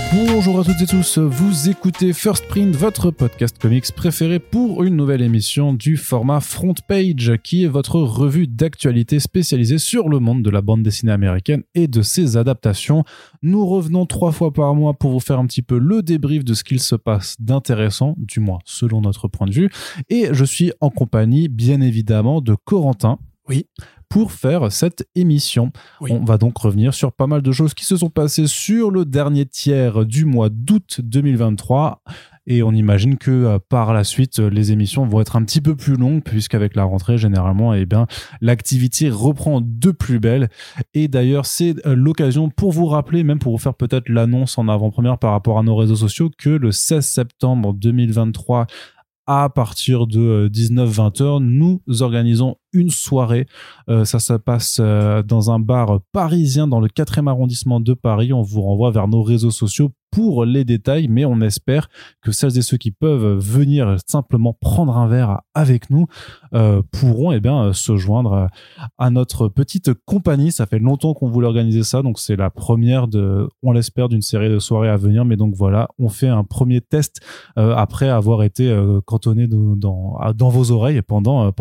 Bonjour à toutes et tous, vous écoutez First Print, votre podcast comics préféré pour une nouvelle émission du format Front Page, qui est votre revue d'actualité spécialisée sur le monde de la bande dessinée américaine et de ses adaptations. Nous revenons 3 fois par mois pour vous faire un petit peu le débrief de ce qu'il se passe d'intéressant, du moins selon notre point de vue, et je suis en compagnie bien évidemment de Corentin. Oui. Pour faire cette émission. Oui. On va donc revenir sur pas mal de choses qui se sont passées sur le dernier tiers du mois d'août 2023 et on imagine que par la suite les émissions vont être un petit peu plus longues puisqu'avec la rentrée généralement l'activité reprend de plus belle et d'ailleurs c'est l'occasion pour vous rappeler, même pour vous faire peut-être l'annonce en avant-première par rapport à nos réseaux sociaux, que le 16 septembre 2023 à partir de 19-20h, nous organisons une soirée. Ça se passe dans un bar parisien dans le 4e arrondissement de Paris. On vous renvoie vers nos réseaux sociaux pour les détails, mais on espère que celles et ceux qui peuvent venir simplement prendre un verre avec nous pourront se joindre à notre petite compagnie. Ça fait longtemps qu'on voulait organiser ça, donc c'est la première on l'espère, d'une série de soirées à venir. Mais donc voilà, on fait un premier test après avoir été cantonné dans vos oreilles pendant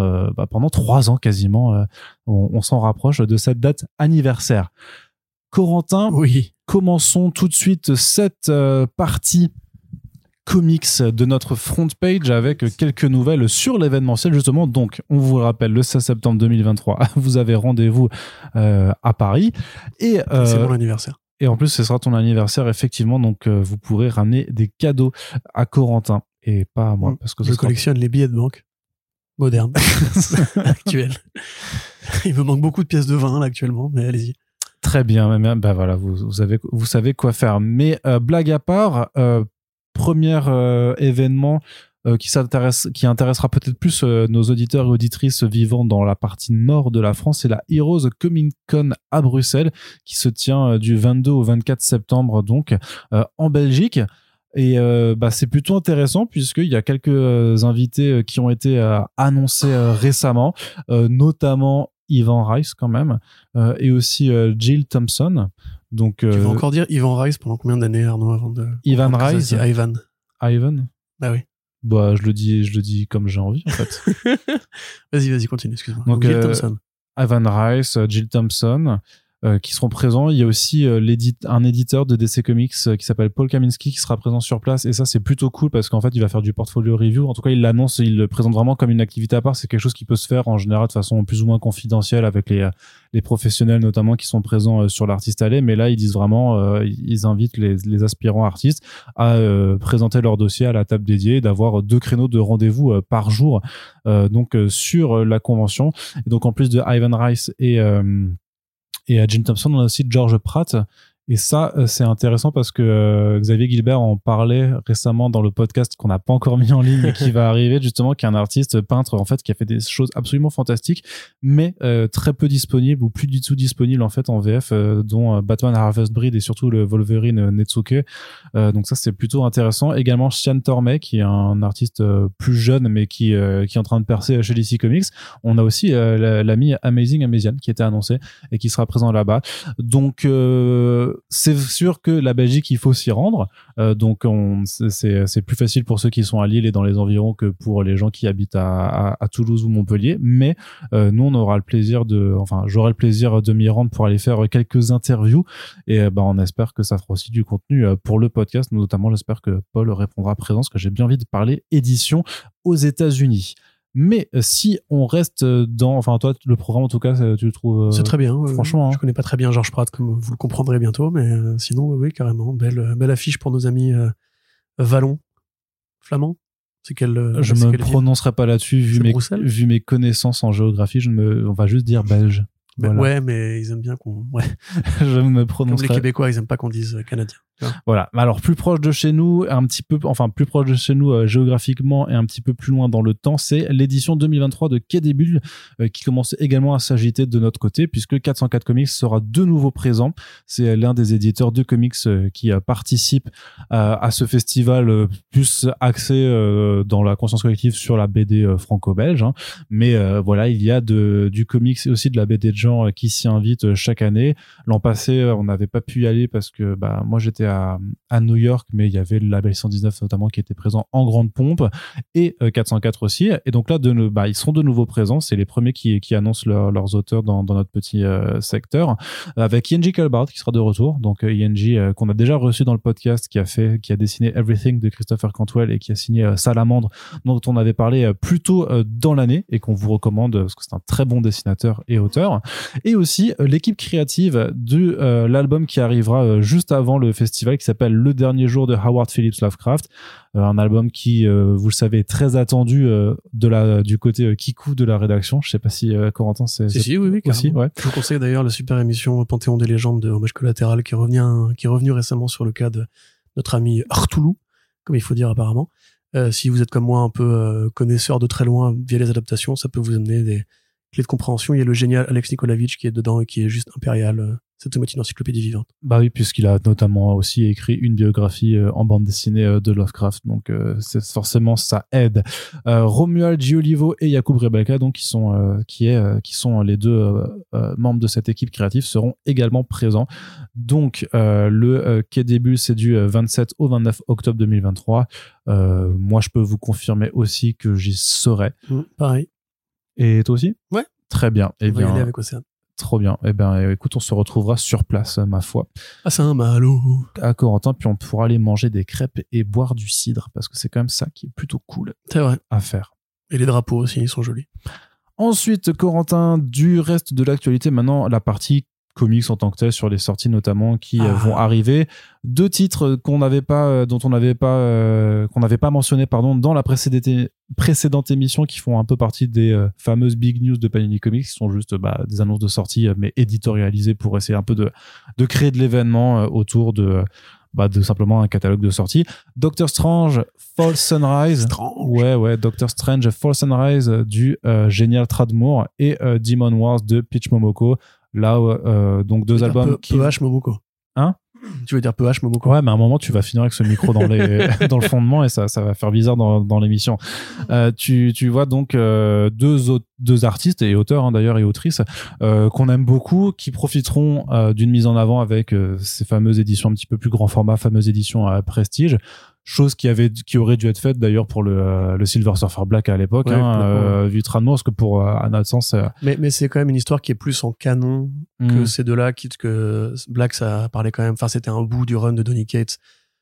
3 ans quasiment. On s'en rapproche de cette date anniversaire. Corentin, oui. Commençons tout de suite cette partie comics de notre front page avec quelques nouvelles sur l'événementiel justement. Donc, on vous le rappelle, le 16 septembre 2023, vous avez rendez-vous à Paris. Et c'est mon anniversaire. Et en plus, ce sera ton anniversaire, effectivement. Donc, vous pourrez ramener des cadeaux à Corentin et pas à moi. Parce que je collectionne les billets de banque modernes, actuels. Il me manque beaucoup de pièces de vin là, actuellement, mais allez-y. Très bien, voilà, vous savez quoi faire. Mais blague à part, premier événement qui intéressera peut-être plus nos auditeurs et auditrices vivant dans la partie nord de la France, c'est la Heroes Comic Con à Bruxelles, qui se tient du 22 au 24 septembre donc en Belgique. Et c'est plutôt intéressant puisqu'il y a quelques invités qui ont été annoncés récemment, notamment Ivan Rice quand même, et aussi Jill Thompson. Donc, tu vas encore dire Ivan Rice pendant combien d'années, Arnaud, avant de... Ivan Rice, Ivan. Bah oui. Bah je le dis comme j'ai envie en fait. Vas-y, continue, excuse-moi. Donc Jill Thompson. Ivan Rice, Jill Thompson, qui seront présents. Il y a aussi un éditeur de DC Comics qui s'appelle Paul Kaminski qui sera présent sur place, et ça c'est plutôt cool parce qu'en fait il va faire du portfolio review. En tout cas il l'annonce, il le présente vraiment comme une activité à part. C'est quelque chose qui peut se faire en général de façon plus ou moins confidentielle avec les professionnels notamment qui sont présents sur l'Artist Alley, mais là ils disent vraiment ils invitent les aspirants artistes à présenter leur dossier à la table dédiée, d'avoir 2 créneaux de rendez-vous par jour donc sur la convention. Et donc en plus de Ivan Rice et à Jim Thompson, on a aussi George Pratt. Et ça, c'est intéressant parce que Xavier Gilbert en parlait récemment dans le podcast qu'on n'a pas encore mis en ligne mais qui va arriver, justement, qui est un artiste peintre en fait qui a fait des choses absolument fantastiques, mais très peu disponible ou plus du tout disponible en fait en VF, dont Batman Harvest Breed et surtout le Wolverine Netsuke. Donc ça, c'est plutôt intéressant. Également Sian Tormey, qui est un artiste plus jeune mais qui est en train de percer chez DC Comics. On a aussi l'ami Amazing Amazian qui était annoncé et qui sera présent là-bas. Donc c'est sûr que la Belgique, il faut s'y rendre. Donc c'est plus facile pour ceux qui sont à Lille et dans les environs que pour les gens qui habitent à Toulouse ou Montpellier. Mais nous, on aura j'aurai le plaisir de m'y rendre pour aller faire quelques interviews. Et on espère que ça fera aussi du contenu pour le podcast. Notamment, j'espère que Paul répondra présent, parce que j'ai bien envie de parler édition aux États-Unis. Mais si on reste toi, le programme en tout cas, tu le trouves c'est très bien. Franchement, je connais pas très bien George Pratt, comme vous le comprendrez bientôt, mais sinon, oui, carrément, belle affiche pour nos amis Vallon, Flamand. C'est quelle Je me prononcerai pas là-dessus vu mes connaissances en géographie. On va juste dire belge. Voilà. Ouais, mais ils aiment bien qu'on... Ouais. Je me prononcerai. Comme les Québécois, ils aiment pas qu'on dise canadien. Voilà. Alors, plus proche de chez nous, plus proche de chez nous géographiquement et un petit peu plus loin dans le temps, c'est l'édition 2023 de Quai des Bulles qui commence également à s'agiter de notre côté, puisque 404 Comics sera de nouveau présent. C'est l'un des éditeurs de comics qui participe à ce festival plus axé dans la conscience collective sur la BD franco-belge. Hein. Mais voilà, il y a du comics et aussi de la BD de genre gens qui s'y invitent chaque année. L'an passé, on n'avait pas pu y aller parce que moi j'étais à New York, mais il y avait le label 119 notamment qui était présent en grande pompe et 404 aussi. Et donc là, ils seront de nouveau présents. C'est les premiers qui annoncent leurs auteurs dans notre petit secteur, avec Yenji Calbart qui sera de retour. Donc Yenji qu'on a déjà reçu dans le podcast, qui a dessiné Everything de Christopher Cantwell et qui a signé Salamandre, dont on avait parlé plus tôt dans l'année et qu'on vous recommande parce que c'est un très bon dessinateur et auteur. Et aussi l'équipe créative de l'album qui arrivera juste avant le festival, qui s'appelle Le Dernier Jour de Howard Phillips Lovecraft, un album qui, vous le savez, est très attendu du côté Kikou de la rédaction. Je sais pas si Corentin Si, oui, aussi, ouais. Je vous conseille d'ailleurs la super émission Panthéon des légendes de Hommage Collatéral qui est revenu récemment sur le cas de notre ami Artoulou, comme il faut dire apparemment. Si vous êtes comme moi un peu connaisseur de très loin via les adaptations, ça peut vous amener des clés de compréhension. Il y a le génial Alex Nikolavitch qui est dedans et qui est juste impérial. C'est une encyclopédie vivante. Bah oui, puisqu'il a notamment aussi écrit une biographie en bande dessinée de Lovecraft, donc forcément ça aide. Romuald Giolivo et Jakub Rebelka, donc qui sont les deux membres de cette équipe créative, seront également présents. Donc le Quai des Bulles, c'est du 27 au 29 octobre 2023. Moi, je peux vous confirmer aussi que j'y serai. Pareil. Et toi aussi ? Ouais. Très bien. On va y aller avec Océane. Trop bien. Eh ben, écoute, on se retrouvera sur place, ma foi. Ah, c'est un malo. À Corentin, puis on pourra aller manger des crêpes et boire du cidre, parce que c'est quand même ça qui est plutôt cool. C'est vrai. À faire. Et les drapeaux aussi, ils sont jolis. Ensuite, Corentin, du reste de l'actualité, maintenant, la partie comics en tant que tel, sur les sorties notamment qui vont arriver. 2 titres qu'on n'avait pas mentionné dans la précédente émission, qui font un peu partie des fameuses big news de Panini Comics, qui sont juste des annonces de sortie mais éditorialisées pour essayer un peu de créer de l'événement autour de simplement un catalogue de sorties. Doctor Strange Fall Sunrise. Ouais, Doctor Strange Fall Sunrise du génial Tradmoor et Demon Wars de Peach Momoko. Là, donc 2 albums qui... PH Momoko. Hein ? Tu veux dire PH Momoko ? Ouais, mais à un moment, tu vas finir avec ce micro dans le fondement et ça va faire bizarre dans l'émission. Tu vois donc 2 artistes et auteurs, d'ailleurs, et autrices, qu'on aime beaucoup, qui profiteront d'une mise en avant avec ces fameuses éditions un petit peu plus grand format, fameuses éditions à prestige. Chose qui aurait dû être faite d'ailleurs pour le Silver Surfer Black à l'époque, vu Tradmoor, parce que pour à notre sens mais c'est quand même une histoire qui est plus en canon que ces deux-là, que Black, ça parlait quand même, enfin c'était un bout du run de Donny Cates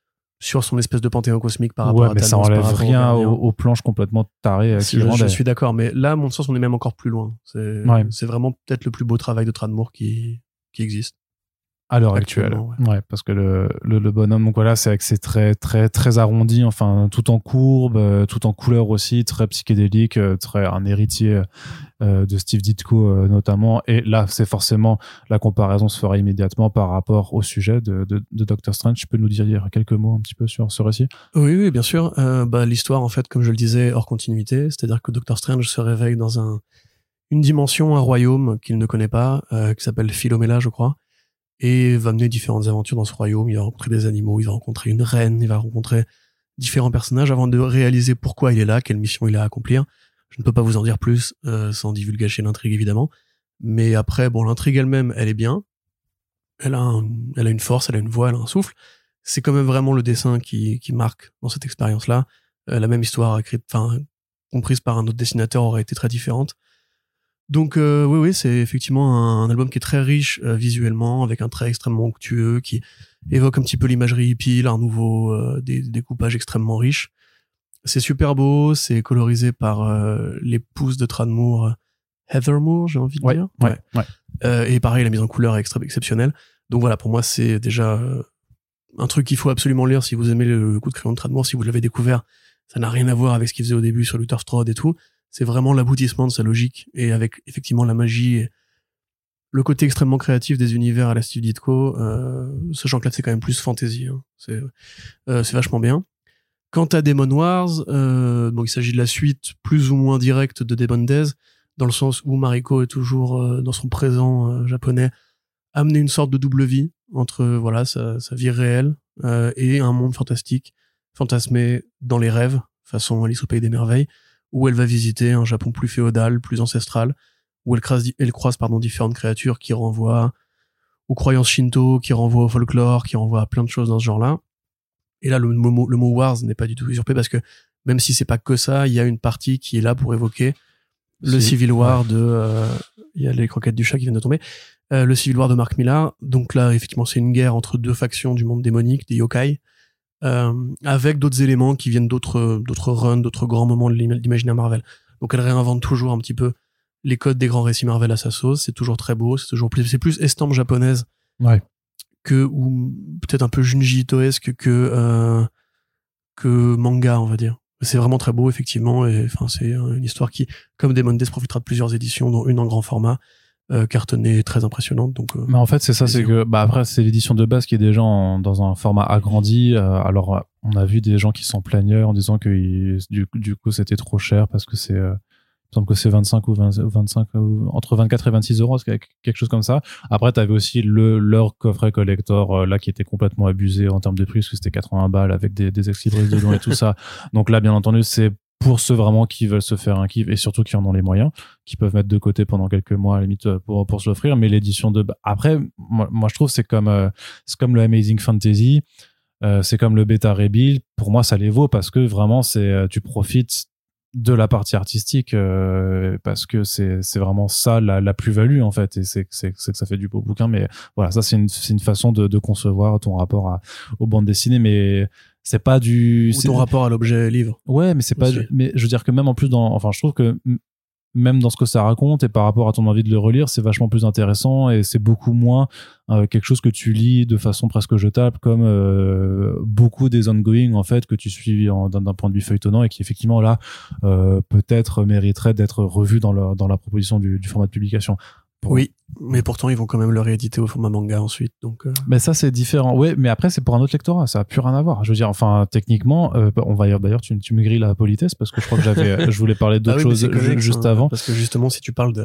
sur son espèce de panthéon cosmique par rapport à Thanos, mais ça enlève rien aux planches complètement tarées je suis d'accord, mais là à mon sens on est même encore plus loin. C'est vraiment peut-être le plus beau travail de Tradmoor qui existe à l'heure actuelle. Ouais, parce que le bonhomme, donc voilà, c'est avec ses traits très très arrondis, enfin tout en courbe, tout en couleur aussi, très psychédélique, un héritier de Steve Ditko notamment. Et là, c'est forcément, la comparaison se fera immédiatement par rapport au sujet de Doctor Strange. Tu peux nous dire quelques mots un petit peu sur ce récit ? Oui, bien sûr. L'histoire, en fait, comme je le disais, hors continuité, c'est-à-dire que Doctor Strange se réveille dans une dimension, un royaume qu'il ne connaît pas, qui s'appelle Philomela, je crois, et va mener différentes aventures dans ce royaume. Il va rencontrer des animaux, il va rencontrer une reine, il va rencontrer différents personnages avant de réaliser pourquoi il est là, quelle mission il a à accomplir. Je ne peux pas vous en dire plus sans divulgacher l'intrigue évidemment, mais après l'intrigue elle-même, elle est bien. Elle a une force, elle a une voix, elle a un souffle. C'est quand même vraiment le dessin qui marque dans cette expérience-là. La même histoire comprise par un autre dessinateur aurait été très différente. Donc oui, c'est effectivement un album qui est très riche visuellement, avec un trait extrêmement onctueux qui évoque un petit peu l'imagerie hippie, l'art nouveau, des découpages extrêmement riches. C'est super beau, c'est colorisé par l'épouse de Tradmoor, Heather Moore, j'ai envie de dire. Ouais. Et pareil, la mise en couleur est exceptionnelle. Donc voilà, pour moi, c'est déjà un truc qu'il faut absolument lire si vous aimez le coup de crayon de Tradmoor, si vous l'avez découvert. Ça n'a rien à voir avec ce qu'il faisait au début sur Luther Strode et tout. C'est vraiment l'aboutissement de sa logique, et avec effectivement la magie et le côté extrêmement créatif des univers à la Steve Ditko, sachant que là c'est quand même plus fantasy, hein. C'est vachement bien. Quant à Demon Wars, il s'agit de la suite plus ou moins directe de Demon Days, dans le sens où Mariko est toujours dans son présent japonais, amener une sorte de double vie entre sa vie réelle et un monde fantastique, fantasmé dans les rêves, façon Alice au Pays des Merveilles, où elle va visiter un Japon plus féodal, plus ancestral, où elle croise différentes créatures qui renvoient aux croyances shinto, qui renvoient au folklore, qui renvoient à plein de choses dans ce genre-là. Et là, le mot wars n'est pas du tout usurpé parce que même si c'est pas que ça, il y a une partie qui est là pour évoquer le Civil War il y a les croquettes du chat qui viennent de tomber, le Civil War de Mark Millar. Donc là, effectivement, c'est une guerre entre deux factions du monde démonique, des yokai, avec d'autres éléments qui viennent d'autres runs, d'autres grands moments de l'imaginaire Marvel. Donc elle réinvente toujours un petit peu les codes des grands récits Marvel à sa sauce. C'est toujours très beau, c'est plus estampe japonaise ou peut-être un peu Junji Itoesque que manga, on va dire. C'est vraiment très beau, effectivement, et enfin c'est une histoire qui, comme Demon Days, profitera de plusieurs éditions, dont une en grand format, cartonnée très impressionnante. Donc, mais en fait, c'est ça, c'est que après c'est l'édition de base qui est déjà dans un format agrandi. Alors on a vu des gens qui s'en plaignaient en disant que du coup c'était trop cher parce que c'est il me semble que c'est 25 ou 25 entre 24 et 26 euros, quelque chose comme ça. Après, t'avais aussi leur coffret collector là qui était complètement abusé en termes de prix parce que c'était 80 balles avec des ex-libris dedans et tout ça. Donc là, bien entendu, c'est pour ceux vraiment qui veulent se faire un kiff et surtout qui en ont les moyens, qui peuvent mettre de côté pendant quelques mois à la limite pour se l'offrir. Mais l'édition de après, moi je trouve c'est comme le Amazing Fantasy, c'est comme le Beta Rebuild. Pour moi, ça les vaut parce que vraiment tu profites de la partie artistique parce que c'est vraiment ça la plus-value en fait, et c'est que ça fait du beau bouquin. Mais voilà, ça c'est une façon de concevoir ton rapport aux bandes dessinées, mais c'est pas ton rapport à l'objet livre. Ouais, mais c'est pas mais je veux dire que même en plus je trouve que même dans ce que ça raconte et par rapport à ton envie de le relire, c'est vachement plus intéressant et c'est beaucoup moins quelque chose que tu lis de façon presque jetable comme beaucoup des ongoing en fait que tu suis d'un point de vue feuilletonnant et qui effectivement là peut-être mériterait d'être revu dans la proposition du format de publication. Oui, mais pourtant ils vont quand même le rééditer au format manga ensuite, donc. Mais ça c'est différent. Ouais, mais après c'est pour un autre lectorat, ça a plus rien à voir. Je veux dire, enfin techniquement, on va d'ailleurs tu me grilles la politesse parce que je crois que je voulais parler d'autres choses juste avant. Parce que justement, si tu parles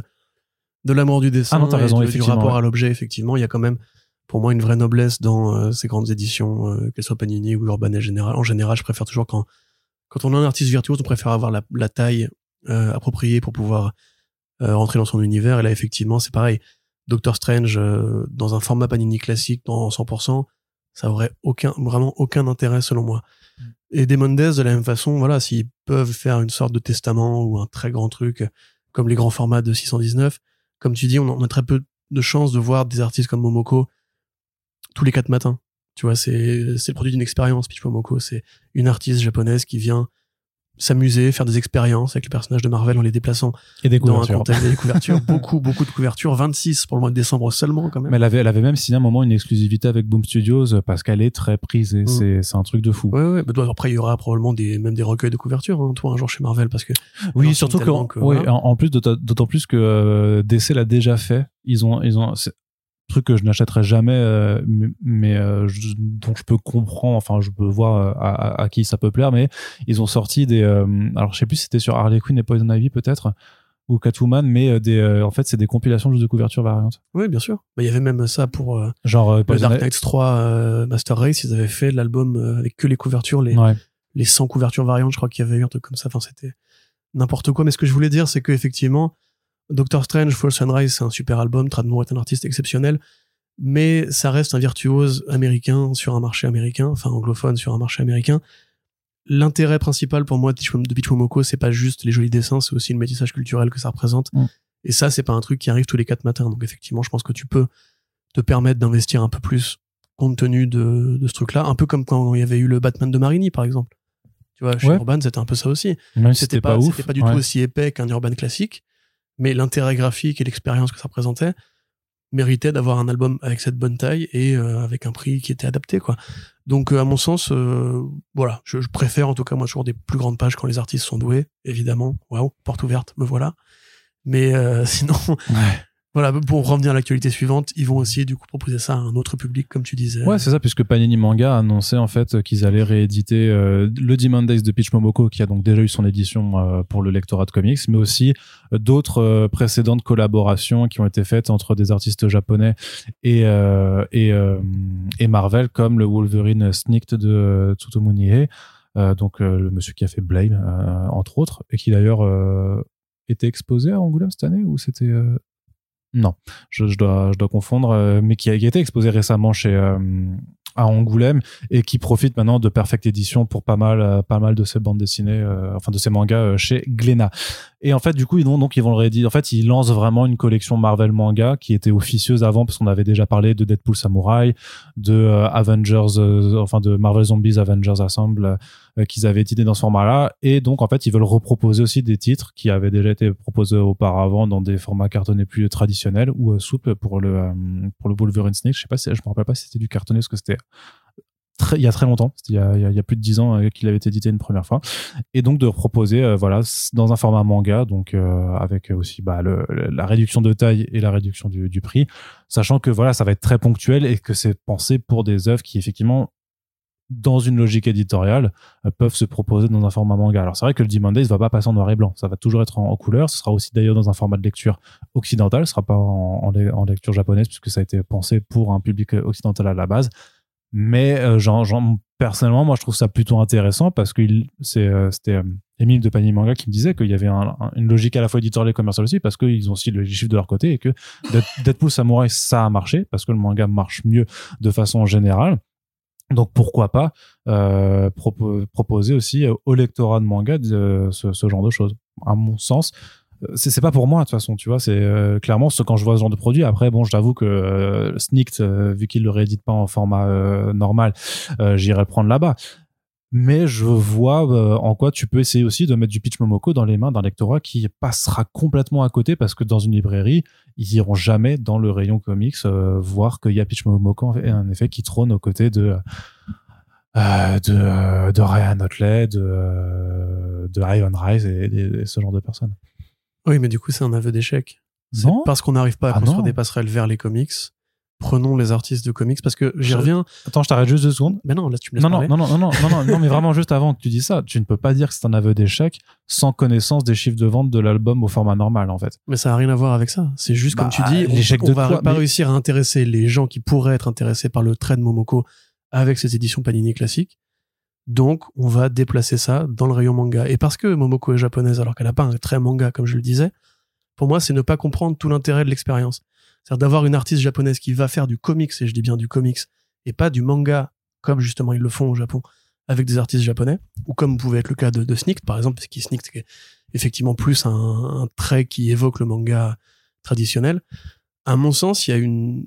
de l'amour du dessin, t'as raison, du rapport à l'objet, effectivement, il y a quand même pour moi une vraie noblesse dans ces grandes éditions, qu'elles soient Panini ou Urban en général, je préfère toujours quand on a un artiste virtuose, on préfère avoir la taille appropriée pour pouvoir rentrer dans son univers. Et là effectivement c'est pareil, Doctor Strange dans un format Panini classique dans 100%, ça aurait vraiment aucun intérêt selon moi. Et Demon Days de la même façon, voilà, s'ils peuvent faire une sorte de testament ou un très grand truc comme les grands formats de 619, comme tu dis, on a très peu de chances de voir des artistes comme Momoko tous les 4 matins. Tu vois, c'est le produit d'une expérience. Pitch Momoko, c'est une artiste japonaise qui vient s'amuser, faire des expériences avec les personnages de Marvel en les déplaçant et des dans un contexte des couvertures, beaucoup de couvertures, 26 pour le mois de décembre seulement quand même. Mais elle avait même signé à un moment une exclusivité avec Boom Studios parce qu'elle est très prisée. C'est un truc de fou. Ouais. Mais après il y aura probablement même des recueils de couvertures, hein, toi un jour chez Marvel, parce que oui, surtout en plus d'autant plus que DC l'a déjà fait. Ils ont truc que je n'achèterai jamais mais dont je peux comprendre, enfin je peux voir à qui ça peut plaire, mais ils ont sorti des alors je sais plus si c'était sur Harley Quinn et Poison Ivy peut-être ou Catwoman, mais en fait c'est des compilations juste de couvertures variantes. Oui, bien sûr. Il y avait même ça pour genre le Dark Knights 3 Master Race, ils avaient fait l'album avec que les couvertures, les 100 couvertures variantes, je crois qu'il y avait eu un truc comme ça. Enfin, c'était n'importe quoi. Mais ce que je voulais dire, c'est que effectivement Doctor Strange, Fall Sunrise, c'est un super album. Tradd Moore est un artiste exceptionnel, mais ça reste un virtuose américain sur un marché américain, enfin anglophone sur un marché américain. L'intérêt principal pour moi de Pitch Momoko, c'est pas juste les jolis dessins, c'est aussi le métissage culturel que ça représente. Et ça, c'est pas un truc qui arrive tous les 4 matins. Donc effectivement, je pense que tu peux te permettre d'investir un peu plus compte tenu de ce truc-là. Un peu comme quand il y avait eu le Batman de Marini, par exemple. Tu vois, chez Urban, c'était un peu ça aussi. Même c'était pas ouf. C'était pas du tout aussi épais qu'un Urban classique, mais l'intérêt graphique et l'expérience que ça représentait méritait d'avoir un album avec cette bonne taille et avec un prix qui était adapté, quoi. Donc à mon sens, voilà, je préfère en tout cas moi toujours des plus grandes pages quand les artistes sont doués, évidemment. Waouh, porte ouverte, me voilà. Mais sinon, voilà, pour revenir à l'actualité suivante, ils vont aussi du coup proposer ça à un autre public, comme tu disais. Ouais, c'est ça, puisque Panini Manga a annoncé en fait qu'ils allaient rééditer le Demon Days de Pitch Momoko, qui a donc déjà eu son édition pour le lectorat de comics, mais aussi d'autres précédentes collaborations qui ont été faites entre des artistes japonais et Marvel, comme le Wolverine Snicked de Tsutomu Nihei, donc le monsieur qui a fait Blame entre autres, et qui d'ailleurs été exposé à Angoulême cette année ou c'était non, je dois confondre, mais qui a été exposé récemment à Angoulême et qui profite maintenant de Perfect Edition pour pas mal de ces bandes dessinées, enfin de ces mangas chez Glénat. Et en fait, du coup, ils vont le rééditer. En fait, ils lancent vraiment une collection Marvel manga qui était officieuse avant parce qu'on avait déjà parlé de Deadpool Samurai, de Avengers, enfin de Marvel Zombies Avengers Assemble qu'ils avaient édité dans ce format-là. Et donc, en fait, ils veulent reproposer aussi des titres qui avaient déjà été proposés auparavant dans des formats cartonnés plus traditionnels ou souples pour le Wolverine Snake. Je me rappelle pas si c'était du cartonné parce que c'était il y a très longtemps, il y a plus de 10 ans qu'il avait été édité une première fois, et donc de proposer voilà dans un format manga, donc avec aussi la réduction de taille et la réduction du prix, sachant que voilà ça va être très ponctuel et que c'est pensé pour des œuvres qui effectivement dans une logique éditoriale peuvent se proposer dans un format manga. Alors c'est vrai que le Demon Days va pas passer en noir et blanc, ça va toujours être en couleur, ce sera aussi d'ailleurs dans un format de lecture occidental, ce sera pas en lecture japonaise puisque ça a été pensé pour un public occidental à la base. Mais personnellement, moi, je trouve ça plutôt intéressant parce que c'était Émile de Panini Manga qui me disait qu'il y avait une logique à la fois éditoriale et commerciale aussi parce qu'ils ont aussi les chiffres de leur côté et que Deadpool Samurai, ça a marché parce que le manga marche mieux de façon générale. Donc pourquoi pas proposer aussi au lectorat de manga ce genre de choses. À mon sens, c'est pas pour moi de toute façon, tu vois, c'est clairement quand je vois ce genre de produit. Après bon, je t'avoue que Snicked, vu qu'il le réédite pas en format normal, j'irai le prendre là-bas. Mais je vois en quoi tu peux essayer aussi de mettre du Pitch Momoko dans les mains d'un lectorat qui passera complètement à côté parce que dans une librairie, ils iront jamais dans le rayon comics voir qu'il y a Pitch Momoko en effet qui trône aux côtés de Ryan Otley, de Ivan Rice et ce genre de personnes. Oui, mais du coup, c'est un aveu d'échec. C'est Non. parce qu'on n'arrive pas à construire des passerelles vers les comics. Prenons les artistes de comics parce que j'y reviens. Attends, je t'arrête juste 2 secondes. Mais non, là tu me laisses parler. Non, mais vraiment juste avant que tu dis ça, tu ne peux pas dire que c'est un aveu d'échec sans connaissance des chiffres de vente de l'album au format normal en fait. Mais ça n'a rien à voir avec ça. C'est juste comme tu dis, on va pas réussir à intéresser les gens qui pourraient être intéressés par le trait de Momoko avec cette édition Panini classique. Donc, on va déplacer ça dans le rayon manga. Et parce que Momoko est japonaise alors qu'elle n'a pas un trait manga, comme je le disais, pour moi, c'est ne pas comprendre tout l'intérêt de l'expérience. C'est-à-dire d'avoir une artiste japonaise qui va faire du comics, et je dis bien du comics, et pas du manga, comme justement ils le font au Japon, avec des artistes japonais, ou comme pouvait être le cas de Snicked, par exemple, parce que Snicked, c'est effectivement plus un trait qui évoque le manga traditionnel. À mon sens, il y a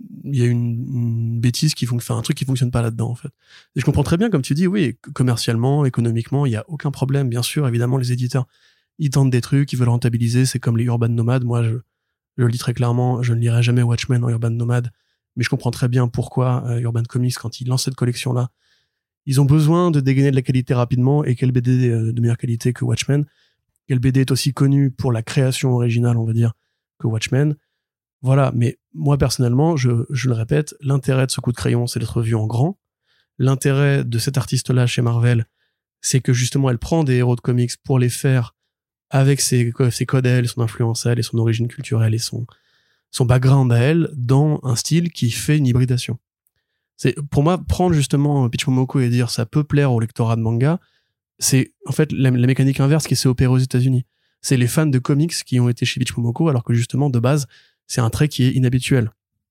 une bêtise un truc qui fonctionne pas là-dedans, en fait. Et je comprends très bien, comme tu dis, oui, commercialement, économiquement, il y a aucun problème. Bien sûr, évidemment, les éditeurs, ils tentent des trucs, ils veulent rentabiliser, c'est comme les Urban Nomad. Moi, je le dis très clairement, je ne lirai jamais Watchmen en Urban Nomad, mais je comprends très bien pourquoi Urban Comics, quand ils lancent cette collection-là, ils ont besoin de dégainer de la qualité rapidement, et quelle BD de meilleure qualité que Watchmen. Quelle BD est aussi connue pour la création originale, on va dire, que Watchmen. Voilà, mais moi personnellement, je le répète, l'intérêt de ce coup de crayon, c'est d'être vu en grand. L'intérêt de cet artiste-là chez Marvel, c'est que justement, elle prend des héros de comics pour les faire avec ses codes à elle, son influence à elle et son origine culturelle et son background à elle dans un style qui fait une hybridation. C'est, pour moi, prendre justement Pitch Momoko et dire ça peut plaire au lectorat de manga, c'est en fait la mécanique inverse qui s'est opérée aux États-Unis. C'est les fans de comics qui ont été chez Pitch Momoko alors que justement, de base, c'est un trait qui est inhabituel.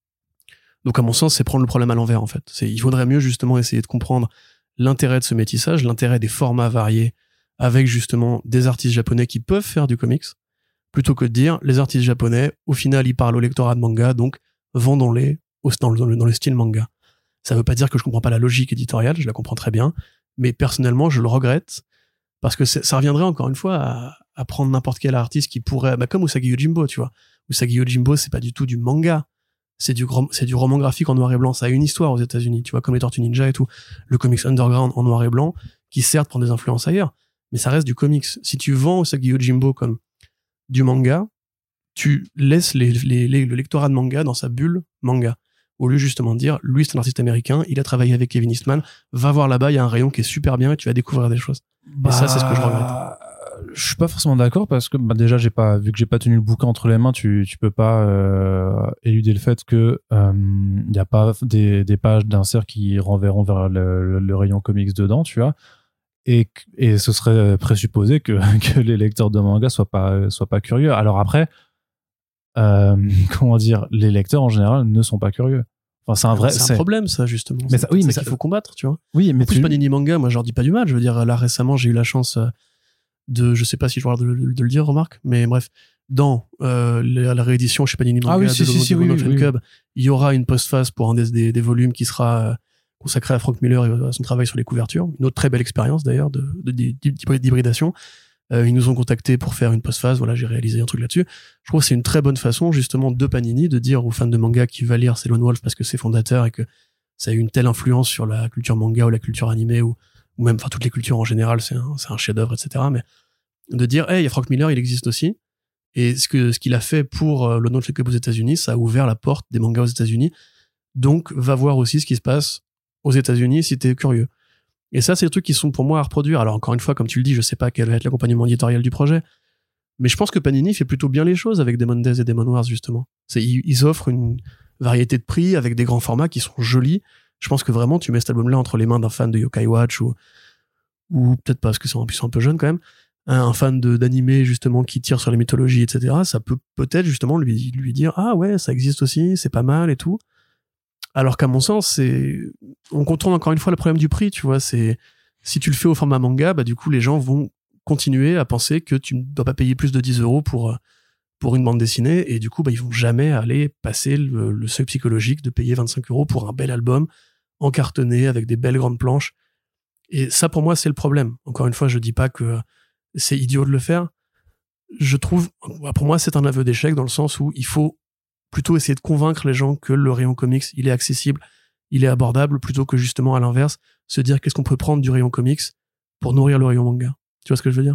Donc à mon sens, c'est prendre le problème à l'envers en fait. Il faudrait mieux justement essayer de comprendre l'intérêt de ce métissage, l'intérêt des formats variés avec justement des artistes japonais qui peuvent faire du comics, plutôt que de dire les artistes japonais, au final ils parlent au lectorat de manga, donc vendons-les dans le style manga. Ça veut pas dire que je comprends pas la logique éditoriale, je la comprends très bien, mais personnellement je le regrette, parce que ça reviendrait encore une fois à prendre n'importe quel artiste qui pourrait, comme Usagi Yojimbo, tu vois. Usagi Yojimbo, c'est pas du tout du manga, c'est du roman graphique en noir et blanc, ça a une histoire aux États-Unis, tu vois, comme les Tortues Ninja et tout, le comics underground en noir et blanc, qui certes prend des influences ailleurs, mais ça reste du comics. Si tu vends Usagi Yojimbo comme du manga, tu laisses le lectorat de manga dans sa bulle manga, au lieu justement de dire, lui c'est un artiste américain, il a travaillé avec Kevin Eastman, va voir là-bas, il y a un rayon qui est super bien et tu vas découvrir des choses. Et ça, c'est ce que je regrette. Je suis pas forcément d'accord parce que déjà vu que j'ai pas tenu le bouquin entre les mains, tu peux pas éluder le fait que y a pas des pages d'insert qui renverront vers le rayon comics dedans, tu vois. et ce serait présupposé que les lecteurs de manga soient pas curieux. Alors après, comment dire, les lecteurs en général ne sont pas curieux. Enfin, c'est un problème, ça, justement. Mais oui, mais ça qu'il faut combattre, tu vois. Oui, mais en plus, Panini Manga, moi, je leur dis pas du mal. Je veux dire, là, récemment, j'ai eu la chance je sais pas si je dois de le dire, remarque, mais bref, dans la réédition chez Panini Manga de Lono Cub, il y aura une postface pour un des volumes qui sera consacré à Frank Miller et à son travail sur les couvertures. Une autre très belle expérience, d'ailleurs, d'hybridation. Ils nous ont contactés pour faire une postface. Voilà, j'ai réalisé un truc là-dessus. Je trouve que c'est une très bonne façon, justement, de Panini de dire aux fans de manga qui va lire Lone Wolf parce que c'est fondateur et que ça a eu une telle influence sur la culture manga ou la culture animée ou même, enfin, toutes les cultures en général, c'est un chef-d'œuvre, etc. Mais de dire, hey, il y a Frank Miller, il existe aussi. Et ce qu'il a fait pour Lone Wolf aux États-Unis, ça a ouvert la porte des mangas aux États-Unis. Donc, va voir aussi ce qui se passe aux États-Unis si t'es curieux. Et ça, c'est des trucs qui sont pour moi à reproduire. Alors, encore une fois, comme tu le dis, je sais pas quel va être l'accompagnement éditorial du projet, mais je pense que Panini fait plutôt bien les choses avec Demon Days et Demon Wars, justement. Ils offrent une variété de prix avec des grands formats qui sont jolis. Je pense que vraiment, tu mets cet album-là entre les mains d'un fan de Yokai Watch ou peut-être pas, parce que c'est un peu jeune quand même, un fan d'animé, justement, qui tire sur les mythologies, etc. Ça peut peut-être, justement, lui dire, ah ouais, ça existe aussi, c'est pas mal et tout. Alors qu'à mon sens, on contourne encore une fois le problème du prix, tu vois. Si tu le fais au format manga, bah, du coup, les gens vont continuer à penser que tu ne dois pas payer plus de 10 euros pour une bande dessinée, et du coup, bah, ils vont jamais aller passer le seuil psychologique de payer 25 euros pour un bel album encartonné avec des belles grandes planches. Et ça, pour moi, c'est le problème. Encore une fois, je dis pas que c'est idiot de le faire. Je trouve, pour moi, c'est un aveu d'échec dans le sens où il faut plutôt essayer de convaincre les gens que le rayon comics, il est accessible, il est abordable, plutôt que justement, à l'inverse, se dire qu'est-ce qu'on peut prendre du rayon comics pour nourrir le rayon manga. Tu vois ce que je veux dire?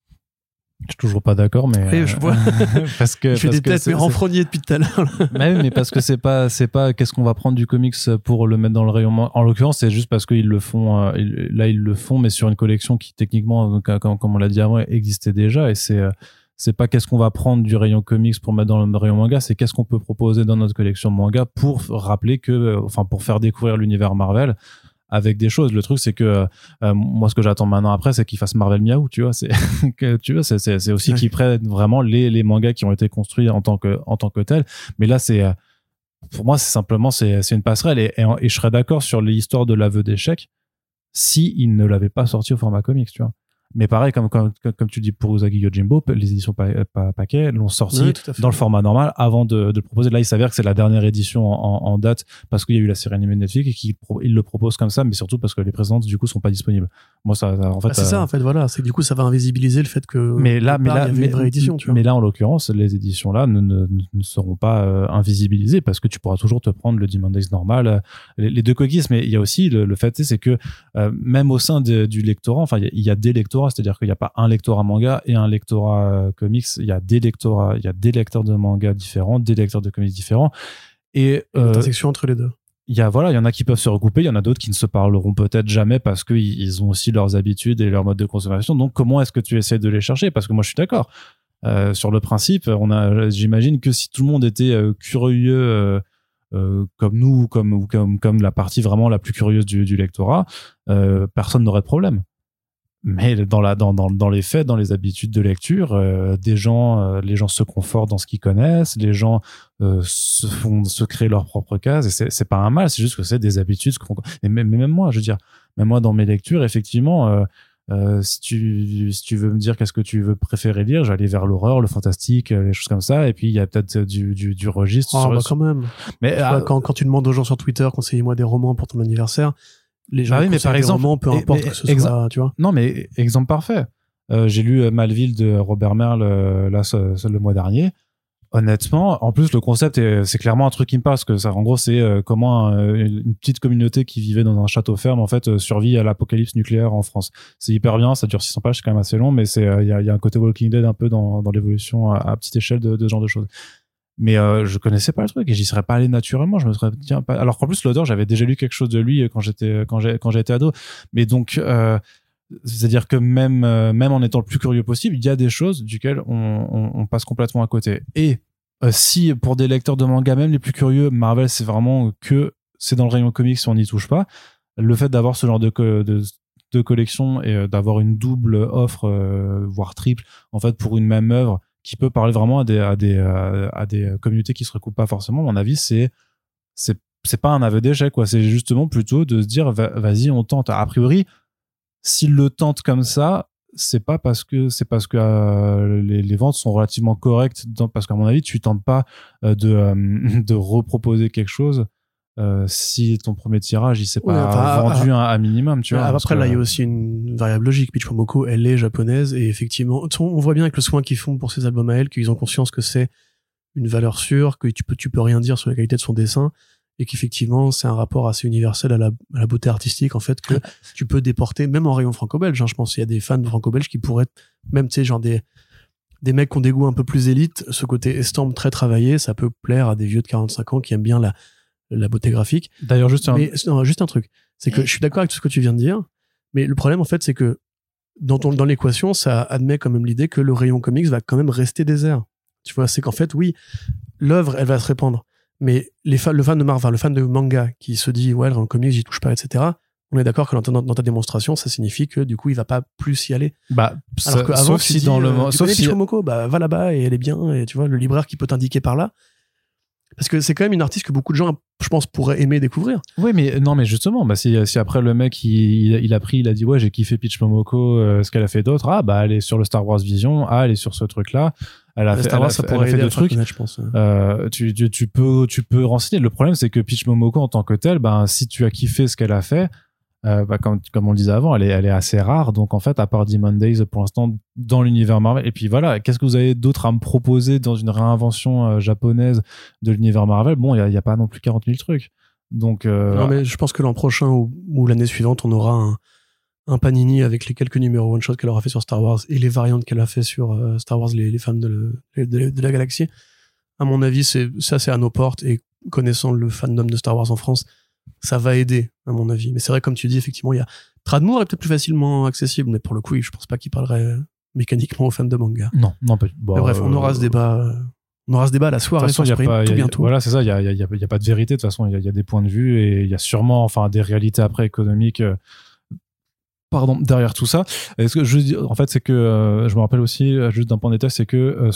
Je suis toujours pas d'accord, mais oui, je vois. parce que je fais des têtes mais renfrognées depuis tout à l'heure. mais parce que c'est pas qu'est-ce qu'on va prendre du comics pour le mettre dans le rayon manga. En l'occurrence, c'est juste parce qu'ils le font là, ils le font, mais sur une collection qui techniquement, comme on l'a dit avant, existait déjà. Et c'est pas qu'est-ce qu'on va prendre du rayon comics pour mettre dans le rayon manga, c'est qu'est-ce qu'on peut proposer dans notre collection manga pour rappeler pour faire découvrir l'univers Marvel avec des choses. Le truc, c'est que moi, ce que j'attends maintenant après, c'est qu'ils fassent Marvel Miaou, tu vois. C'est aussi qu'ils prennent vraiment les mangas qui ont été construits en tant que tels. Mais là, pour moi, c'est simplement une passerelle, et je serais d'accord sur l'histoire de l'aveu d'échec si ils ne l'avaient pas sorti au format comics, tu vois. Mais pareil, comme tu dis pour Usagi Yojimbo, les éditions Paquet l'ont sorti dans le format normal avant de le proposer. Là, il s'avère que c'est la dernière édition en date parce qu'il y a eu la série animée de Netflix et qu'ils le proposent comme ça, mais surtout parce que les précédentes, du coup, sont pas disponibles. Moi, en fait. C'est ça, en fait, voilà. C'est que du coup, ça va invisibiliser le fait que. Mais là, une vraie édition, tu vois. Mais là, en l'occurrence, les éditions là ne seront pas invisibilisées parce que tu pourras toujours te prendre le Demon Days normal, les deux cookies. Mais il y a aussi le fait, c'est que même au sein du lectorat, enfin, il y a des lectorats. C'est-à-dire qu'il n'y a pas un lectorat manga et un lectorat comics. Il y a des lectorats, il y a des lecteurs de manga différents, des lecteurs de comics différents. Et l'intersection entre les deux. Il y en a qui peuvent se regrouper, il y en a d'autres qui ne se parleront peut-être jamais parce qu'ils ont aussi leurs habitudes et leur mode de consommation. Donc, comment est-ce que tu essaies de les chercher? Parce que moi, je suis d'accord. Sur le principe, j'imagine que si tout le monde était curieux comme nous, comme la partie vraiment la plus curieuse du lectorat, personne n'aurait de problème. Mais dans les faits, dans les habitudes de lecture, les gens se confortent dans ce qu'ils connaissent, les gens se créent leur propre case, et c'est pas un mal, c'est juste que c'est des habitudes. Et même moi, je veux dire, même moi dans mes lectures, effectivement, si tu veux me dire qu'est-ce que tu veux préférer lire, j'allais vers l'horreur, le fantastique, les choses comme ça, et puis il y a peut-être du registre. Quand même. Mais quand tu demandes aux gens sur Twitter, conseillez-moi des romans pour ton anniversaire. Les gens mais par exemple, romans, peu importe que ce soit, tu vois. Non, mais exemple parfait. J'ai lu Malville de Robert Merle le mois dernier. Honnêtement, en plus le concept c'est clairement un truc qui me passe, que ça, en gros, c'est comment une petite communauté qui vivait dans un château ferme en fait survit à l'apocalypse nucléaire en France. C'est hyper bien, ça dure 600 pages, c'est quand même assez long, mais il y a un côté Walking Dead un peu dans l'évolution à petite échelle de ce genre de choses. Mais je connaissais pas le truc et j'y serais pas allé naturellement. Je me serais dit, alors qu'en plus l'auteur, j'avais déjà lu quelque chose de lui quand j'étais ado. Mais donc c'est-à-dire que même en étant le plus curieux possible, il y a des choses duquel on passe complètement à côté. Et si pour des lecteurs de manga, même les plus curieux, Marvel, c'est vraiment que c'est dans le rayon comics si on n'y touche pas. Le fait d'avoir ce genre de de collection et d'avoir une double offre, voire triple, en fait, pour une même œuvre qui peut parler vraiment à des communautés qui se recoupent pas forcément. À mon avis, c'est pas un aveu d'échec, quoi. C'est justement plutôt de se dire, vas-y, on tente. A priori, s'ils le tentent comme ça, c'est parce que les ventes sont relativement correctes, parce qu'à mon avis, tu tentes pas de reproposer quelque chose si ton premier tirage il s'est pas vendu un minimum, tu vois. Après là, il y a aussi une variable logique. Peach Momoko, elle est japonaise et effectivement, on voit bien avec le soin qu'ils font pour ces albums à elle, qu'ils ont conscience que c'est une valeur sûre, que tu peux rien dire sur la qualité de son dessin, et qu'effectivement c'est un rapport assez universel à la beauté artistique, en fait, que tu peux déporter même en rayon franco-belge, hein. Je pense qu'il y a des fans de franco-belge qui pourraient même, tu sais, genre des mecs qui ont des goûts un peu plus élites, ce côté estampe très travaillé, ça peut plaire à des vieux de 45 ans qui aiment bien la beauté graphique. D'ailleurs, juste un truc, c'est que je suis d'accord avec tout ce que tu viens de dire, mais le problème, en fait, c'est que dans l'équation, ça admet quand même l'idée que le rayon comics va quand même rester désert. Tu vois, c'est qu'en fait, oui, l'œuvre, elle va se répandre. Mais le fan de Marvel, le fan de manga qui se dit, ouais, le comics, j'y touche pas, etc. On est d'accord que dans ta démonstration, ça signifie que du coup, il va pas plus y aller. Alors qu'avant, sauf si dans le moment, sauf si Momoko, va là-bas et elle est bien, et tu vois, le libraire qui peut t'indiquer par là. Parce que c'est quand même une artiste que beaucoup de gens, je pense, pourraient aimer découvrir. Oui, mais non, mais justement, si après le mec il a dit, ouais, j'ai kiffé Peach Momoko, ce qu'elle a fait d'autre, elle est sur le Star Wars Vision, elle est sur ce truc-là. Elle a fait deux trucs. Je pense. Tu peux renseigner. Le problème, c'est que Peach Momoko en tant que telle, si tu as kiffé ce qu'elle a fait, comme on le disait avant, elle est assez rare. Donc en fait, à part Demon Days pour l'instant dans l'univers Marvel, et puis voilà, qu'est-ce que vous avez d'autre à me proposer dans une réinvention japonaise de l'univers Marvel? Bon, il y a pas non plus 40 000 trucs. Donc non, mais je pense que l'an prochain ou l'année suivante, on aura un panini avec les quelques numéros one shot qu'elle aura fait sur Star Wars et les variantes qu'elle a fait sur Star Wars, les femmes de la galaxie. À mon avis, c'est à nos portes, et connaissant le fandom de Star Wars en France, ça va aider, à mon avis. Mais c'est vrai, comme tu dis, effectivement, il y a Tradmoor est peut-être plus facilement accessible, mais pour le coup, je pense pas qu'il parlerait mécaniquement aux fans de manga. Non, pas. Mais bref, on aura ce débat. On aura ce débat à la soirée. De toute façon, tout bientôt. Voilà, c'est ça. Il y a pas de vérité. De toute façon, il y a des points de vue et il y a sûrement, des réalités après économiques. Derrière tout ça. Est-ce que je dis, en fait, c'est que je me rappelle aussi, juste d'un point de détail, c'est que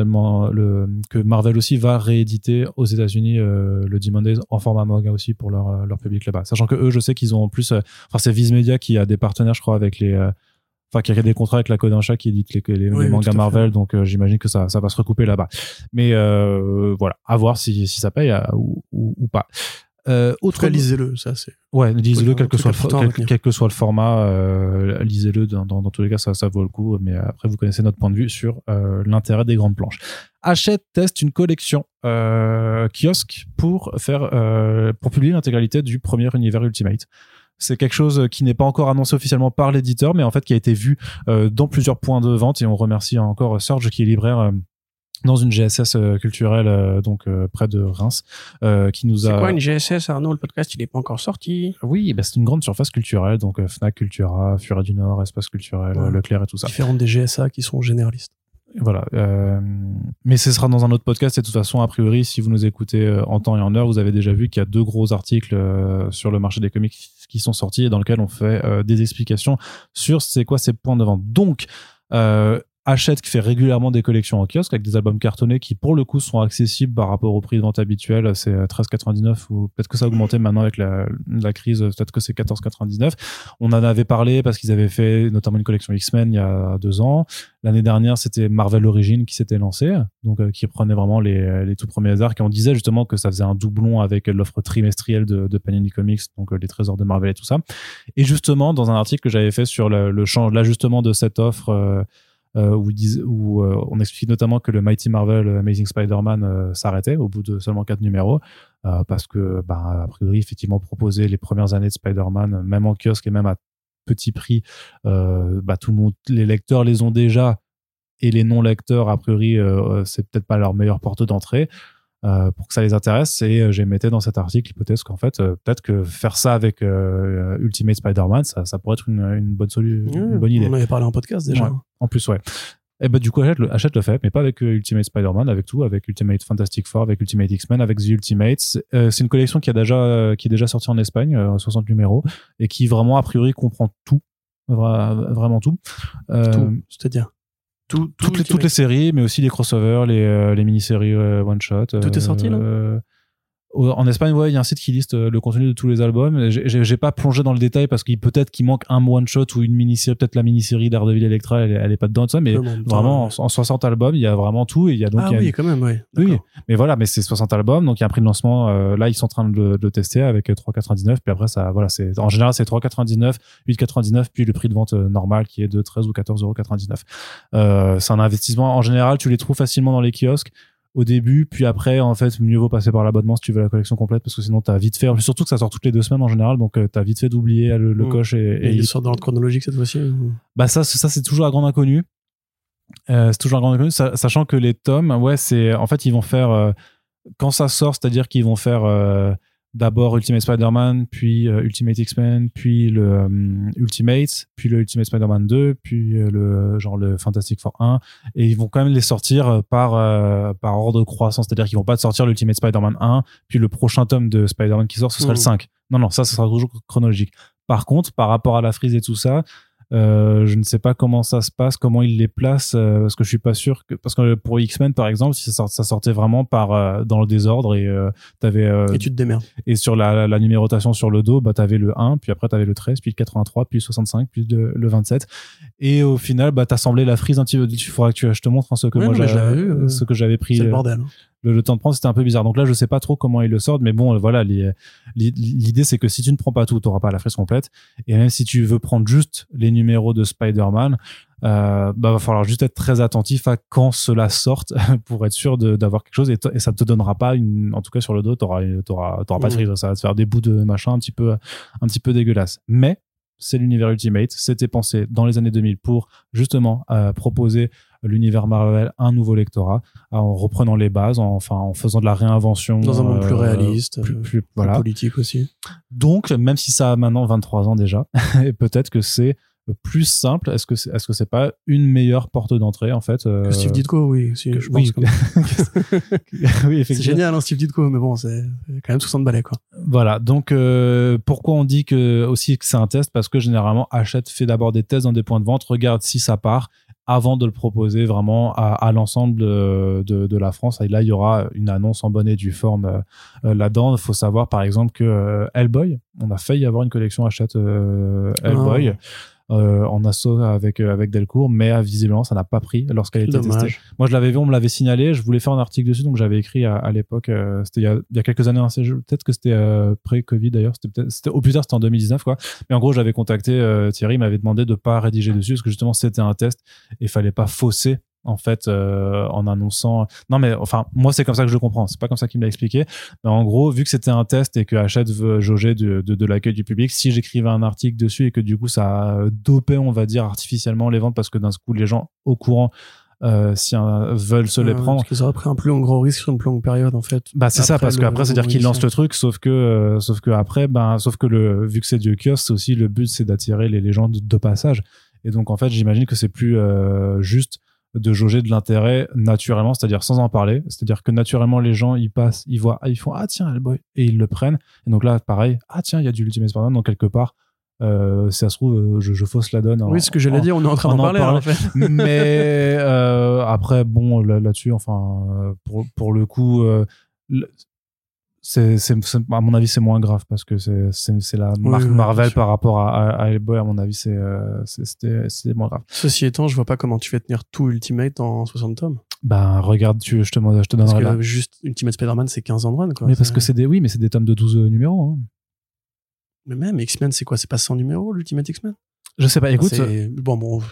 que Marvel aussi va rééditer aux États-Unis le Demon Days en format manga aussi pour leur public là-bas. Sachant que eux, je sais qu'ils ont en plus, c'est Viz Media qui a des partenaires, je crois, avec qui a des contrats avec la Kodansha qui édite les mangas Marvel, donc j'imagine que ça va se recouper là-bas. Mais voilà, à voir si ça paye ou pas. Lisez-le, ça c'est. Ouais, lisez-le, quel que soit le format, lisez-le dans tous les cas, ça vaut le coup. Mais après, vous connaissez notre point de vue sur l'intérêt des grandes planches. Hachette teste une collection kiosque pour publier l'intégralité du premier univers Ultimate. C'est quelque chose qui n'est pas encore annoncé officiellement par l'éditeur, mais en fait qui a été vu dans plusieurs points de vente, et on remercie encore Serge qui est libraire dans une GSS culturelle, donc près de Reims, qui nous a... C'est quoi une GSS, Arnaud? Le podcast, il n'est pas encore sorti. Oui, c'est une grande surface culturelle, donc Fnac Cultura, Furet du Nord, Espace Culturel, Leclerc et tout ça. Différentes des GSA qui sont généralistes. Voilà, mais ce sera dans un autre podcast, et de toute façon, a priori, si vous nous écoutez en temps et en heure, vous avez déjà vu qu'il y a 2 gros articles sur le marché des comics qui sont sortis et dans lesquels on fait des explications sur c'est quoi ces points de vente. Donc, Hachette qui fait régulièrement des collections en kiosque avec des albums cartonnés qui pour le coup sont accessibles par rapport au prix de vente habituel, c'est 13,99 ou peut-être que ça a augmenté maintenant avec la crise, peut-être que c'est 14,99. On en avait parlé parce qu'ils avaient fait notamment une collection X-Men il y a 2 ans. L'année dernière, c'était Marvel Origins qui s'était lancé, donc qui prenait vraiment les tout premiers arcs, et on disait justement que ça faisait un doublon avec l'offre trimestrielle de Panini Comics, donc les trésors de Marvel et tout ça. Et justement, dans un article que j'avais fait sur l'ajustement de cette offre, où on explique notamment que le Mighty Marvel Amazing Spider-Man s'arrêtait au bout de seulement 4 numéros, parce que a priori effectivement proposer les premières années de Spider-Man même en kiosque et même à petit prix, tout le monde, les lecteurs les ont déjà, et les non lecteurs a priori c'est peut-être pas leur meilleure porte d'entrée. Pour que ça les intéresse, et j'émettais dans cet article l'hypothèse qu'en fait peut-être que faire ça avec Ultimate Spider-Man, ça pourrait être une bonne solution, une bonne idée. On avait parlé en podcast déjà. Ouais, en plus, ouais. Et du coup, Hachette le fait, mais pas avec Ultimate Spider-Man, avec tout, avec Ultimate Fantastic Four, avec Ultimate X-Men, avec The Ultimates. C'est une collection qui est déjà sortie en Espagne, 60 numéros, et qui vraiment a priori comprend tout. vraiment tout. C'est-à-dire Toutes les séries, mais aussi les crossovers, les mini-séries one-shot. Tout est sorti, là En Espagne, ouais, il y a un site qui liste le contenu de tous les albums. J'ai pas plongé dans le détail parce qu'il peut-être qu'il manque un one-shot ou une mini-série, peut-être la mini-série Daredevil Elektra, elle est pas dedans, tout ça, mais vraiment, en 60 albums, il y a vraiment tout. Et il y a donc, oui, quand même, oui. Oui, mais voilà, mais c'est 60 albums, donc il y a un prix de lancement. Là, ils sont en train de le tester avec 3,99. Puis après, ça, voilà, en général, c'est 3,99, 8,99, puis le prix de vente normal qui est de 13 ou 14,99 €. C'est un investissement. En général, tu les trouves facilement dans les kiosques au début, puis après, en fait, mieux vaut passer par l'abonnement si tu veux la collection complète, parce que sinon t'as vite fait, surtout que ça sort toutes les 2 semaines en général, donc t'as vite fait d'oublier le coche et il sort dans l'ordre chronologique cette fois-ci Bah ça c'est toujours à grande inconnue. C'est toujours à grande inconnue, sachant que les tomes, ouais, c'est, en fait, ils vont faire, quand ça sort, c'est-à-dire qu'ils vont faire d'abord Ultimate Spider-Man, puis Ultimate X-Men, puis le Ultimate, puis le Ultimate Spider-Man 2, puis le Fantastic Four 1, et ils vont quand même les sortir par ordre croissant, c'est-à-dire qu'ils vont pas te sortir l'Ultimate Spider-Man 1, puis le prochain tome de Spider-Man qui sort, ce sera le 5. Non, ça sera toujours chronologique. Par contre, par rapport à la frise et tout ça, je ne sais pas comment ça se passe, comment ils les placent, parce que je suis pas sûr que, parce que pour X-Men par exemple, si ça sortait vraiment dans le désordre et t'avais et tu te démerdes. Et sur la numérotation sur le dos, bah t'avais le 1, puis après t'avais le 13, puis le 83, puis le 65, puis le 27, et au final bah t'as semblé la frise un petit peu. Il faudra que je te montre ce que ce que j'avais pris. C'est le bordel. Le temps de prendre, c'était un peu bizarre. Donc là, je sais pas trop comment ils le sortent, mais bon, voilà, l'idée, c'est que si tu ne prends pas tout, t'auras pas la frise complète. Et même si tu veux prendre juste les numéros de Spider-Man, va falloir juste être très attentif à quand cela sorte pour être sûr d'avoir quelque chose, et ça ne te donnera pas en tout cas sur le dos, t'auras pas de frise. Ça va te faire des bouts de machin un petit peu dégueulasse. Mais c'est l'univers Ultimate, c'était pensé dans les années 2000 pour justement proposer l'univers Marvel un nouveau lectorat, en reprenant les bases, en faisant de la réinvention dans un monde plus réaliste, plus politique aussi. Donc même si ça a maintenant 23 ans déjà, peut-être que c'est plus simple. Est-ce que c'est pas une meilleure porte d'entrée en fait que Steve Ditko? Oui, si, je pense. Oui, oui, effectivement. C'est génial, Steve Ditko, mais bon, c'est quand même 60 balais, quoi. Voilà, donc pourquoi on dit que c'est un test? Parce que généralement Hachette fait d'abord des tests dans des points de vente, regarde si ça part avant de le proposer vraiment à l'ensemble de la France. Et là, il y aura une annonce en bonne et due forme là-dedans. Il faut savoir, par exemple, que Hellboy, on a failli avoir une collection Hachette Hellboy en assaut avec Delcourt, mais visiblement, ça n'a pas pris lorsqu'elle a été testée. Moi, je l'avais vu, on me l'avait signalé, je voulais faire un article dessus, donc j'avais écrit à l'époque, c'était il y a quelques années, peut-être que c'était pré-Covid d'ailleurs, au plus tard, c'était en 2019, quoi. Mais en gros, j'avais contacté Thierry, il m'avait demandé de pas rédiger dessus, parce que justement, c'était un test, et il fallait pas fausser en fait en annonçant. Non mais enfin, moi c'est comme ça que je le comprends, c'est pas comme ça qu'il me l'a expliqué, mais en gros, vu que c'était un test et que Hachette veut jauger de l'accueil du public, si j'écrivais un article dessus et que du coup ça dopait, on va dire, artificiellement les ventes, parce que d'un coup les gens au courant veulent se les prendre, parce qu'ils auraient pris un plus gros risque sur une plus longue période en fait. Bah c'est ça, parce qu'après c'est à dire qu'ils lancent le truc, sauf que après vu que c'est du kiosque, c'est aussi le but, c'est d'attirer les gens de passage, et donc en fait j'imagine que c'est plus juste de jauger de l'intérêt naturellement, c'est-à-dire sans en parler, c'est-à-dire que naturellement les gens ils passent, ils voient, ils font tiens Hellboy, et ils le prennent, et donc là pareil, tiens il y a du Ultimate Spider-Man, donc quelque part si ça se trouve je fausse la donne. Oui, ce que j'allais dire, on est en train d'en parler en fait. Mais après bon là-dessus, enfin pour le coup c'est à mon avis c'est moins grave, parce que c'est la marque Marvel par rapport à Hellboy. À mon avis c'était moins grave. Ceci étant, je vois pas comment tu fais tenir tout Ultimate en 60 tomes. Ben regarde, je te donnerai parce que là. Juste Ultimate Spider-Man c'est 15 ans de run, quoi. Mais parce que c'est des tomes de 12 numéros, hein. Mais même X-Men, c'est quoi? C'est pas 100 numéros l'Ultimate X-Men? Je sais pas, écoute, bon.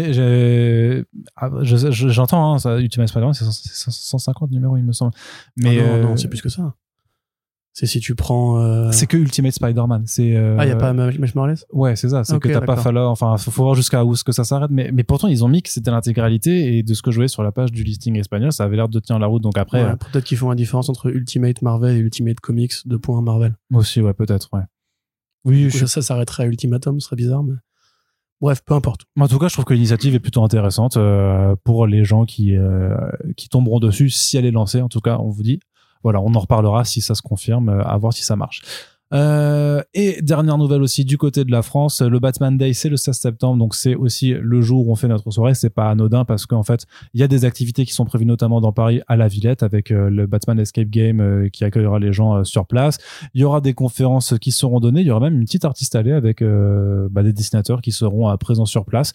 j'entends, hein, ça, Ultimate Spider-Man c'est 150 numéros il me semble, mais non, c'est plus que ça. C'est si tu prends c'est que Ultimate Spider-Man, c'est il y a pas Miles Morales? Ouais, c'est ça, c'est que t'as pas fallu, enfin faut voir jusqu'à où ce que ça s'arrête, mais pourtant ils ont mis que c'était l'intégralité, et de ce que je voyais sur la page du listing espagnol, ça avait l'air de tenir la route. Donc après peut-être qu'ils font la différence entre Ultimate Marvel et Ultimate Comics Marvel aussi, ouais, peut-être, ouais. Oui, ça s'arrêterait à Ultimatum, ce serait bizarre, mais bref, peu importe. En tout cas, je trouve que l'initiative est plutôt intéressante pour les gens qui tomberont dessus si elle est lancée. En tout cas, on vous dit, voilà, on en reparlera si ça se confirme, à voir si ça marche. Et dernière nouvelle aussi du côté de la France, le Batman Day, c'est le 16 septembre, donc c'est aussi le jour où on fait notre soirée. C'est pas anodin parce qu'en fait, il y a des activités qui sont prévues notamment dans Paris à la Villette avec le Batman Escape Game qui accueillera les gens sur place. Il y aura des conférences qui seront données. Il y aura même une petite artiste allée avec des dessinateurs qui seront présents sur place,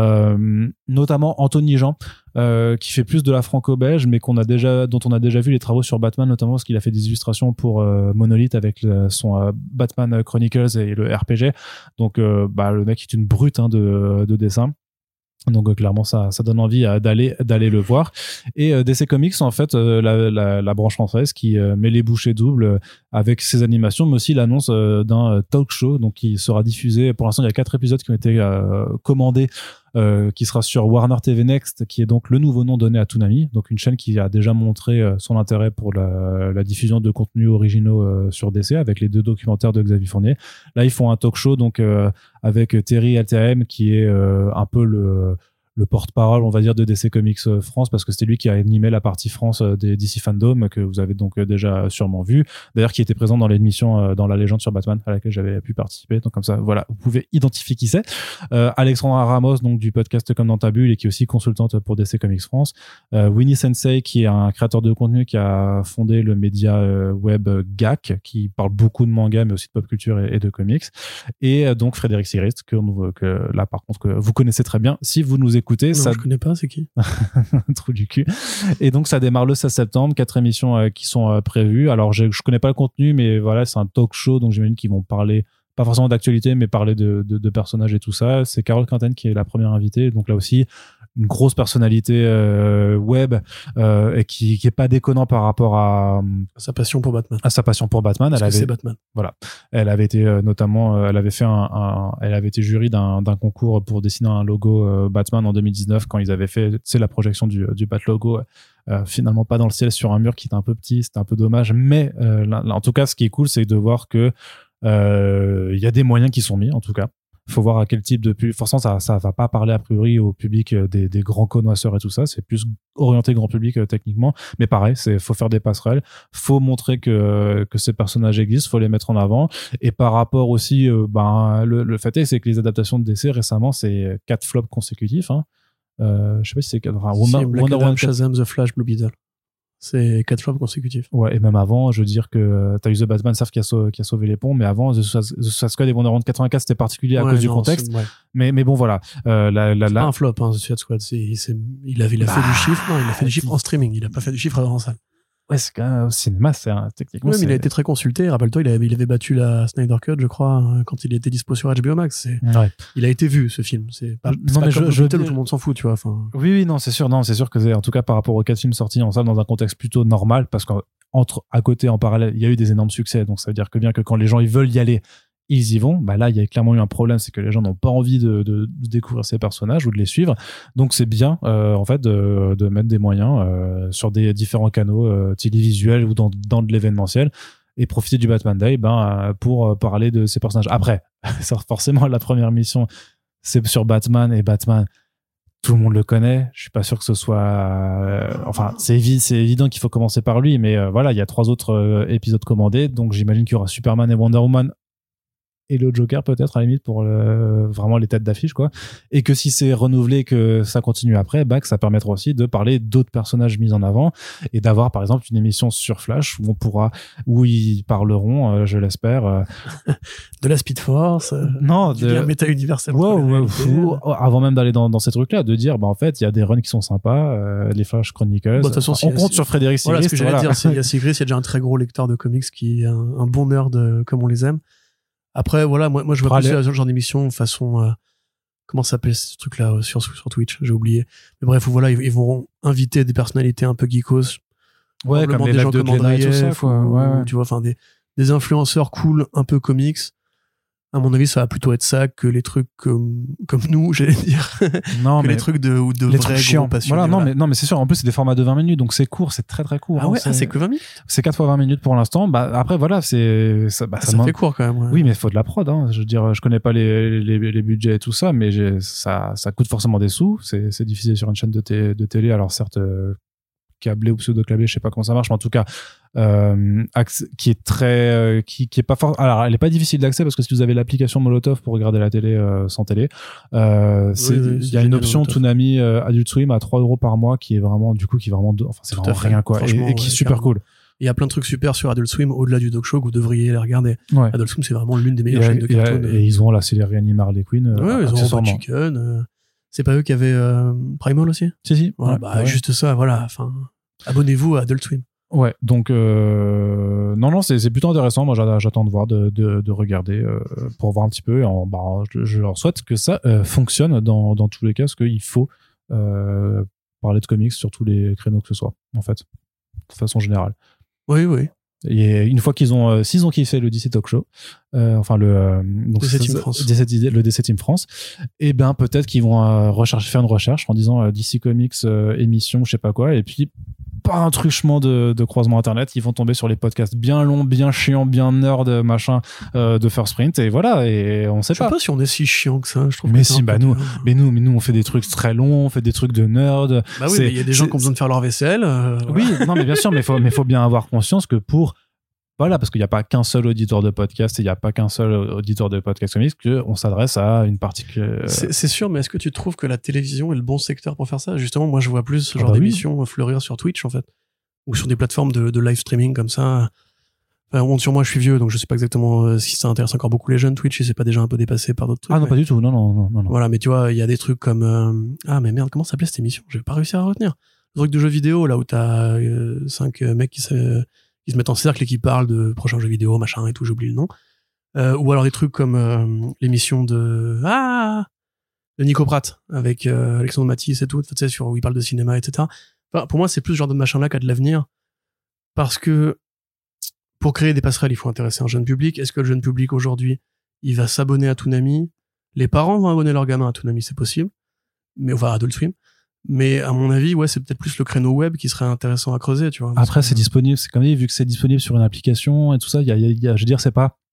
notamment Anthony Jean. Qui fait plus de la franco-belge, mais dont on a déjà vu les travaux sur Batman, notamment parce qu'il a fait des illustrations pour Monolith avec son Batman Chronicles et le RPG. Donc, le mec est une brute de dessin. Donc clairement ça donne envie d'aller le voir. Et DC Comics en fait la branche française qui met les bouchées doubles avec ses animations, mais aussi l'annonce d'un talk show donc qui sera diffusé. Pour l'instant il y a 4 épisodes qui ont été commandés, qui sera sur Warner TV Next, qui est donc le nouveau nom donné à Toonami, donc une chaîne qui a déjà montré son intérêt pour la diffusion de contenus originaux sur DC avec les 2 documentaires de Xavier Fournier. Là ils font un talk show donc avec Terry LTM qui est un peu le porte-parole, on va dire, de DC Comics France, parce que c'était lui qui a animé la partie France des DC Fandom, que vous avez donc déjà sûrement vu. D'ailleurs, qui était présent dans l'émission dans La Légende sur Batman, à laquelle j'avais pu participer. Donc comme ça, voilà, vous pouvez identifier qui c'est. Alexandra Ramos, donc du podcast Comme dans ta bulle, et qui est aussi consultante pour DC Comics France. Winnie Sensei, qui est un créateur de contenu qui a fondé le média web GAC, qui parle beaucoup de manga, mais aussi de pop culture et de comics. Et donc Frédéric Sirist, que là, par contre, que vous connaissez très bien. Si vous nous écoutez, non, ça... je connais pas, c'est qui? Trou du cul. Et donc ça démarre le 16 septembre, 4 émissions qui sont prévues. Alors je connais pas le contenu, mais voilà, c'est un talk show, donc j'imagine qu'ils vont parler pas forcément d'actualité, mais parler de personnages et tout ça. C'est Carole Quinten qui est la première invitée, donc là aussi une grosse personnalité web et qui est pas déconnant par rapport à sa passion pour Batman. À sa passion pour Batman. Parce que c'est Batman. Voilà. Elle avait été notamment, elle avait fait elle avait été jury d'un concours pour dessiner un logo Batman en 2019 quand ils avaient fait, c'est la projection du Bat logo. Finalement pas dans le ciel sur un mur qui était un peu petit, c'était un peu dommage. Mais là, en tout cas, ce qui est cool, c'est de voir que il y a des moyens qui sont mis, en tout cas. Faut voir à quel type de public. Forcément, ça va pas parler a priori au public des grands connoisseurs et tout ça. C'est plus orienté grand public techniquement. Mais pareil, faut faire des passerelles. Faut montrer que ces personnages existent. Faut les mettre en avant. Et par rapport aussi, le fait est, c'est que les adaptations de DC récemment, c'est 4 flops consécutifs. Hein. Je sais pas si c'est 4. Enfin, Black Adam, Shazam, The Flash, Blue Beetle. C'est 4 flops consécutifs. Ouais, et même avant, je veux dire que t'as eu The Batman, certes, qui a sauvé les ponts, mais avant, The Suicide Squad et Wonder Woman 84, c'était particulier à cause du contexte. Ouais. Mais bon, voilà. C'est pas un flop, hein, The Suicide Squad. Il a fait du chiffre. Non, il a fait du chiffre en streaming. Il a pas fait du chiffre en salle. Ouais, c'est quand même au cinéma, techniquement. Oui, mais il a été très consulté. Rappelle-toi, il avait battu la Snyder Cut, je crois, quand il était dispo sur HBO Max. Ouais. Il a été vu, ce film. C'est pas comme tout le monde s'en fout, tu vois. Enfin... Oui, non, c'est sûr que c'est, en tout cas, par rapport aux 4 films sortis en salle dans un contexte plutôt normal, parce qu'à côté, en parallèle, il y a eu des énormes succès. Donc, ça veut dire que bien que quand les gens, ils veulent y aller, ils y vont. Là, il y a clairement eu un problème, c'est que les gens n'ont pas envie de découvrir ces personnages ou de les suivre. Donc, c'est bien, en fait, de mettre des moyens sur des différents canaux télévisuels ou dans de l'événementiel et profiter du Batman Day pour parler de ces personnages. Après, forcément, la première mission, c'est sur Batman, et Batman, tout le monde le connaît. Je suis pas sûr que ce soit... c'est évident qu'il faut commencer par lui, mais voilà, il y a 3 autres épisodes commandés, donc j'imagine qu'il y aura Superman et Wonder Woman et le Joker peut-être à la limite pour vraiment les têtes d'affiche, quoi. Et que si c'est renouvelé, que ça continue après, que ça permettra aussi de parler d'autres personnages mis en avant et d'avoir par exemple une émission sur Flash où ils parleront, je l'espère, de la Speed Force, non, du lien méta-universel. Avant même d'aller dans ces trucs-là, de dire en fait il y a des runs qui sont sympas, les Flash Chronicles. On compte sur Frédéric Sirist. Voilà ce que j'allais dire, il y a Sirist, il y a déjà un très gros lecteur de comics qui est un bon nerd comme on les aime. Après, voilà, moi je vois plus ce genre d'émission façon, comment ça s'appelle ce truc-là sur Twitch, j'ai oublié. Mais bref, voilà, ils vont inviter des personnalités un peu geekos. Ouais, comme des gens comme André, tout ça, quoi. Ouais. Tu vois, enfin, des influenceurs cool, un peu comics. À mon avis, ça va plutôt être ça que les trucs comme nous, j'allais dire. Non, que mais les trucs de les vrais gros passionnés. Voilà, non, mais c'est sûr. En plus, c'est des formats de 20 minutes, donc c'est court, c'est très très court. Ah ouais, c'est que 20 minutes. C'est 4 fois 20 minutes pour l'instant. Après, voilà, ça fait court quand même. Ouais. Oui, mais il faut de la prod, hein. Je veux dire, je connais pas les budgets et tout ça, mais ça coûte forcément des sous. C'est diffusé sur une chaîne de télé. Alors certes, câblé ou pseudo-câblé, je sais pas comment ça marche, mais en tout cas, qui est très, qui est pas fort. Alors, elle est pas difficile d'accès parce que si vous avez l'application Molotov pour regarder la télé sans télé, il y a une option Toonami Adult Swim à 3€ par mois qui est vraiment, du coup, qui est vraiment, enfin, c'est vraiment rien, quoi, et qui est super cool. Il y a plein de trucs super sur Adult Swim, au-delà du Dog Show, que vous devriez les regarder. Ouais. Adult Swim, c'est vraiment l'une des meilleures chaînes de cartoon. Et ils ont la série animée Harley Quinn. Ouais, ils ont Robot Chicken. C'est pas eux qui avaient Primal aussi? Si. Voilà, ouais. Juste ça, voilà. Enfin, abonnez-vous à Adult Swim. Ouais, donc non, c'est plutôt intéressant. Moi, j'attends de voir, de regarder pour voir un petit peu. Je leur souhaite que ça fonctionne dans tous les cas, parce qu'il faut parler de comics sur tous les créneaux que ce soit, en fait, de façon générale. Oui. Et une fois s'ils ont kiffé le DC Talk Show, enfin donc DC Team France, le DC Team France, et ben peut-être qu'ils vont faire une recherche en disant DC Comics émission, je sais pas quoi, et puis pas un truchement de croisement internet, ils vont tomber sur les podcasts bien longs, bien chiants, bien nerd, machin, de First Print, et voilà, et on sait pas. Je sais pas si on est si chiant que ça, je trouve. Mais si, nous on fait des trucs très longs, on fait des trucs de nerd. Bah oui, mais il y a des gens qui ont besoin de faire leur vaisselle. Oui, non, mais bien sûr, mais faut bien avoir conscience que voilà, parce qu'il n'y a pas qu'un seul auditeur de podcast et il n'y a pas qu'un seul auditeur de podcast comics, qu'on s'adresse à une partie C'est sûr, mais est-ce que tu trouves que la télévision est le bon secteur pour faire ça? Justement, moi, je vois plus ce genre d'émission fleurir sur Twitch, en fait. Ou sur des plateformes de live streaming comme ça. Enfin, sur moi, je suis vieux, donc je sais pas exactement si ça intéresse encore beaucoup les jeunes. Twitch, c'est pas déjà un peu dépassé par d'autres trucs. Ah non, pas du tout. Non. Voilà, mais tu vois, il y a des trucs comme... Ah, mais merde, comment s'appelait cette émission? Je vais pas réussir à retenir. Le truc de jeux vidéo, là où t'as 5 mecs qui se mettent en cercle et qui parlent de prochains jeux vidéo, machin et tout, j'oublie le nom. Ou alors des trucs comme l'émission de Nico Pratt avec Alexandre Matisse et tout, tu sais, où il parle de cinéma, etc. Enfin, pour moi, c'est plus ce genre de machin-là qui a de l'avenir, parce que pour créer des passerelles, il faut intéresser un jeune public. Est-ce que le jeune public aujourd'hui, il va s'abonner à Toonami? Les parents vont abonner leurs gamins à Toonami, c'est possible, mais enfin à Adult Swim. Mais à mon avis, ouais, c'est peut-être plus le créneau web qui serait intéressant à creuser, tu vois. Après, c'est disponible, c'est comme dit, vu que c'est disponible sur une application et tout ça, je veux dire, c'est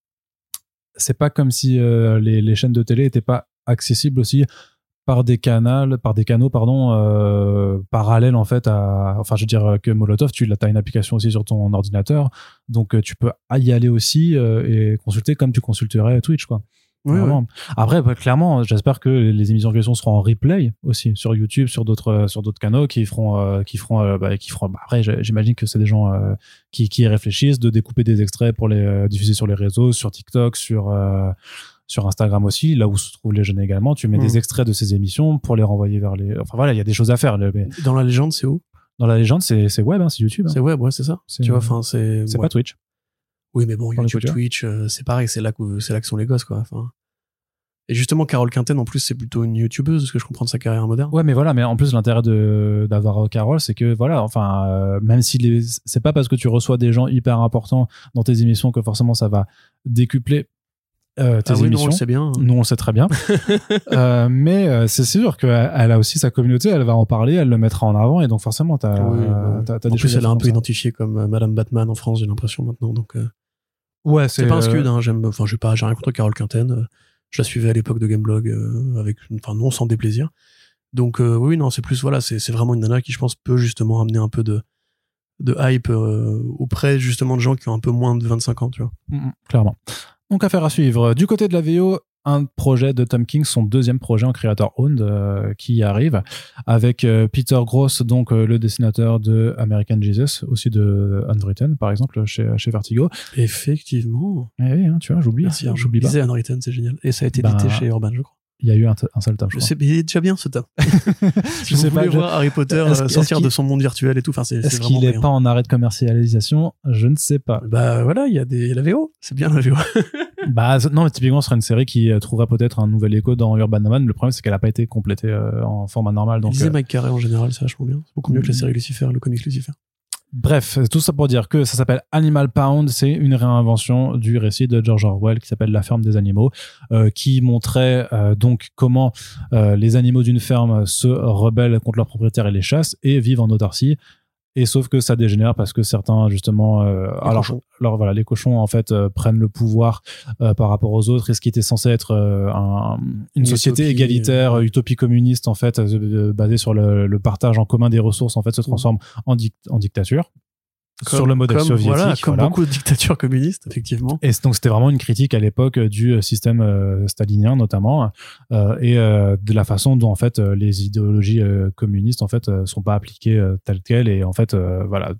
pas comme si les chaînes de télé étaient pas accessibles aussi par des canaux, parallèles en fait enfin, je veux dire que Molotov, t'as une application aussi sur ton ordinateur, donc tu peux y aller aussi et consulter comme tu consulterais Twitch, quoi. Oui, ouais. Après, clairement, j'espère que les émissions en question seront en replay aussi sur YouTube, sur d'autres canaux qui feront. Après, j'imagine que c'est des gens qui réfléchissent de découper des extraits pour les diffuser sur les réseaux, sur TikTok, sur Instagram aussi, là où se trouvent les jeunes également. Tu mets des extraits de ces émissions pour les renvoyer vers les. Enfin voilà, il y a des choses à faire. Dans la légende, c'est où? Dans la légende, c'est web, hein, c'est YouTube. Hein. C'est web, ouais, c'est ça. Tu vois, enfin, c'est pas Twitch. Oui, mais bon, YouTube, Twitch, c'est pareil, c'est là que sont les gosses, quoi. Enfin. Et justement, Carole Quinten, en plus, c'est plutôt une youtubeuse, ce que je comprends de sa carrière moderne. Ouais, mais voilà, mais en plus, l'intérêt d'avoir Carole, c'est que, voilà, enfin, même si c'est pas parce que tu reçois des gens hyper importants dans tes émissions que forcément ça va décupler tes émissions. Nous, on le sait bien. Nous, on le sait très bien. Mais c'est sûr qu'elle a aussi sa communauté, elle va en parler, elle le mettra en avant, et donc forcément, t'as des choses. En plus, elle est un peu identifiée comme Madame Batman en France, j'ai l'impression maintenant, donc. Ouais, c'est pas un scud, hein. J'ai rien contre Carole Quinten. Je la suivais à l'époque de Gameblog non, sans déplaisir. Donc oui, non, c'est plus, voilà, c'est vraiment une nana qui, je pense, peut justement amener un peu de hype auprès justement de gens qui ont un peu moins de 25 ans, tu vois. Clairement. Donc affaire à suivre. Du côté de la VO, un projet de Tom King, son deuxième projet en creator owned qui arrive avec Peter Gross, donc le dessinateur de American Jesus, aussi de Unwritten par exemple chez Vertigo. Effectivement. Eh oui, hein, tu vois, j'oublie. Merci, j'oublie pas. Unwritten, c'est génial. Et ça a été édité chez Urban, je crois. Il y a eu un seul tome, je sais, mais il est déjà bien ce tome. Si vous voulez voir Harry Potter sortir de son monde virtuel et tout, enfin, est-ce qu'il n'est pas en arrêt de commercialisation? Je ne sais pas. Bah voilà, il y a la VO, c'est bien la VO. Non, mais typiquement, ce serait une série qui trouverait peut-être un nouvel écho dans Urban Man. Le problème, c'est qu'elle n'a pas été complétée en format normal. Donc, lisez Mike Carey en général, c'est vachement bien. C'est beaucoup mieux que la série Lucifer, le comics Lucifer. Bref, tout ça pour dire que ça s'appelle Animal Pound, c'est une réinvention du récit de George Orwell qui s'appelle La ferme des animaux, qui montrait donc comment les animaux d'une ferme se rebellent contre leurs propriétaires et les chassent et vivent en autarcie Et sauf que ça dégénère parce que certains, justement, alors voilà, les cochons, en fait, prennent le pouvoir par rapport aux autres. Et ce qui était censé être une société égalitaire, utopie communiste, en fait, basée sur le partage en commun des ressources, en fait, se transforme en dictature. Sur le modèle soviétique. Comme beaucoup de dictatures communistes, effectivement. Et donc, c'était vraiment une critique à l'époque du système stalinien, notamment, et de la façon dont, en fait, les idéologies communistes, en fait, sont pas appliquées telles quelles et, en fait, voilà,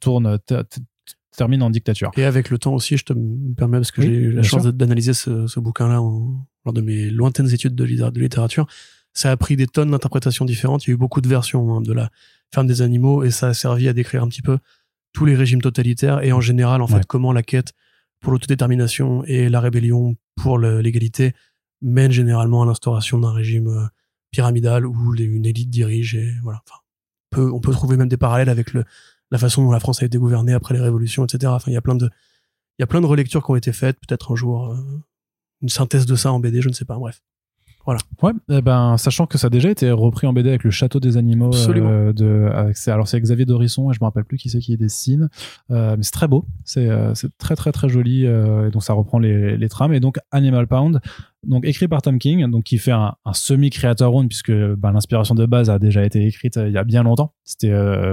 termine en dictature. Et avec le temps aussi, je te permets, parce que j'ai eu la chance d'analyser ce bouquin-là lors de mes lointaines études de littérature, ça a pris des tonnes d'interprétations différentes. Il y a eu beaucoup de versions de la ferme des animaux et ça a servi à décrire un petit peu tous les régimes totalitaires et en général, en fait, comment la quête pour l'autodétermination et la rébellion pour l'égalité mène généralement à l'instauration d'un régime pyramidal où une élite dirige et voilà. Enfin, on peut trouver même des parallèles avec la façon dont la France a été gouvernée après les révolutions, etc. Enfin, il y a plein de relectures qui ont été faites. Peut-être un jour, une synthèse de ça en BD, je ne sais pas. Bref. Voilà. Ouais, sachant que ça a déjà été repris en BD avec le Château des animaux. Alors c'est Xavier Dorisson et je me rappelle plus qui c'est qui dessine, mais c'est très beau, c'est très très très joli, et donc ça reprend les trames. Et donc Animal Pound, donc écrit par Tom King, donc qui fait un semi creator own puisque l'inspiration de base a déjà été écrite il y a bien longtemps. C'était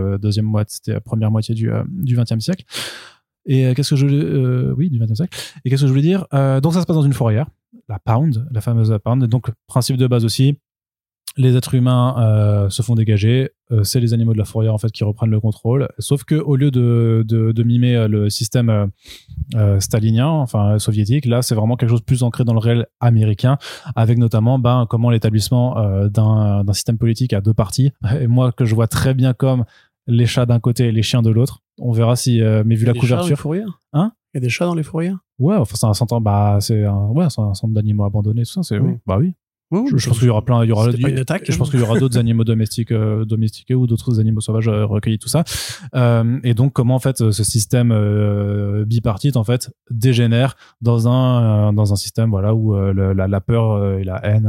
première moitié du XXe siècle. Et qu'est-ce que je du XXe siècle. Et qu'est-ce que je voulais dire, donc ça se passe dans une fourrière, la Pound, la fameuse Pound. Donc principe de base aussi, les êtres humains se font dégager, c'est les animaux de la fourrière en fait qui reprennent le contrôle, sauf que au lieu de mimer le système stalinien, enfin soviétique, là c'est vraiment quelque chose de plus ancré dans le réel américain, avec notamment comment l'établissement d'un système politique à deux parties, et moi que je vois très bien comme les chats d'un côté et les chiens de l'autre. On verra si, mais vu la couverture. Hein? Il y a des chats dans les fourrières? Ouais, enfin, c'est un centre, c'est un centre d'animaux abandonnés, tout ça, c'est, oui. Bah oui. Je pense qu'il y aura je pense qu'il y aura d'autres animaux domestiqués ou d'autres animaux sauvages recueillis, tout ça. Et donc, comment, en fait, ce système bipartite, en fait, dégénère dans un système, voilà, où la peur et la haine,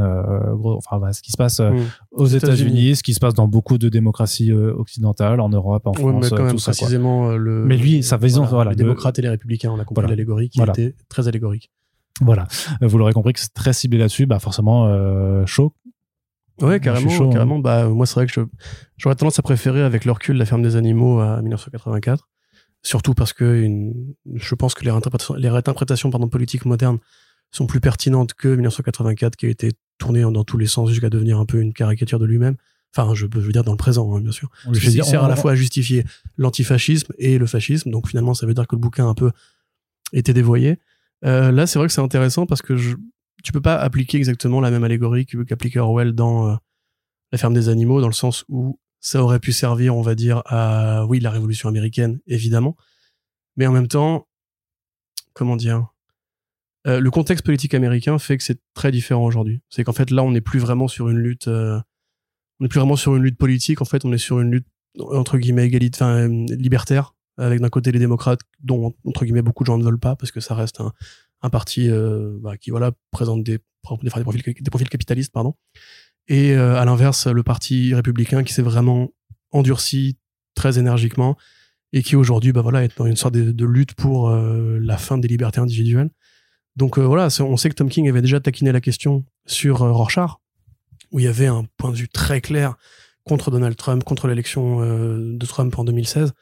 ce qui se passe aux États-Unis, ce qui se passe dans beaucoup de démocraties occidentales, en Europe, en France, mais quand même, tout ça. Précisément, mais lui, sa vision, les démocrates et les républicains, on a compris l'allégorie qui était très allégorique. Voilà, vous l'aurez compris que c'est très ciblé là-dessus, forcément chaud. Ouais, carrément, chaud, carrément. Moi, c'est vrai que j'aurais tendance à préférer, avec le recul, La ferme des animaux à 1984. Surtout parce que je pense que les réinterprétations politiques modernes sont plus pertinentes que 1984, qui a été tourné dans tous les sens jusqu'à devenir un peu une caricature de lui-même. Enfin, je veux dire dans le présent, hein, bien sûr. Il sert à la fois à justifier l'antifascisme et le fascisme. Donc finalement, ça veut dire que le bouquin a un peu été dévoyé. Là, c'est vrai que c'est intéressant parce que tu peux pas appliquer exactement la même allégorie qu'appliquait Orwell dans La ferme des animaux, dans le sens où ça aurait pu servir, on va dire, à la révolution américaine, évidemment, mais en même temps, comment dire, le contexte politique américain fait que c'est très différent aujourd'hui. C'est qu'en fait, là, on n'est plus vraiment sur une lutte, politique. En fait, on est sur une lutte entre guillemets libertaire, avec d'un côté les démocrates, dont entre guillemets beaucoup de gens ne veulent pas parce que ça reste un parti qui présente des profils capitalistes, pardon. Et à l'inverse, le parti républicain qui s'est vraiment endurci très énergiquement et qui aujourd'hui est dans une sorte de lutte pour la fin des libertés individuelles. Donc on sait que Tom King avait déjà taquiné la question sur Rorschach, où il y avait un point de vue très clair contre Donald Trump, contre l'élection de Trump en 2016.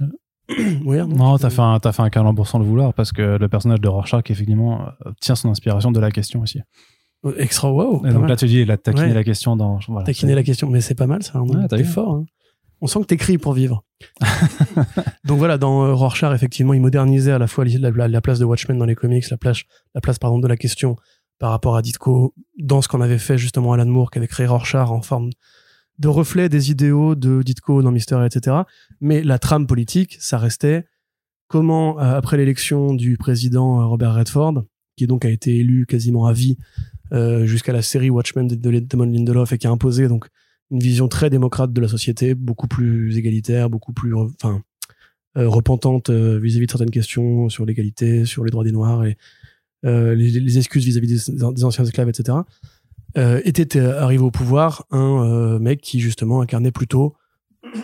Non, t'as fait un calembour sans le vouloir, parce que le personnage de Rorschach, effectivement, tient son inspiration de la question aussi. Extra, wow. Et donc là, tu dis, il a taquiné la question dans... Voilà, la question, mais c'est pas mal, ça. T'es fort. Hein. On sent que t'écris pour vivre. Donc voilà, dans Rorschach, effectivement, il modernisait à la fois la place de Watchmen dans les comics, la place de la question par rapport à Ditko, dans ce qu'on avait fait justement Alan Moore, qui avait créé Rorschach en forme de reflet des idéaux de Ditko dans Mystery, etc. Mais la trame politique, ça restait comment, après l'élection du président Robert Redford, qui donc a été élu quasiment à vie jusqu'à la série Watchmen de Damon Lindelof, et qui a imposé donc une vision très démocrate de la société, beaucoup plus égalitaire, beaucoup plus repentante vis-à-vis de certaines questions sur l'égalité, sur les droits des Noirs et les excuses vis-à-vis des anciens esclaves, etc. Était arrivé au pouvoir un mec qui justement incarnait plutôt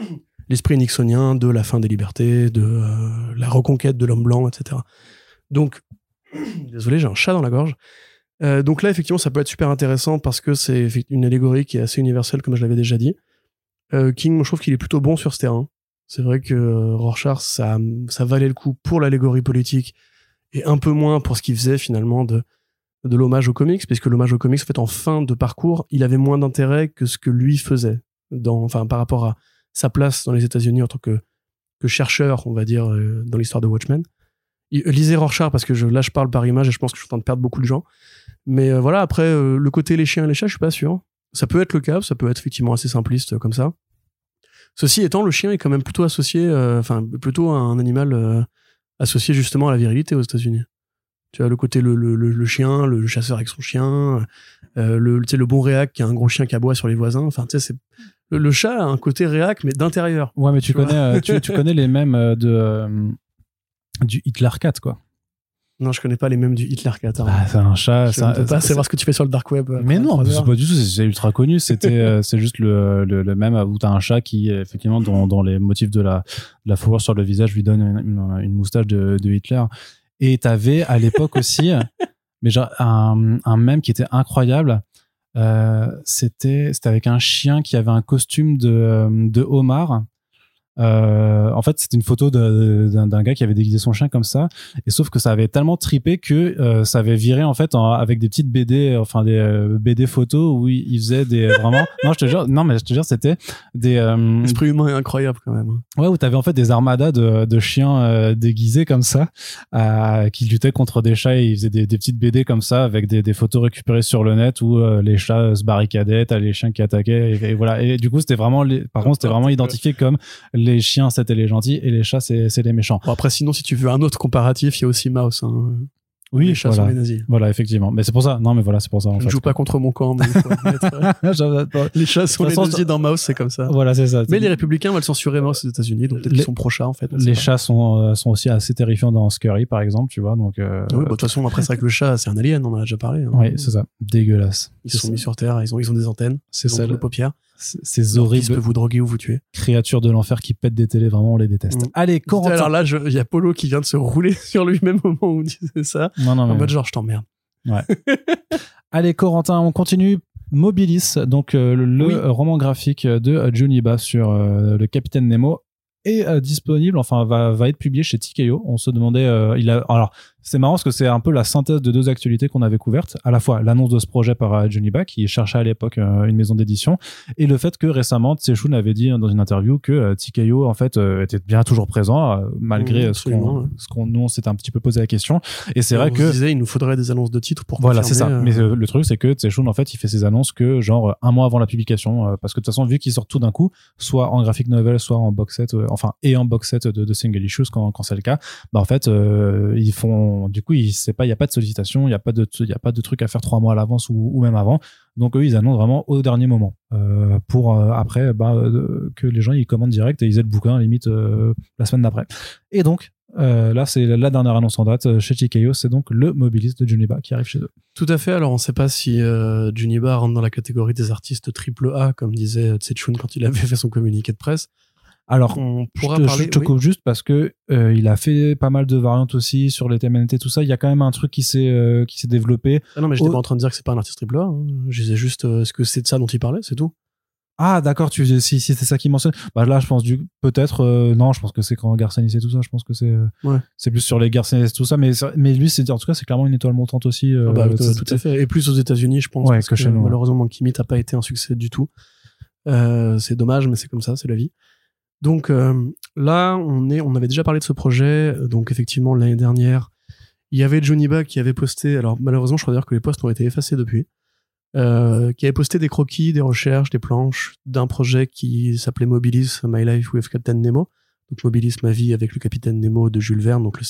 l'esprit nixonien de la fin des libertés, de la reconquête de l'homme blanc, etc. Donc, désolé, j'ai un chat dans la gorge. Donc là, effectivement, ça peut être super intéressant parce que c'est une allégorie qui est assez universelle, comme je l'avais déjà dit. King, moi, je trouve qu'il est plutôt bon sur ce terrain. C'est vrai que Rorschach, ça valait le coup pour l'allégorie politique et un peu moins pour ce qu'il faisait finalement de l'hommage aux comics, puisque l'hommage aux comics, en fait, en fin de parcours, il avait moins d'intérêt que ce que lui faisait, par rapport à sa place dans les États-Unis en tant que chercheur, on va dire, dans l'histoire de Watchmen. Lisez Rorschach, parce que là, je parle par image et je pense que je suis en train de perdre beaucoup de gens. Mais voilà, après, le côté les chiens et les chats, je suis pas sûr. Ça peut être le cas, ça peut être effectivement assez simpliste comme ça. Ceci étant, le chien est quand même plutôt associé, plutôt un animal associé justement à la virilité aux États-Unis. Tu vois, le côté le chien, le chasseur avec son chien, le bon réac qui a un gros chien qui aboie sur les voisins. Enfin, tu sais, c'est le chat a un côté réac mais d'intérieur. Ouais, mais tu connais, tu connais les mèmes du Hitler Cat, quoi. Non, je connais pas les mêmes du Hitler Cat. Hein. Ah, c'est un chat. Je ne peux pas savoir ce que tu fais sur le dark web. Mais non, c'est pas du tout. C'est ultra connu. C'était, c'est juste le mème où t'as un chat qui, effectivement, dans les motifs de la fourrure sur le visage, lui donne une moustache de Hitler. Et t'avais à l'époque aussi, mais genre un mème qui était incroyable. C'était avec un chien qui avait un costume de homard. En fait, c'était une photo d'un gars qui avait déguisé son chien comme ça, et sauf que ça avait tellement trippé que ça avait viré en fait avec des petites BD, enfin des BD photos où il faisait des vraiment. Non, je te jure, c'était des. L'esprit humain est incroyable quand même. Ouais, où t'avais en fait des armadas de chiens déguisés comme ça, qui luttaient contre des chats, et ils faisaient des petites BD comme ça avec des photos récupérées sur le net où les chats se barricadaient, t'as les chiens qui attaquaient, et voilà. Et du coup, c'était vraiment par contre, c'était vraiment identifié comme les chiens, c'était les gentils, et les chats, c'est les méchants. Bon, après, sinon, si tu veux un autre comparatif, il y a aussi Mouse. Hein. Oui, les chats voilà. sont les nazis. Voilà, effectivement. Mais c'est pour ça. Non, mais voilà, c'est pour ça. Je ne joue pas contre mon camp. Mais les chats sont les nazis dans Mouse, c'est comme ça. Voilà, c'est ça. Mais les républicains veulent censurer Mouse aux États-Unis, donc peut-être qu'ils sont pro-chats, en fait. Les chats sont aussi assez terrifiants dans Scurry, par exemple, tu vois. Donc, oui, de toute façon, après, c'est vrai que le chat, c'est un alien, on en a déjà parlé. Hein. Oui, c'est ça. Dégueulasse. Ils sont mis sur Terre, ils ont des antennes. C'est ça. Les paupières. Ces horribles. Ils peuvent vous droguer ou vous tuer. Créatures de l'enfer qui pètent des télés, vraiment, on les déteste. Allez, Corentin. Alors là, il y a Polo qui vient de se rouler sur lui-même au moment où il disait ça. Non, en mode genre, je t'emmerde. Ouais. Allez, Corentin, on continue. Mobilis, donc le roman graphique de Juniba sur le Capitaine Nemo, est disponible, enfin va être publié chez TKO. On se demandait, alors c'est marrant parce que c'est un peu la synthèse de deux actualités qu'on avait couvertes, à la fois l'annonce de ce projet par Juniba qui cherchait à l'époque une maison d'édition, et le fait que récemment Tse-Shun avait dit dans une interview que TKO en fait était bien toujours présent malgré ce qu'on nous on s'était un petit peu posé la question, et c'est vrai que disait il nous faudrait des annonces de titres pour voilà, c'est ça. Mais le truc c'est que Tse-Shun en fait il fait ses annonces que genre un mois avant la publication, parce que de toute façon vu qu'il sort tout d'un coup, soit en graphic novel, soit en box set, et en box set de single issues quand c'est le cas, bah en fait ils font, du coup il y a pas de sollicitation, il y a pas de truc à faire 3 mois à l'avance ou même avant, donc eux ils annoncent vraiment au dernier moment pour après que les gens ils commandent direct et ils aient le bouquin limite la semaine d'après. Et donc là c'est la dernière annonce en date chez TKO, c'est donc le Mobilis de Juniba qui arrive chez eux. Tout à fait. Alors on sait pas si Juniba rentre dans la catégorie des artistes AAA comme disait Tse-Shun quand il avait fait son communiqué de presse. Alors, on pourra je te coupe juste parce que il a fait pas mal de variantes aussi sur les TMNT, tout ça. Il y a quand même un truc qui s'est développé. Ah non, mais j'étais pas en train de dire que c'est pas un artiste AAA. Hein. Je disais juste, est-ce que c'est de ça dont il parlait, c'est tout. Ah d'accord, si c'est ça qu'il mentionne. Bah là, je pense peut-être non, je pense que c'est quand Garcenis et tout ça. Je pense que c'est plus sur les Garcenis et tout ça. Mais lui, en tout cas, c'est clairement une étoile montante aussi. Tout à fait. Et plus aux États-Unis, je pense. Ouais, parce que chez nous. Malheureusement, Monkey Meat a pas été un succès du tout. C'est dommage, mais c'est comme ça, c'est la vie. Donc là, on avait déjà parlé de ce projet. Donc effectivement, l'année dernière, il y avait Juniba qui avait posté. Alors malheureusement, je crois d'ailleurs que les posts ont été effacés depuis. Qui avait posté des croquis, des recherches, des planches d'un projet qui s'appelait Mobilis, My Life with Captain Nemo. Donc Mobilis, ma vie avec le Capitaine Nemo de Jules Verne, donc le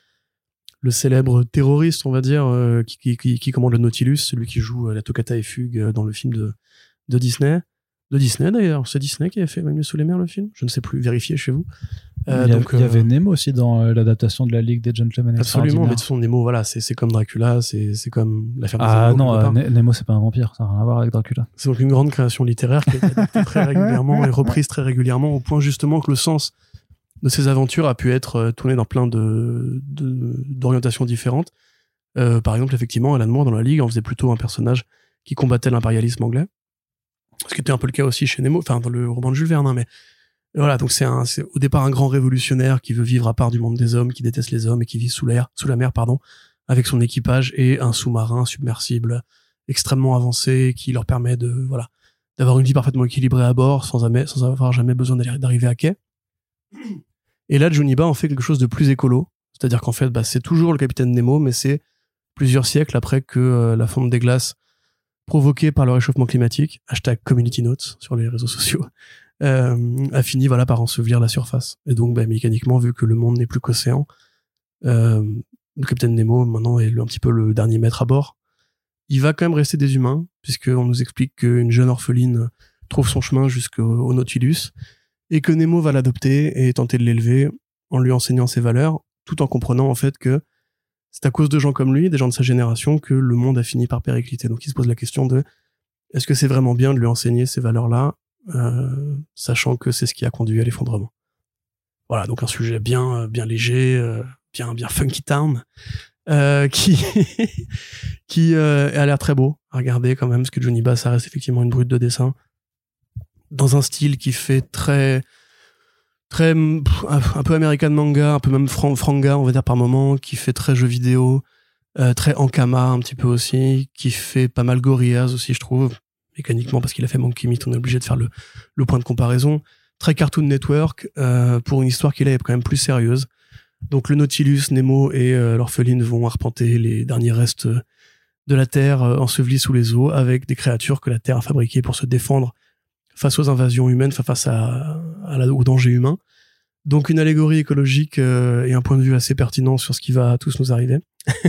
célèbre terroriste, on va dire, qui commande le Nautilus, celui qui joue la Toccata et Fugue dans le film de Disney. De Disney d'ailleurs, c'est Disney qui avait fait Magnifique sous les mers, le film, je ne sais plus, vérifiez chez vous. Il y avait Nemo aussi dans l'adaptation de la Ligue des Gentlemen Absolument, mais de Extraordinaires. toute façon, Nemo, voilà, c'est comme Dracula, c'est comme la ferme des Ah animaux, non, quelque part. Nemo c'est pas un vampire, ça n'a rien à voir avec Dracula. C'est donc une grande création littéraire qui est adaptée très régulièrement et reprise très régulièrement, au point justement que le sens de ces aventures a pu être tourné dans plein d'orientations différentes. Par exemple, effectivement, Alan Moore dans la Ligue en faisait plutôt un personnage qui combattait l'impérialisme anglais, ce qui était un peu le cas aussi chez Nemo, enfin dans le roman de Jules Verne, hein, mais voilà, donc c'est au départ un grand révolutionnaire qui veut vivre à part du monde des hommes, qui déteste les hommes et qui vit sous la mer, avec son équipage et un sous-marin submersible extrêmement avancé qui leur permet d'avoir une vie parfaitement équilibrée à bord sans avoir jamais besoin d'arriver à quai. Et là, Juniba en fait quelque chose de plus écolo, c'est-à-dire qu'en fait, c'est toujours le capitaine Nemo, mais c'est plusieurs siècles après que la fonte des glaces provoquée par le réchauffement climatique, #CommunityNotes sur les réseaux sociaux, a fini par ensevelir la surface. Et donc mécaniquement, vu que le monde n'est plus qu'océan, le capitaine Nemo maintenant est un petit peu le dernier maître à bord. Il va quand même rester des humains, puisqu'on nous explique qu'une jeune orpheline trouve son chemin jusqu'au Nautilus, et que Nemo va l'adopter et tenter de l'élever en lui enseignant ses valeurs, tout en comprenant en fait que c'est à cause de gens comme lui, des gens de sa génération, que le monde a fini par péricliter. Donc il se pose la question de est-ce que c'est vraiment bien de lui enseigner ces valeurs-là, sachant que c'est ce qui a conduit à l'effondrement. Voilà, donc un sujet bien léger, bien funky town, qui a l'air très beau à regarder quand même, parce que Juniba, ça reste effectivement une brute de dessin, dans un style qui fait très un peu American manga, un peu même franga, on va dire par moment, qui fait très jeu vidéo, très Ankama un petit peu aussi, qui fait pas mal Gorillaz aussi, je trouve, mécaniquement, parce qu'il a fait Monkey Meat, on est obligé de faire le point de comparaison. Très Cartoon Network, pour une histoire qui là est quand même plus sérieuse. Donc le Nautilus, Nemo et l'orpheline vont arpenter les derniers restes de la Terre ensevelis sous les eaux, avec des créatures que la Terre a fabriquées pour se défendre face aux invasions humaines, face au danger humain. Donc une allégorie écologique et un point de vue assez pertinent sur ce qui va tous nous arriver.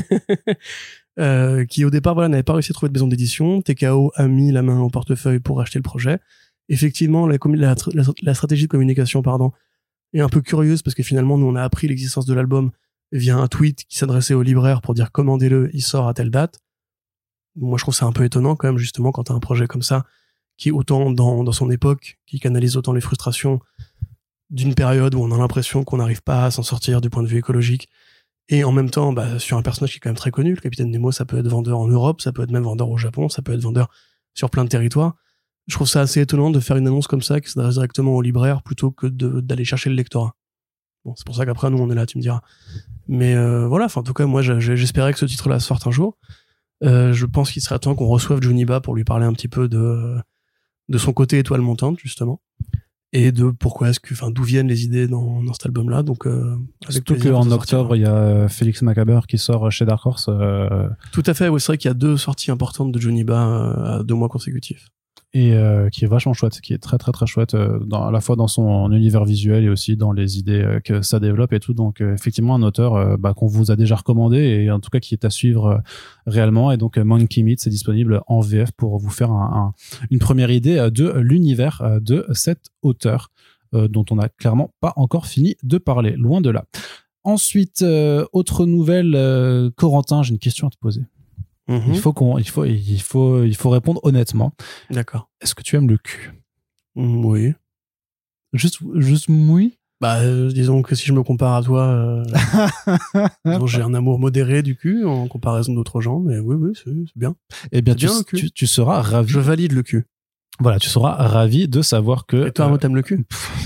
Qui au départ n'avait pas réussi à trouver de maison d'édition. TKO a mis la main au portefeuille pour acheter le projet. Effectivement, la stratégie de communication est un peu curieuse, parce que finalement nous on a appris l'existence de l'album via un tweet qui s'adressait au libraire pour dire commandez-le, il sort à telle date. Moi je trouve ça un peu étonnant quand même, justement, quand t'as un projet comme ça qui est autant dans son époque, qui canalise autant les frustrations d'une période où on a l'impression qu'on n'arrive pas à s'en sortir du point de vue écologique, et en même temps sur un personnage qui est quand même très connu. Le capitaine Nemo, ça peut être vendeur en Europe, ça peut être même vendeur au Japon, ça peut être vendeur sur plein de territoires. Je trouve ça assez étonnant de faire une annonce comme ça qui s'adresse directement au libraire plutôt que d'aller chercher le lectorat. Bon, c'est pour ça qu'après nous on est là, tu me diras. Mais voilà, en tout cas moi j'espérais que ce titre-là sorte un jour. Je pense qu'il serait temps qu'on reçoive Juniba pour lui parler un petit peu de son côté étoile montante, justement, et de d'où viennent les idées dans cet album-là. Donc surtout qu'en octobre il y a Félix Macabre qui sort chez Dark Horse. Tout à fait, oui, c'est vrai qu'il y a 2 sorties importantes de Juniba à 2 mois consécutifs. Et qui est vachement chouette, qui est très très très chouette, à la fois dans son univers visuel et aussi dans les idées que ça développe et tout. Donc effectivement un auteur qu'on vous a déjà recommandé, et en tout cas qui est à suivre réellement. Et donc Monkey Meat, c'est disponible en VF pour vous faire une première idée de l'univers de cet auteur dont on n'a clairement pas encore fini de parler, loin de là. Ensuite, autre nouvelle, Corentin, j'ai une question à te poser. Mm-hmm. Il faut répondre honnêtement. D'accord. Est-ce que tu aimes le cul? Oui. Juste oui. Disons que si je me compare à toi, j'ai un amour modéré du cul en comparaison d'autres gens, mais oui, c'est bien. Eh bien, tu seras ravi. Je valide le cul. Voilà, tu seras ravi de savoir que... Et toi, t'aimes le cul?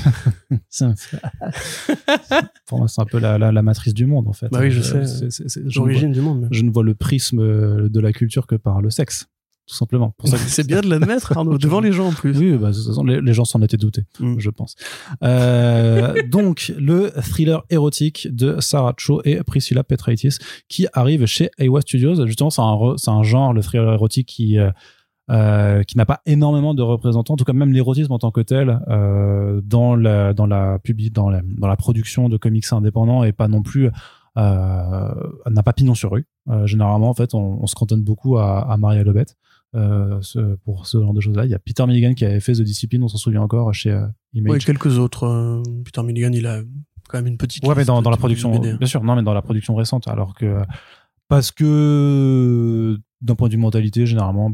Pour moi, c'est un peu la matrice du monde, en fait. Bah oui, je sais. C'est l'origine du monde. Je ne vois le prisme de la culture que par le sexe, tout simplement. Pour ça que c'est bien de l'admettre, Arnaud, devant les gens en plus. Oui, de toute façon, les gens s'en étaient doutés, je pense. Donc, le thriller érotique de Sarah Cho et Priscilla Petraitis, qui arrive chez Eiwa Studios. Justement, c'est un genre, le thriller érotique, qui n'a pas énormément de représentants, en tout cas même l'érotisme en tant que tel dans la production de comics indépendants, et pas non plus n'a pas pignon sur rue. Généralement en fait on se cantonne beaucoup à Maria Lobet pour ce genre de choses là. Il y a Peter Milligan qui avait fait The Discipline, on s'en souvient encore, chez Image. Oui, quelques autres. Peter Milligan, il a quand même une petite. Ouais, mais dans la liste production, de BD. bien sûr, non, mais dans la production récente, alors que parce que d'un point de vue mentalité, généralement,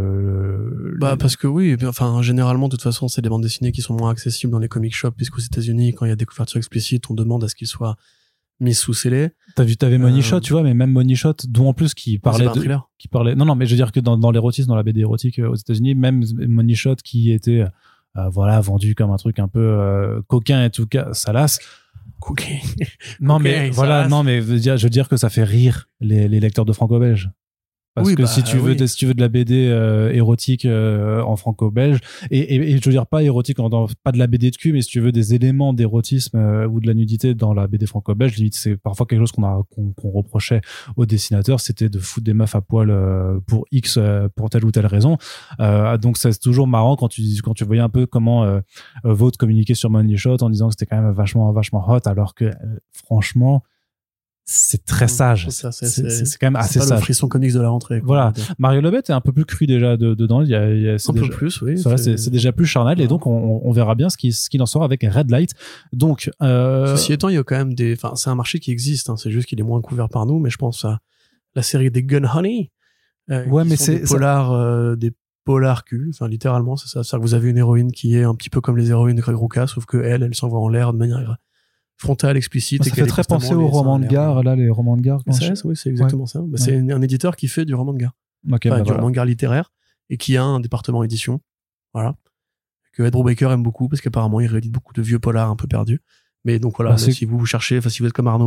Parce que oui, enfin généralement de toute façon c'est des bandes dessinées qui sont moins accessibles dans les comic shops, puisqu'aux États-Unis quand il y a des couvertures explicites, on demande à ce qu'ils soient mis sous scellé. t'avais Money Shot, tu vois, mais même Money Shot, dont en plus qui parlait non, mais je veux dire que dans l'érotisme, dans la BD érotique aux États-Unis, même Money Shot qui était vendu comme un truc un peu coquin et tout cas salace. Okay. Non, okay, mais voilà, non, mais je veux dire que ça fait rire les lecteurs de franco-belge. Parce que si tu veux de la BD érotique en franco-belge et je veux dire pas érotique pas de la BD de cul, mais si tu veux des éléments d'érotisme ou de la nudité dans la BD franco-belge, c'est parfois quelque chose qu'on reprochait aux dessinateurs, c'était de foutre des meufs à poil pour pour telle ou telle raison. Donc c'est toujours marrant quand tu voyais un peu comment Vought communiquait sur Money Shot en disant que c'était quand même vachement hot, alors que franchement c'est très sage. C'est quand même assez sage. C'est pas le frisson comics de la rentrée. Voilà. Mario Lobet est un peu plus cru déjà dedans. Peu plus, oui. C'est déjà plus charnel et donc on verra bien ce qu'il en sort avec Red Light. Donc, ceci étant, il y a quand même c'est un marché qui existe, hein. C'est juste qu'il est moins couvert par nous, mais je pense à la série des Gun Honey. Ouais, mais c'est des polars cul. Enfin, littéralement, c'est ça. C'est-à-dire que vous avez une héroïne qui est un petit peu comme les héroïnes de Craig Ruka, sauf que elle s'envoie en l'air de manière frontale, explicite. Ça fait très penser aux romans de gare, là, les romans de gare. Oui, c'est exactement ça. Bah, c'est un éditeur qui fait du roman de gare. Okay, du roman de gare littéraire et qui a un département édition. Voilà. Que Ed Brubaker aime beaucoup parce qu'apparemment, il réédite beaucoup de vieux polars un peu perdus. Mais donc voilà, si vous cherchez, si vous êtes comme Arnaud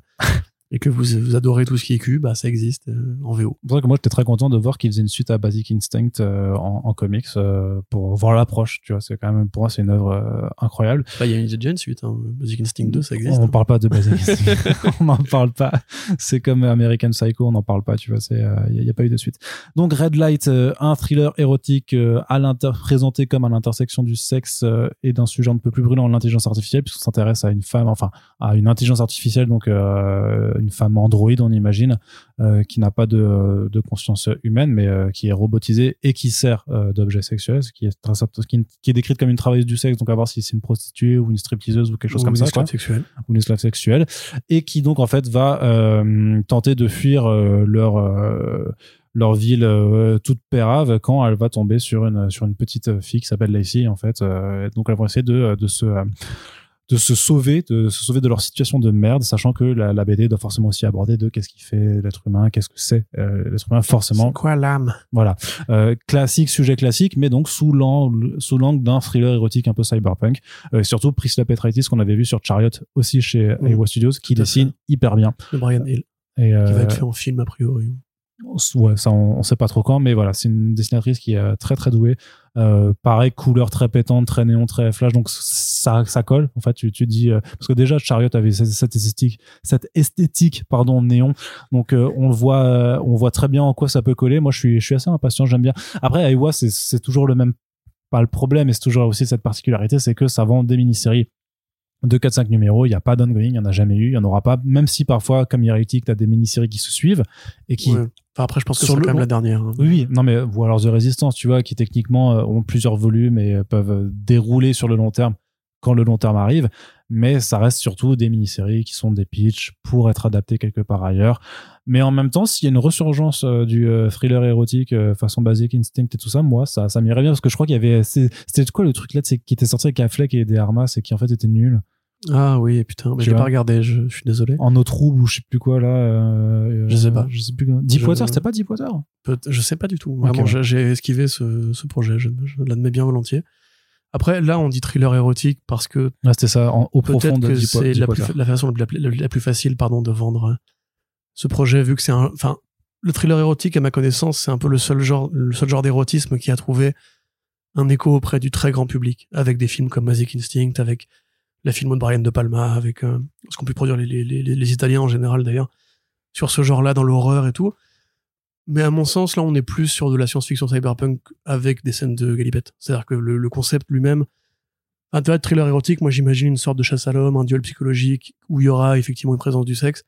et que vous adorez tout ce qui est cul, ça existe en VO. C'est vrai que moi j'étais très content de voir qu'ils faisaient une suite à Basic Instinct en comics pour voir l'approche, tu vois, c'est quand même, pour moi c'est une œuvre incroyable. Il y a déjà une suite, hein. Basic Instinct 2, ça existe. On parle pas de Basic Instinct. On n'en parle pas. C'est comme American Psycho, on n'en parle pas, tu vois, il y a pas eu de suite. Donc Red Light, un thriller érotique présenté comme à l'intersection du sexe et d'un sujet un peu plus brûlant, l'intelligence artificielle, puisqu'on s'intéresse à une femme, enfin à une intelligence artificielle, donc une femme androïde, on imagine, qui n'a pas de conscience humaine, mais qui est robotisée et qui sert d'objet sexuel, qui est décrite comme une travailleuse du sexe, donc à voir si c'est une prostituée ou une stripteaseuse ou quelque chose comme ça, ou une esclave sexuelle, et qui donc en fait va tenter de fuir leur ville toute pérave quand elle va tomber sur une petite fille qui s'appelle Lacey, en fait. Donc elles vont essayer de se sauver de leur situation de merde, sachant que la BD doit forcément aussi aborder de qu'est-ce qui fait l'être humain, qu'est-ce que c'est l'être humain, forcément. C'est quoi l'âme? Voilà. Sujet classique, mais donc sous l'angle d'un thriller érotique un peu cyberpunk. Surtout Priscilla Petraitis, qu'on avait vu sur Chariot, aussi chez Iowa Studios, qui dessine hyper bien. Le Brian Hill. Qui va être fait en film, a priori. Ouais, ça on sait pas trop quand, mais voilà, c'est une dessinatrice qui est très très douée. Pareil, couleur très pétante, très néon, très flash, donc ça colle. En fait, tu dis parce que déjà Chariot avait cette esthétique néon, donc on voit très bien en quoi ça peut coller. Moi, je suis assez impatient, j'aime bien. Après, Iowa, c'est toujours pas le problème, et c'est toujours aussi cette particularité, c'est que ça vend des mini-séries de 4-5 numéros, il n'y a pas d'ongoing, il n'y en a jamais eu, il n'y en aura pas, même si parfois, comme Heretic, tu as des mini-séries qui se suivent et qui... Ouais. Enfin, après, je pense que c'est quand même la dernière. Hein. Oui, non, mais ou alors The Resistance, tu vois, qui techniquement ont plusieurs volumes et peuvent dérouler sur le long terme quand le long terme arrive, mais ça reste surtout des mini-séries qui sont des pitchs pour être adaptés quelque part ailleurs. Mais en même temps, s'il y a une resurgence du thriller érotique façon Basic Instinct et tout ça, moi, ça m'irait bien, parce que je crois qu'il y avait... C'était quoi le truc là qui était sorti avec Affleck et des Armas et qui en fait était nul? Ah oui, putain, mais je l'ai pas regardé, je suis désolé. En eau trouble ou je sais plus quoi là. Je sais pas. Je sais plus. Deepwater, c'était pas Deepwater? Je sais pas du tout. Vraiment, okay, j'ai esquivé ce projet, je l'admets bien volontiers. Après, là, on dit thriller érotique parce que... Ah, c'était ça, au profond de Deepwater. Peut-être que c'est la façon la plus facile, de vendre ce projet, vu que c'est enfin, le thriller érotique, à ma connaissance, c'est un peu le seul genre d'érotisme qui a trouvé un écho auprès du très grand public, avec des films comme Basic Instinct, avec la filmo de Brian De Palma, avec ce qu'ont pu produire les Italiens en général d'ailleurs, sur ce genre-là, dans l'horreur et tout. Mais à mon sens, là, on est plus sur de la science-fiction cyberpunk avec des scènes de galipette. C'est-à-dire que le concept lui-même, un thriller érotique, moi j'imagine une sorte de chasse à l'homme, un duel psychologique, où il y aura effectivement une présence du sexe,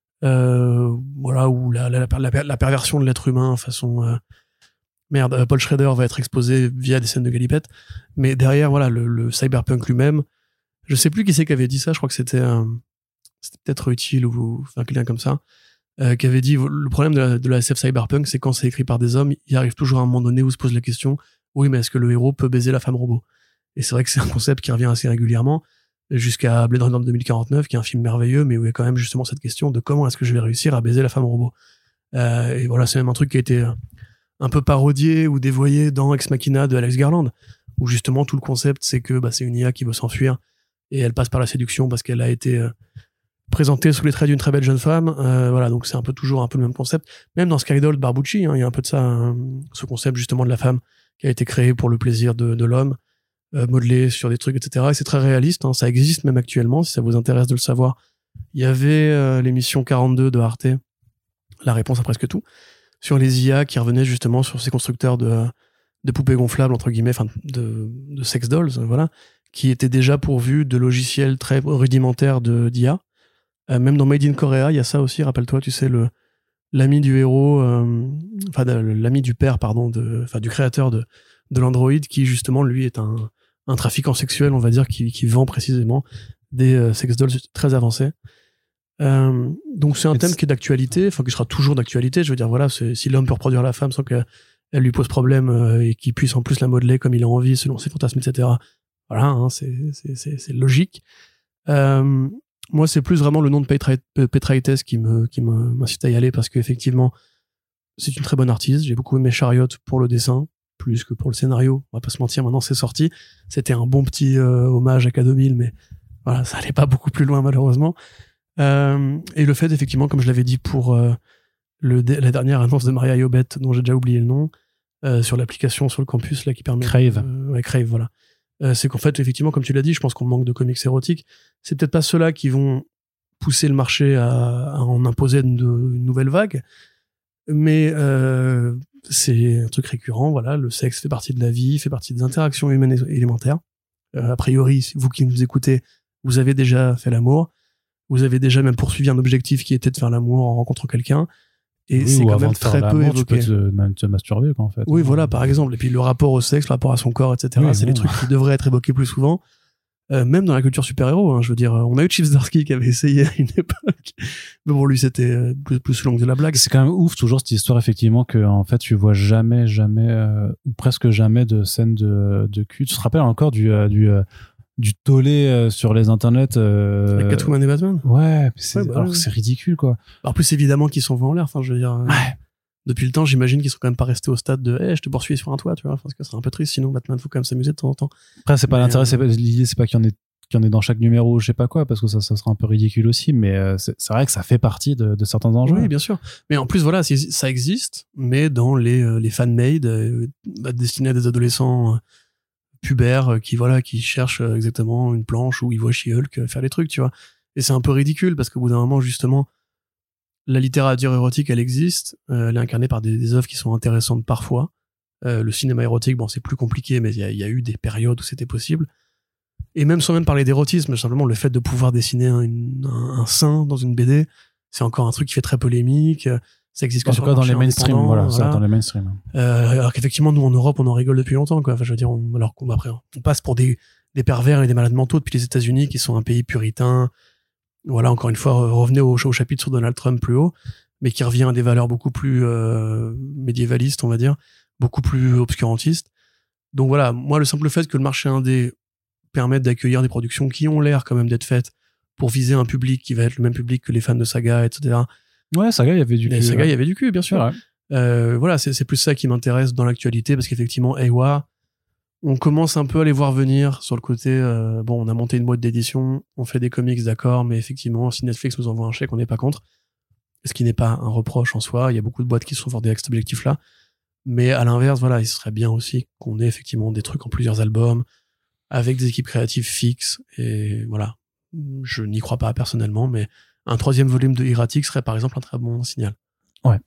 voilà, où la perversion de l'être humain façon... Paul Schrader va être exposé via des scènes de galipette. Mais derrière, voilà, le cyberpunk lui-même, Je sais plus qui c'est qui avait dit ça, je crois que c'était peut-être Utile ou enfin, quelqu'un comme ça, qui avait dit le problème de la SF cyberpunk, c'est quand c'est écrit par des hommes, il arrive toujours à un moment donné où se pose la question, oui, mais est-ce que le héros peut baiser la femme robot? Et c'est vrai que c'est un concept qui revient assez régulièrement, jusqu'à Blade Runner 2049, qui est un film merveilleux, mais où il y a quand même justement cette question de comment est-ce que je vais réussir à baiser la femme robot. Et voilà, c'est même un truc qui a été un peu parodié ou dévoyé dans Ex Machina de Alex Garland, où justement tout le concept c'est que c'est une IA qui veut s'enfuir et elle passe par la séduction parce qu'elle a été présentée sous les traits d'une très belle jeune femme. Voilà, donc c'est un peu toujours un peu le même concept. Même dans Skydoll de Barbucci, il y a un peu de ça, ce concept justement de la femme qui a été créée pour le plaisir de l'homme, modelé sur des trucs, etc. Et c'est très réaliste, ça existe même actuellement, si ça vous intéresse de le savoir. Il y avait l'émission 42 de Arte, la réponse à presque tout, sur les IA qui revenaient justement sur ces constructeurs de poupées gonflables, entre guillemets, enfin de sex dolls, voilà, qui étaient déjà pourvus de logiciels très rudimentaires d'IA. Même dans Made in Korea, il y a ça aussi, rappelle-toi, tu sais, l'ami du héros, l'ami du père, pardon, du créateur de l'Android, qui justement, lui, est un trafiquant sexuel, on va dire, qui vend précisément des sex dolls très avancés. Donc c'est un thème qui est d'actualité, enfin qui sera toujours d'actualité. Je veux dire, voilà, si l'homme peut reproduire la femme sans qu'elle lui pose problème et qu'il puisse en plus la modeler comme il a envie, selon ses fantasmes, etc. Voilà, c'est logique. Moi, c'est plus vraiment le nom de Petraites qui m'incite à y aller, parce qu'effectivement, c'est une très bonne artiste. J'ai beaucoup aimé Chariot pour le dessin, plus que pour le scénario. On va pas se mentir, maintenant c'est sorti. C'était un bon petit hommage à K2000, mais voilà, ça allait pas beaucoup plus loin malheureusement. Et le fait, effectivement, comme je l'avais dit pour la dernière annonce de Maria Iobet, dont j'ai déjà oublié le nom, sur l'application sur le campus là qui permet Crave. Crave, voilà. C'est qu'en fait, effectivement, comme tu l'as dit, je pense qu'on manque de comics érotiques. C'est peut-être pas ceux-là qui vont pousser le marché à en imposer une nouvelle vague, mais c'est un truc récurrent. Voilà, le sexe fait partie de la vie, fait partie des interactions humaines élémentaires. A priori, vous qui nous écoutez, vous avez déjà fait l'amour. Vous avez déjà même poursuivi un objectif qui était de faire l'amour en rencontrant quelqu'un. Et oui, c'est quand même très peu évoqué. Tu peux même te masturber, quoi, en fait. Oui, voilà, par exemple. Et puis le rapport au sexe, le rapport à son corps, etc. Oui, c'est les trucs qui devraient être évoqués plus souvent. Même dans la culture super-héros, hein, je veux dire, on a eu Chief Zdarsky qui avait essayé à une époque. Mais bon, lui, c'était plus sous l'angle de la blague. C'est quand même ouf, toujours, cette histoire, effectivement, que, en fait, tu vois jamais, ou presque jamais de scène de cul. Tu te rappelles encore du tollé sur les internets avec Catwoman et Batman. Ouais, alors que c'est ridicule, quoi. En plus, évidemment qu'ils s'envoient en l'air, enfin, je veux dire, depuis le temps, j'imagine qu'ils sont quand même pas restés au stade de je te poursuis sur un toit, tu vois, parce que c'est un peu triste, sinon Batman faut quand même s'amuser de temps en temps. Après, c'est pas l'intérêt, l'idée c'est pas qu'il y en ait dans chaque numéro, je sais pas quoi, parce que ça sera un peu ridicule aussi, mais c'est vrai que ça fait partie de certains enjeux. Oui, bien sûr. Mais en plus, voilà, ça existe, mais dans les fan-made destinés à des adolescents pubères qui cherchent exactement une planche où ils voient She-Hulk faire des trucs, tu vois. Et c'est un peu ridicule parce qu'au bout d'un moment, justement, la littérature érotique, elle existe. Elle est incarnée par des œuvres qui sont intéressantes parfois. Le cinéma érotique, bon, c'est plus compliqué, mais il y a eu des périodes où c'était possible. Et même sans même parler d'érotisme, simplement le fait de pouvoir dessiner un sein dans une BD, c'est encore un truc qui fait très polémique. Ça existe que en tout cas dans les mainstream, voilà. Ça, dans les mainstream. Alors qu'effectivement, nous en Europe, on en rigole depuis longtemps, quoi. Enfin, je veux dire, alors qu'on on passe pour des pervers et des malades mentaux depuis les États-Unis, qui sont un pays puritain. Voilà, encore une fois, revenez au chapitre sur Donald Trump plus haut, mais qui revient à des valeurs beaucoup plus médiévalistes, on va dire, beaucoup plus obscurantistes. Donc voilà, moi, le simple fait que le marché indé permette d'accueillir des productions qui ont l'air quand même d'être faites pour viser un public qui va être le même public que les fans de Saga, etc. Ouais, Saga, il y avait du cul. Saga, il y avait du cul, bien sûr. Ouais. Voilà, c'est plus ça qui m'intéresse dans l'actualité, parce qu'effectivement, Eiwa, on commence un peu à les voir venir sur le côté, bon, on a monté une boîte d'édition, on fait des comics, d'accord, mais effectivement, si Netflix nous envoie un chèque, on n'est pas contre. Ce qui n'est pas un reproche en soi. Il y a beaucoup de boîtes qui sont fort avec cet objectif-là. Mais à l'inverse, voilà, il serait bien aussi qu'on ait effectivement des trucs en plusieurs albums, avec des équipes créatives fixes, et voilà. Je n'y crois pas personnellement, mais un 3e volume de Erratic serait par exemple un très bon signal. Ouais.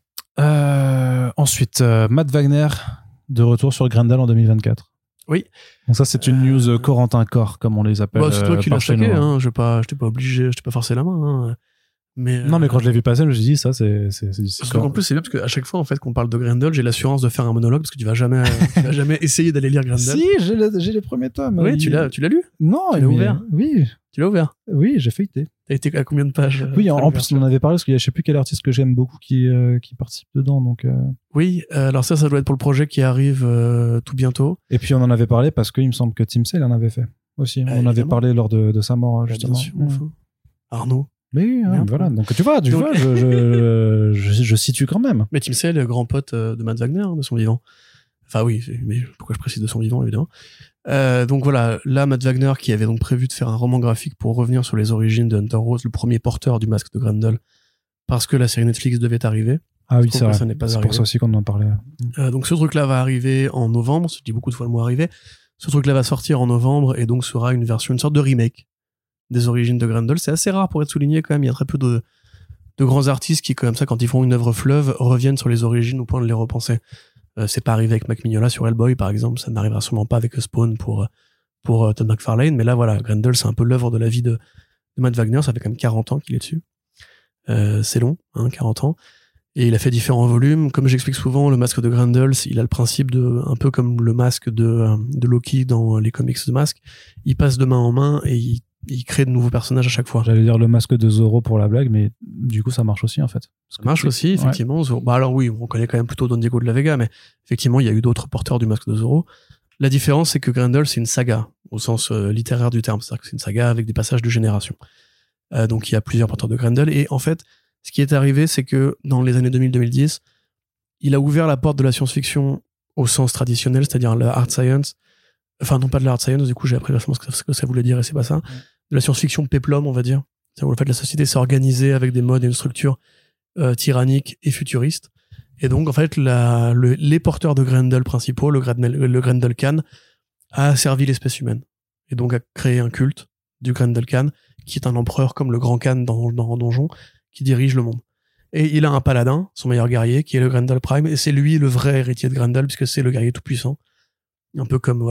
Ensuite, Matt Wagner de retour sur Grendel en 2024. Oui. Donc ça, c'est une news Corentin Corps, comme on les appelle. Bah, c'est toi qui l'as checké, hein. Je t'ai pas obligé, je t'ai pas forcé la main. Hein. Mais, Non, mais quand je l'ai vu passer, je me suis dit, ça, c'est surtout qu'en plus, c'est bien parce qu'à chaque fois, en fait, qu'on parle de Grendel, j'ai l'assurance de faire un monologue parce que tu vas jamais essayer d'aller lire Grendel. Si, j'ai les premiers tomes. Oui, tu l'as lu? Non, Tu l'as ouvert? Oui. Tu l'as ouvert? Oui, j'ai feuilleté. T'as été à combien de pages? Oui, en plus, on en avait parlé parce qu'il y a, je sais plus quel artiste que j'aime beaucoup qui participe dedans, donc. Oui, alors ça doit être pour le projet qui arrive tout bientôt. Et puis, on en avait parlé parce qu'il me semble que Tim Sale en avait fait aussi. On en avait parlé lors de sa mort, justement. Bien sûr, Arnaud. Mais oui, voilà. Donc, tu vois, je situe quand même. Mais Tim Sale, grand pote de Matt Wagner, de son vivant. Enfin oui, mais pourquoi je précise de son vivant, évidemment. Donc voilà, là, Matt Wagner, qui avait donc prévu de faire un roman graphique pour revenir sur les origines de Hunter Rose, le premier porteur du masque de Grendel, parce que la série Netflix devait arriver. Ah oui, c'est vrai. Ça n'est pas c'est arrivé. pour ça aussi qu'on en parlait. Donc ce truc-là va arriver en novembre, je dis beaucoup de fois le mot arriver. Ce truc-là va sortir en novembre et donc sera une sorte de remake des origines de Grendel. C'est assez rare pour être souligné quand même. Il y a très peu de grands artistes qui, comme ça, quand ils font une œuvre fleuve, reviennent sur les origines au point de les repenser. C'est pas arrivé avec Mac Mignola sur Hellboy, par exemple. Ça n'arrivera sûrement pas avec Spawn pour Todd McFarlane. Mais là, voilà, Grendel, c'est un peu l'œuvre de la vie de Matt Wagner. Ça fait quand même 40 ans qu'il est dessus. C'est long, 40 ans. Et il a fait différents volumes. Comme j'explique souvent, le masque de Grendel, il a le principe un peu comme le masque de Loki dans les comics de Masque. Il passe de main en main et il crée de nouveaux personnages à chaque fois. J'allais dire le masque de Zorro pour la blague, mais du coup, ça marche aussi, en fait. Ça marche aussi, effectivement. Ouais. Bah alors oui, on connaît quand même plutôt Don Diego de la Vega, mais effectivement, il y a eu d'autres porteurs du masque de Zorro. La différence, c'est que Grendel, c'est une saga, au sens littéraire du terme. C'est-à-dire que c'est une saga avec des passages de génération. Donc il y a plusieurs porteurs de Grendel. Et en fait, ce qui est arrivé, c'est que dans les années 2000-2010, il a ouvert la porte de la science-fiction au sens traditionnel, c'est-à-dire la hard science. Enfin, non pas de la hard science, du coup, j'ai appris vachement ce que ça voulait dire et c'est pas ça. De la science-fiction péplum, on va dire. C'est où le fait la société s'est organisée avec des modes et une structure tyrannique et futuriste. Et donc, en fait, les porteurs de Grendel principaux, le Grendel Khan, a servi l'espèce humaine. Et donc, a créé un culte du Grendel Khan, qui est un empereur comme le Grand Khan dans Donjon, qui dirige le monde. Et il a un paladin, son meilleur guerrier, qui est le Grendel Prime, et c'est lui le vrai héritier de Grendel, puisque c'est le guerrier tout-puissant. Un peu comme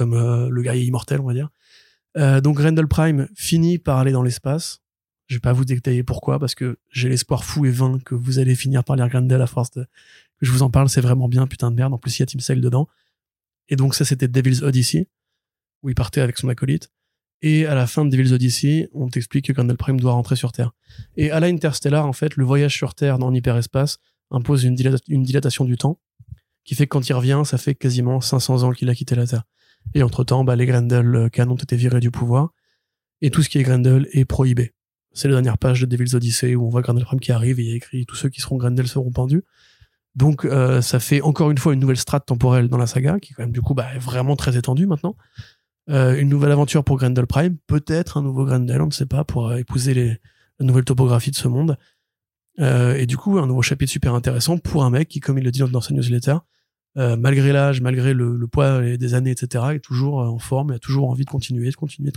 le guerrier immortel, on va dire. Donc Grendel Prime finit par aller dans l'espace. Je vais pas vous détailler pourquoi, parce que j'ai l'espoir fou et vain que vous allez finir par lire Grendel à force que je vous en parle. C'est vraiment bien, putain de merde. En plus, il y a Tim Sale dedans. Et donc ça, c'était Devil's Odyssey, où il partait avec son acolyte. Et à la fin de Devil's Odyssey, on t'explique que Grendel Prime doit rentrer sur Terre. Et à la Interstellar, en fait, le voyage sur Terre dans l'hyperespace impose une dilatation du temps, qui fait que quand il revient, ça fait quasiment 500 ans qu'il a quitté la Terre. Et entre-temps, les Grendel Khan ont été virés du pouvoir, et tout ce qui est Grendel est prohibé. C'est la dernière page de Devil's Odyssey où on voit Grendel Prime qui arrive, et il y a écrit « Tous ceux qui seront Grendel seront pendus ». Donc ça fait encore une fois une nouvelle strate temporelle dans la saga, qui est quand même du coup est vraiment très étendue maintenant. Une nouvelle aventure pour Grendel Prime, peut-être un nouveau Grendel, on ne sait pas, pour épouser la nouvelle topographie de ce monde. Et du coup, un nouveau chapitre super intéressant pour un mec qui, comme il le dit dans sa newsletter, malgré l'âge, malgré le poids des années, etc., est toujours en forme et a toujours envie de continuer.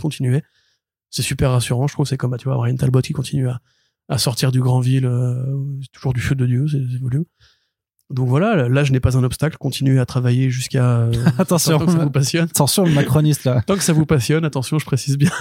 C'est super rassurant, je trouve. C'est comme, tu vois, Brian Talbot qui continue à sortir du Granville, toujours du feu de Dieu, c'est volume. Donc voilà, l'âge n'est pas un obstacle, continuez à travailler jusqu'à... attention, tant que ça vous passionne. Attention, le macroniste, là. Tant que ça vous passionne, attention, je précise bien.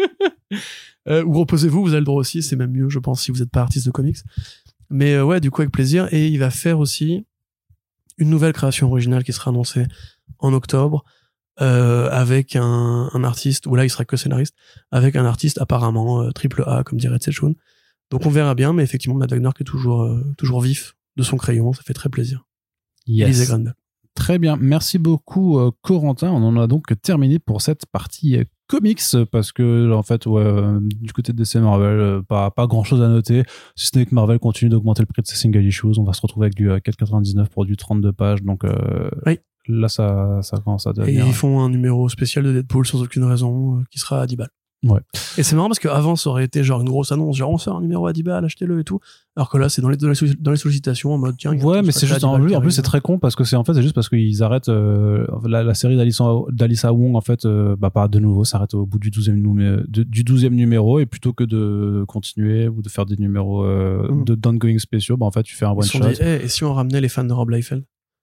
Ou reposez-vous, vous avez le droit aussi, c'est même mieux, je pense, si vous n'êtes pas artiste de comics. Mais ouais, du coup, avec plaisir. Et il va faire aussi une nouvelle création originale qui sera annoncée en octobre, avec un artiste, où là, il sera que scénariste, avec un artiste apparemment triple A, comme dirait Tsetchoun. Donc on verra bien, mais effectivement, Matt Wagner qui est toujours vif de son crayon, ça fait très plaisir. Yes. Lisez Grendel. Très bien, merci beaucoup Corentin. On en a donc terminé pour cette partie comics, parce que en fait, du côté de DC Marvel, pas grand chose à noter, si ce n'est que Marvel continue d'augmenter le prix de ses single issues. On va se retrouver avec du 4,99 pour du 32 pages, donc oui. Là ça commence à devenir... Et ils font un numéro spécial de Deadpool sans aucune raison, qui sera à 10 balles. Ouais. Et c'est marrant parce qu'avant ça aurait été genre une grosse annonce, genre on sort un numéro à 10 balles, achetez-le et tout. Alors que là c'est dans les sollicitations en mode tiens. Ouais, mais c'est juste en plus c'est très con parce que c'est juste parce qu'ils arrêtent la série d'Alyssa Wong en fait pas de nouveau, s'arrête au bout du 12e numéro, et plutôt que de continuer ou de faire des numéros d'ongoing spéciaux, en fait tu fais un one shot. Et si on ramenait les fans de Rob Liefeld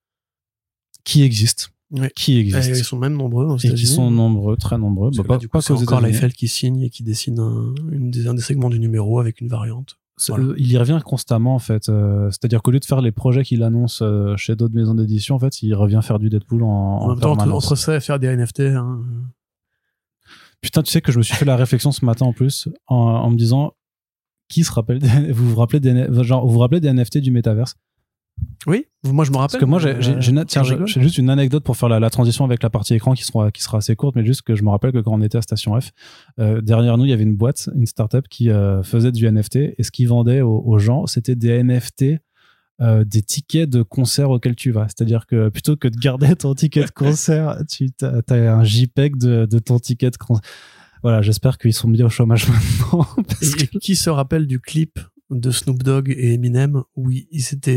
qui existent. Ouais. Qui existent. Et ils sont même nombreux aux États-Unis. Et qui sont nombreux, très nombreux. Pas qu'aux États-Unis. Encore Liefeld qui signe et qui dessine un des segments du numéro avec une variante. Voilà. Il y revient constamment en fait. C'est-à-dire qu'au lieu de faire les projets qu'il annonce chez d'autres maisons d'édition, en fait, il revient faire du Deadpool en même temps, permanence. entre ça et faire des NFT, hein. Putain, tu sais que je me suis fait la réflexion ce matin en plus en me disant qui se rappelle vous vous rappelez des NFT du métaverse? Oui, moi je me rappelle. Parce que moi j'ai juste une anecdote pour faire la transition avec la partie écran qui sera assez courte, mais juste que je me rappelle que quand on était à Station F, derrière nous il y avait une boîte, une startup qui faisait du NFT, et ce qu'ils vendaient aux gens c'était des NFT, des tickets de concert auxquels tu vas. C'est-à-dire que plutôt que de garder ton ticket de concert, tu as un JPEG de ton ticket de concert. Voilà, j'espère qu'ils sont bien au chômage maintenant. Et qui se rappelle du clip de Snoop Dogg et Eminem où c'était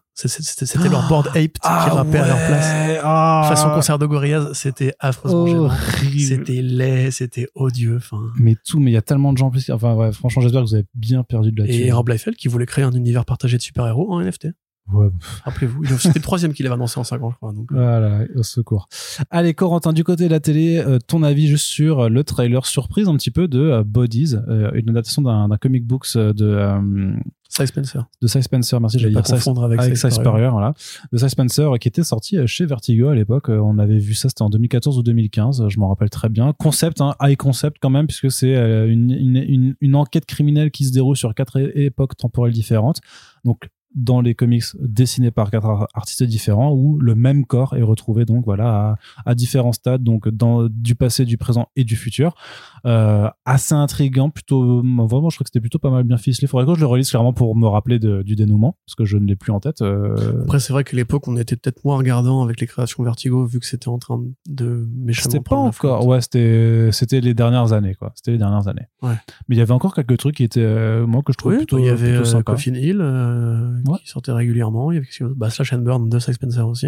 leur Bored Ape qui rappait à leur place. Façon concert de Gorillaz, c'était affreusement gênant. C'était laid, c'était odieux. Mais il y a tellement de gens plus. Enfin, ouais, franchement, j'espère que vous avez bien perdu de là-dessus. Et Rob Liefeld qui voulait créer un univers partagé de super-héros en NFT. Ouais. Rappelez-vous, c'était le 3e qu'il avait annoncé en 5 ans, je crois. Donc... Voilà, au secours. Allez, Corentin, du côté de la télé, ton avis juste sur le trailer surprise un petit peu de Bodies, une adaptation d'un comic books de Cy Spencer. De Cy Spencer, merci, j'allais dire confondre avec Cy Spurrier, voilà. De Cy Spencer, qui était sorti chez Vertigo à l'époque. On avait vu ça, c'était en 2014 ou 2015, je m'en rappelle très bien. Concept, high concept quand même, puisque c'est une enquête criminelle qui se déroule sur 4 époques temporelles différentes. Donc, dans les comics dessinés par 4 artistes différents, où le même corps est retrouvé donc voilà à différents stades, donc du passé, du présent et du futur. Assez intriguant, plutôt vraiment, je crois que c'était plutôt pas mal bien ficelé. Faudrait que je le relise clairement pour me rappeler du dénouement, parce que je ne l'ai plus en tête. Après, c'est vrai qu'à l'époque on était peut-être moins regardant avec les créations Vertigo, vu que c'était en train de méchamment. C'était pas encore, ouais, c'était les dernières années, quoi. C'était les dernières années. Ouais. Mais il y avait encore quelques trucs qui étaient, moi, que je trouvais plutôt. Il y avait plutôt sympa. Coffin Hill qui sortait régulièrement. Il y avait Slash and Burn de Cy Spencer aussi.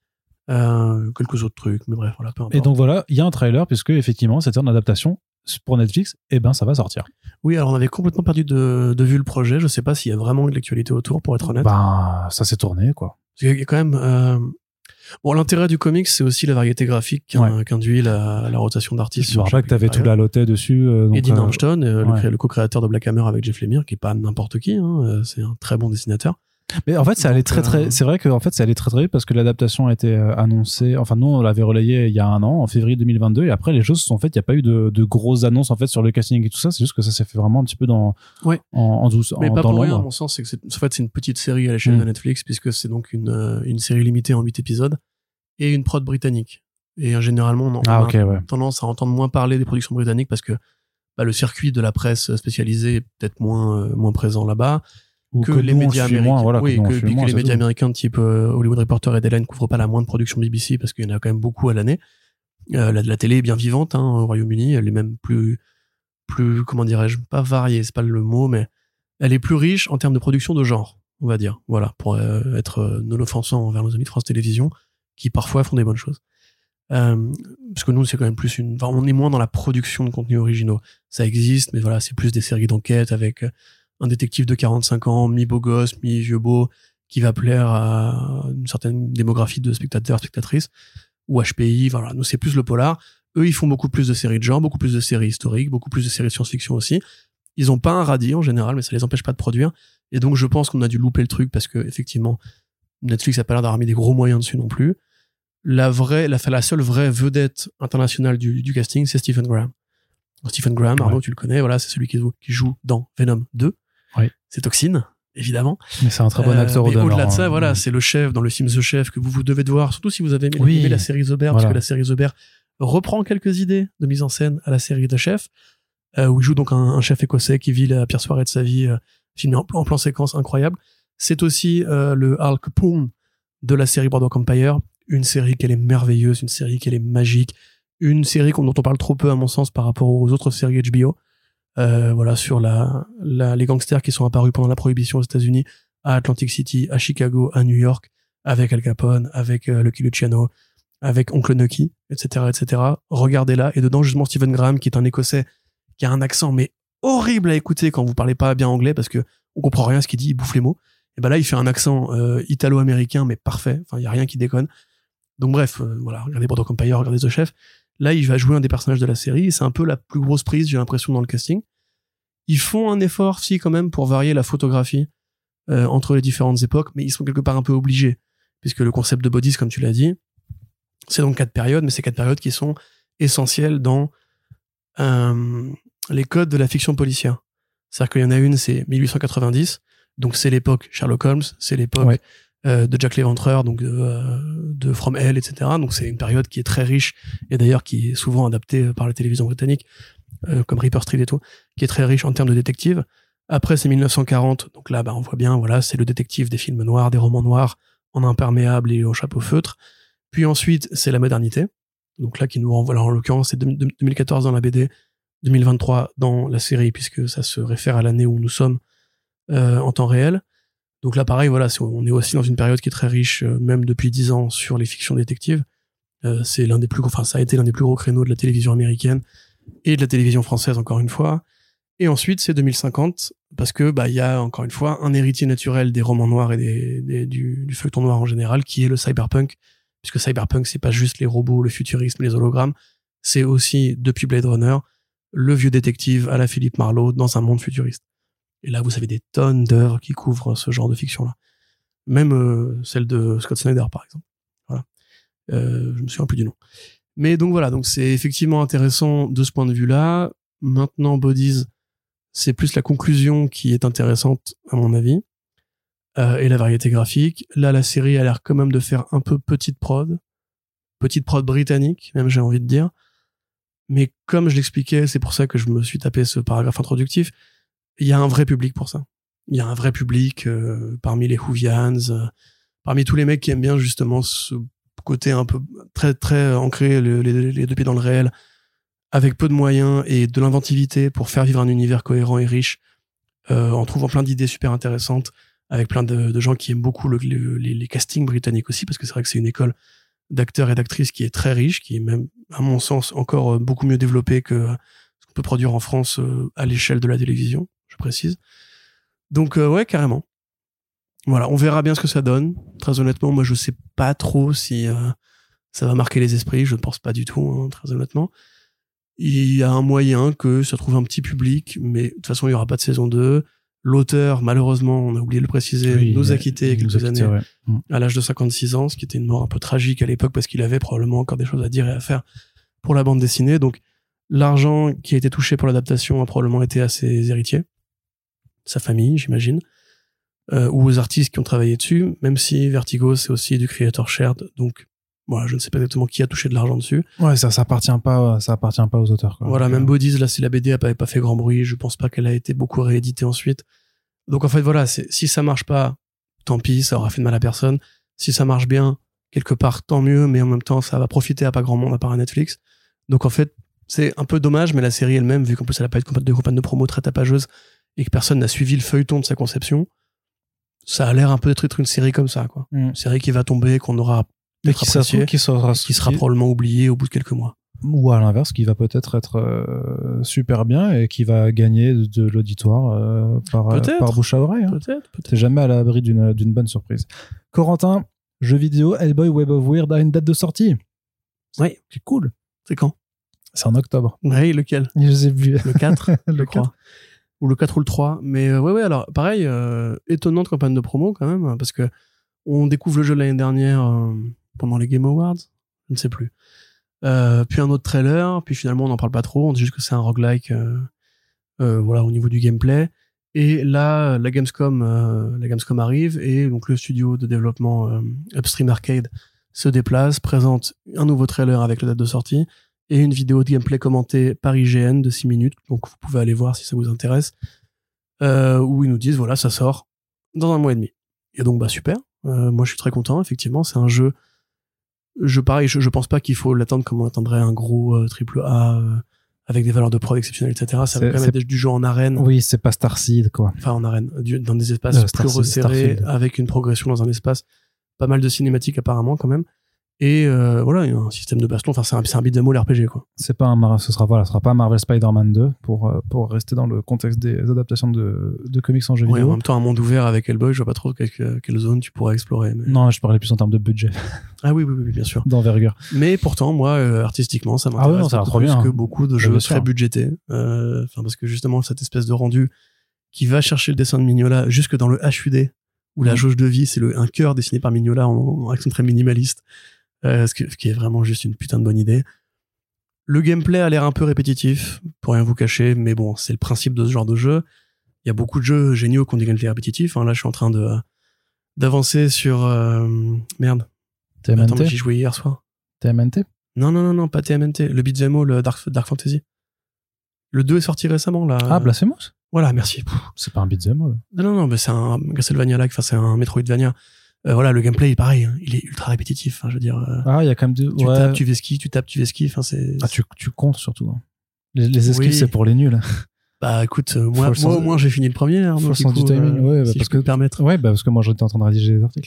Quelques autres trucs, mais bref, voilà, peu importe. Et donc voilà, il y a un trailer, puisque effectivement, c'était une adaptation pour Netflix, et ben ça va sortir. Oui, alors on avait complètement perdu de vue le projet. Je sais pas s'il y a vraiment de l'actualité autour, pour être honnête. Ben, ça s'est tourné, quoi. Parce qu'il y a quand même. Bon, l'intérêt du comics, c'est aussi la variété graphique qu'induit la rotation d'artistes. Je me rappelle que t'avais tout la loté dessus. Et Dean Armstrong, le co-créateur de Black Hammer avec Jeff Lemire, qui est pas n'importe qui, hein, c'est un très bon dessinateur. Mais en fait, ça allait très, c'est vrai que en fait, ça allait très très vite parce que l'adaptation a été annoncée. Enfin, nous, on l'avait relayé il y a un an, en février 2022, et après, les choses se sont faites. Il n'y a pas eu de grosses annonces en fait sur le casting et tout ça. C'est juste que ça s'est fait vraiment un petit peu en douce. Mais pas dans pour rien, à l'ombre. mon sens, c'est que c'est une petite série à l'échelle de Netflix, puisque c'est donc une série limitée en 8 épisodes et une prod britannique. Et généralement, on a tendance à entendre moins parler des productions britanniques parce que le circuit de la presse spécialisée est peut-être moins présent là-bas. Que les médias américains, que les médias américains type Hollywood Reporter et Deadline couvrent pas la moindre production BBC parce qu'il y en a quand même beaucoup à l'année. La télé est bien vivante au Royaume-Uni, elle est même plus comment dirais-je, pas variée, c'est pas le mot, mais elle est plus riche en termes de production de genre, on va dire. Voilà, pour être non offensant envers nos amis de France Télévisions qui parfois font des bonnes choses. Parce que nous c'est quand même plus on est moins dans la production de contenus originaux. Ça existe, mais voilà, c'est plus des séries d'enquête avec un détective de 45 ans, mi-beau gosse, mi-vieux beau, qui va plaire à une certaine démographie de spectateurs, spectatrices, ou HPI, voilà. Nous, c'est plus le polar. Eux, ils font beaucoup plus de séries de genre, beaucoup plus de séries historiques, beaucoup plus de séries de science-fiction aussi. Ils ont pas un radis, en général, mais ça les empêche pas de produire. Et donc, je pense qu'on a dû louper le truc parce que, effectivement, Netflix a pas l'air d'avoir mis des gros moyens dessus non plus. La seule vraie vedette internationale du casting, c'est Stephen Graham. Stephen Graham, Arnaud, tu le connais, voilà, c'est celui qui joue dans Venom 2. Oui. C'est Toxine, évidemment. Mais c'est un très bon acteur au-delà de ça, voilà, c'est le chef dans le film The Chef que vous devez voir, surtout si vous avez aimé la série The Bear, parce que la série The Bear reprend quelques idées de mise en scène à la série The Chef, où il joue donc un chef écossais qui vit la pire soirée de sa vie, filmé en plan séquence incroyable. C'est aussi le Al Capone de la série Boardwalk Empire, une série qui est merveilleuse, une série qui est magique, une série dont on parle trop peu à mon sens par rapport aux autres séries HBO. Voilà, sur les gangsters qui sont apparus pendant la prohibition aux États-Unis, à Atlantic City, à Chicago, à New York, avec Al Capone, avec Lucky Luciano, avec Oncle Nucky, etc., etc. Regardez-la. Et dedans, justement, Stephen Graham, qui est un Écossais, qui a un accent, mais horrible à écouter quand vous parlez pas bien anglais, parce que on comprend rien à ce qu'il dit, il bouffe les mots. Et ben là, il fait un accent italo-américain, mais parfait. Enfin, il y a rien qui déconne. Donc bref, voilà, regardez Boardwalk Empire, regardez The Chef. Là, il va jouer un des personnages de la série. C'est un peu la plus grosse prise, j'ai l'impression, dans le casting. Ils font un effort, si, quand même, pour varier la photographie entre les différentes époques, mais ils sont quelque part un peu obligés, puisque le concept de Bodies, comme tu l'as dit, c'est donc 4 périodes, mais c'est 4 périodes qui sont essentielles dans les codes de la fiction policière. C'est-à-dire qu'il y en a une, c'est 1890, donc c'est l'époque Sherlock Holmes, c'est l'époque de Jack l'Éventreur, donc de From Hell, etc. Donc c'est une période qui est très riche, et d'ailleurs qui est souvent adaptée par la télévision britannique, comme Reaper Street et tout, qui est très riche en termes de détective. Après, c'est 1940, donc là, on voit bien, voilà, c'est le détective des films noirs, des romans noirs, en imperméable et au chapeau feutre. Puis ensuite, c'est la modernité. Donc là, qui nous renvoie, en l'occurrence, c'est 2014 dans la BD, 2023 dans la série, puisque ça se réfère à l'année où nous sommes en temps réel. Donc là, pareil, voilà, on est aussi dans une période qui est très riche, même depuis 10 ans, sur les fictions détectives. C'est l'un des plus gros, enfin, ça a été l'un des plus gros créneaux de la télévision américaine et de la télévision française, encore une fois. Et ensuite, c'est 2050, parce que, il y a, encore une fois, un héritier naturel des romans noirs et du feuilleton noir en général, qui est le cyberpunk, puisque cyberpunk, c'est pas juste les robots, le futurisme, les hologrammes, c'est aussi, depuis Blade Runner, le vieux détective à la Philippe Marlowe dans un monde futuriste. Et là, vous avez des tonnes d'œuvres qui couvrent ce genre de fiction-là. Même celle de Scott Snyder, par exemple. Voilà. Je me souviens plus du nom. Mais donc voilà, donc c'est effectivement intéressant de ce point de vue-là. Maintenant, Bodies, c'est plus la conclusion qui est intéressante, à mon avis, et la variété graphique. Là, la série a l'air quand même de faire un peu petite prod britannique, même j'ai envie de dire. Mais comme je l'expliquais, c'est pour ça que je me suis tapé ce paragraphe introductif, il y a un vrai public pour ça. Il y a un vrai public parmi les Whovians, parmi tous les mecs qui aiment bien justement ce côté un peu très très ancré, les deux pieds dans le réel, avec peu de moyens et de l'inventivité pour faire vivre un univers cohérent et riche, en trouvant plein d'idées super intéressantes, avec plein de gens qui aiment beaucoup les castings britanniques aussi, parce que c'est vrai que c'est une école d'acteurs et d'actrices qui est très riche, qui est même, à mon sens, encore beaucoup mieux développée que ce qu'on peut produire en France à l'échelle de la télévision, je précise. Donc ouais, carrément. Voilà, on verra bien ce que ça donne. Très honnêtement, moi je sais pas trop si ça va marquer les esprits, je ne pense pas du tout, hein, très honnêtement. Il y a un moyen que ça trouve un petit public, mais de toute façon il y aura pas de saison 2. L'auteur, malheureusement, on a oublié de le préciser, nous a quittés il y a quelques années, à l'âge de 56 ans, ce qui était une mort un peu tragique à l'époque parce qu'il avait probablement encore des choses à dire et à faire pour la bande dessinée. Donc l'argent qui a été touché pour l'adaptation a probablement été à ses héritiers, sa famille, j'imagine, ou aux artistes qui ont travaillé dessus, même si Vertigo, c'est aussi du creator shared, donc voilà, je ne sais pas exactement qui a touché de l'argent dessus. Ouais, ça appartient pas aux auteurs, quoi. Voilà, même Bodies, là, si la BD avait pas fait grand bruit, je pense pas qu'elle a été beaucoup rééditée ensuite. Donc en fait, voilà, si ça marche pas, tant pis, ça aura fait de mal à personne. Si ça marche bien, quelque part, tant mieux, mais en même temps, ça va profiter à pas grand monde à part à Netflix. Donc en fait, c'est un peu dommage, mais la série elle-même, vu qu'en plus elle a pas été de campagne de promo très tapageuse et que personne n'a suivi le feuilleton de sa conception, ça a l'air un peu d'être une série comme ça, quoi. Une série qui va tomber, qu'on aura peut-être appréciée, qui sera probablement oubliée au bout de quelques mois. Ou à l'inverse, qui va peut-être être super bien et qui va gagner de l'auditoire par bouche à oreille. Hein. Peut-être. T'es jamais à l'abri d'une bonne surprise. Corentin, jeu vidéo, Hellboy Web of Weird a une date de sortie. Oui. C'est cool. C'est quand? C'est en octobre. Oui, lequel? Je sais plus. Le 4, je crois. Ou le 4 ou le 3. Mais ouais, alors pareil, étonnante campagne de promo quand même, parce que on découvre le jeu l'année dernière pendant les Game Awards, je ne sais plus. Puis un autre trailer, puis finalement on n'en parle pas trop, on dit juste que c'est un roguelike voilà, au niveau du gameplay. Et là, la Gamescom arrive, et donc le studio de développement Upstream Arcade se déplace, présente un nouveau trailer avec la date de sortie, et une vidéo de gameplay commentée par IGN de 6 minutes, donc vous pouvez aller voir si ça vous intéresse, où ils nous disent, voilà, ça sort dans 1 mois et demi. Et donc, super. Moi, je suis très content, effectivement. C'est un jeu, je pense pas qu'il faut l'attendre comme on attendrait un gros AAA avec des valeurs de prod exceptionnelles, etc. Ça va quand même être du jeu en arène. Oui, c'est pas Starseed, quoi. Enfin, en arène, dans des espaces plus resserrés, avec une progression dans un espace, pas mal de cinématiques apparemment quand même. Et voilà, il y a un système de baston. Enfin, c'est un beat'em all RPG, quoi. Ce sera pas un Marvel Spider-Man 2 pour rester dans le contexte des adaptations de comics en jeu Ouais, vidéo. en même temps, un monde ouvert avec Hellboy, je vois pas trop quelle zone tu pourrais explorer. Mais... Non, je parlais plus en termes de budget, Ah oui, bien sûr. d'envergure. Mais pourtant, moi, artistiquement, ça m'intéresse Ah ouais, non, ça a l'air trop plus bien, que hein. beaucoup de Ouais, jeux bien très sûr. budgétés. Parce que justement, cette espèce de rendu qui va chercher le dessin de Mignola jusque dans le HUD, où la jauge de vie, c'est un cœur dessiné par Mignola en action très minimaliste. Ce qui est vraiment juste une putain de bonne idée. Le gameplay a l'air un peu répétitif, pour rien vous cacher, mais bon, c'est le principe de ce genre de jeu. Il y a beaucoup de jeux géniaux qui ont des gameplays répétitifs. Là, je suis en train d'avancer sur... Merde. Attends, mais j'y jouais hier soir. TMNT? Non, pas TMNT. Le beat'em all Dark Fantasy. Le 2 est sorti récemment, là. Ah, Blasphemous? Voilà, merci. C'est pas un beat'em all. Non, mais c'est un Castlevania-like, enfin, c'est un Metroidvania. Voilà, le gameplay est pareil, hein. Il est ultra répétitif, je veux dire. Ah, il y a quand même tu tapes, tu esquives, enfin, c'est... Ah, tu comptes surtout. Hein. Les esquives, Oui. c'est pour les nuls. Bah, écoute, moi au moins, j'ai fini le premier, hein, Faut donc, le sens du timing, ouais, si parce je peux me permettre. Ouais, parce que moi, j'étais en train de rédiger des articles.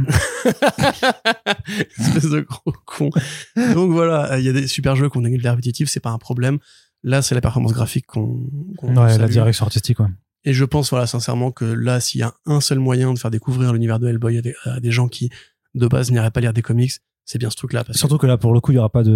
Espèce de gros con. Donc voilà, il y a des super jeux qui ont des gameplays répétitifs, c'est pas un problème. Là, c'est la performance graphique qu'on Ouais, la salue. direction artistique, ouais. Et je pense, voilà, sincèrement, que là, s'il y a un seul moyen de faire découvrir l'univers de Hellboy à des gens qui, de base, n'iraient pas lire des comics, c'est bien ce truc-là. Surtout que là, pour le coup, il y aura pas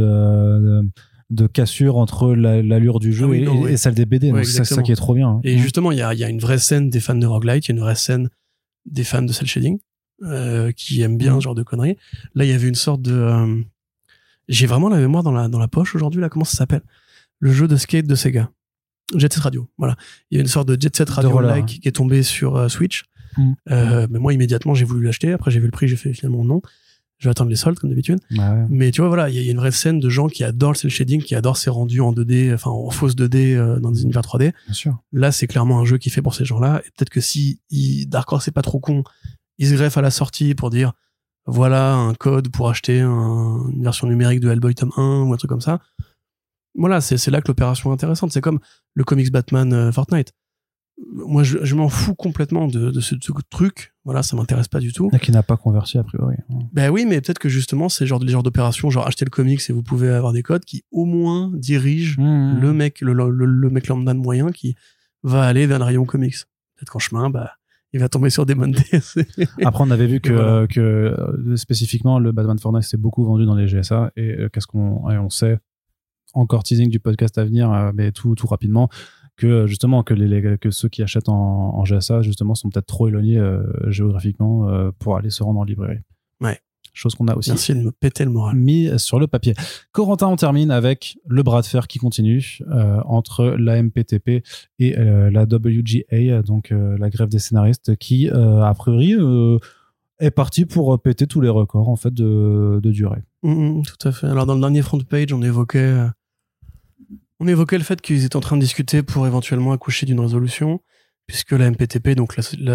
de cassure entre l'allure du jeu et celle des BD. Ouais, donc c'est ça qui est trop bien. Et justement, il y a une vraie scène des fans de roguelite, il y a une vraie scène des fans de cel shading, qui aiment bien ce genre de conneries. Là, il y avait une sorte de... j'ai vraiment la mémoire dans la poche aujourd'hui, là, comment ça s'appelle? Le jeu de skate de Sega. Jet Set Radio, voilà. Il y a une sorte de Jet Set Radio-like qui est tombé sur Switch. Mais moi, immédiatement, j'ai voulu l'acheter. Après, j'ai vu le prix, j'ai fait finalement non. Je vais attendre les soldes, comme d'habitude. Ouais. Mais tu vois, voilà, il y a une vraie scène de gens qui adorent le cel shading, qui adorent ces rendus en 2D, enfin, en fausse 2D, dans des univers 3D. Bien sûr. Là, c'est clairement un jeu qui est fait pour ces gens-là. Et peut-être que si Dark Horse c'est pas trop con, ils se greffent à la sortie pour dire, voilà, un code pour acheter une version numérique de Hellboy tome 1 ou un truc comme ça. Voilà, c'est là que l'opération est intéressante. C'est comme le comics Batman Fortnite. Moi, je m'en fous complètement de ce truc. Voilà, ça m'intéresse pas du tout. Et qui n'a pas converti, a priori. Ben oui, mais peut-être que justement, c'est les genres d'opérations, genre acheter le comics et vous pouvez avoir des codes qui, au moins, dirigent le mec lambda de moyen qui va aller vers le rayon comics. Peut-être qu'en chemin, il va tomber sur Demon DS. Après, on avait vu que spécifiquement, le Batman Fortnite s'est beaucoup vendu dans les GSA. Et on sait, encore teasing du podcast à venir, mais tout rapidement, que justement que ceux qui achètent en GSA justement sont peut-être trop éloignés géographiquement pour aller se rendre en librairie. Ouais. Chose qu'on a aussi Merci de me péter le moral. mis sur le papier. Corentin, on termine avec le bras de fer qui continue entre la MPTP et la WGA, donc la grève des scénaristes, qui a priori est parti pour péter tous les records en fait de durée. Tout à fait. Alors dans le dernier front page, on évoquait le fait qu'ils étaient en train de discuter pour éventuellement accoucher d'une résolution, puisque la MPTP, donc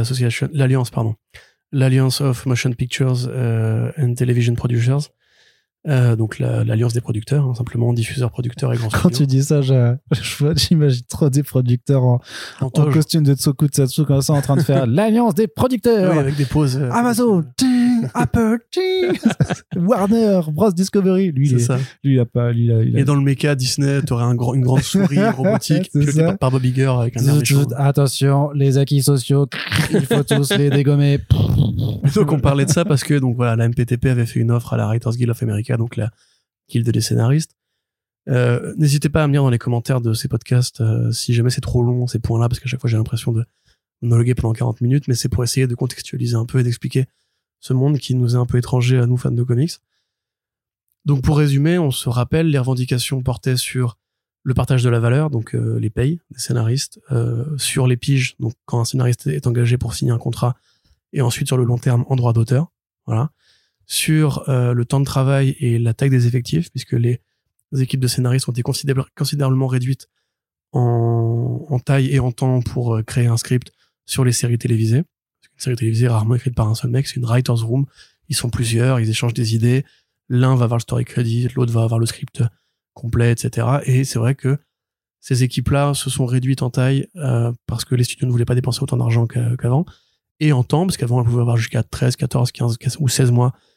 l'Alliance of Motion Pictures and Television Producers, donc l'alliance des producteurs, hein, simplement diffuseurs, producteurs et grands studios. Quand tu dis ça, j'imagine trop des producteurs en costume de Tokusatsu comme ça en train de faire l'alliance des producteurs. Oui, avec des pauses. Amazon, Apple, Warner, Bros Discovery. Lui, il a pas. Et dans le méca Disney, t'aurais une grande souris robotique pilotée par Bob Iger avec un air méchant. Attention, les acquis sociaux, il faut tous les dégommer. Donc on parlait de ça parce que donc voilà, la MPTP avait fait une offre à la Writers Guild of America, donc la guilde des scénaristes. N'hésitez pas à me dire dans les commentaires de ces podcasts si jamais c'est trop long ces points-là, parce qu'à chaque fois j'ai l'impression de monologuer pendant 40 minutes, mais c'est pour essayer de contextualiser un peu et d'expliquer ce monde qui nous est un peu étranger à nous fans de comics. Donc pour résumer, on se rappelle, les revendications portaient sur le partage de la valeur, donc les payes des scénaristes, sur les piges, donc quand un scénariste est engagé pour signer un contrat, et ensuite sur le long terme en droit d'auteur, voilà, sur le temps de travail et la taille des effectifs, puisque les équipes de scénaristes ont été considérablement réduites en taille et en temps pour créer un script sur les séries télévisées. Une série télévisée rarement écrite par un seul mec, c'est une writer's room, ils sont plusieurs, ils échangent des idées, l'un va avoir le story credit, l'autre va avoir le script complet, etc. Et c'est vrai que ces équipes-là se sont réduites en taille parce que les studios ne voulaient pas dépenser autant d'argent qu'avant, et en temps, parce qu'avant elles pouvaient avoir jusqu'à 13, 14, 15 ou 16 mois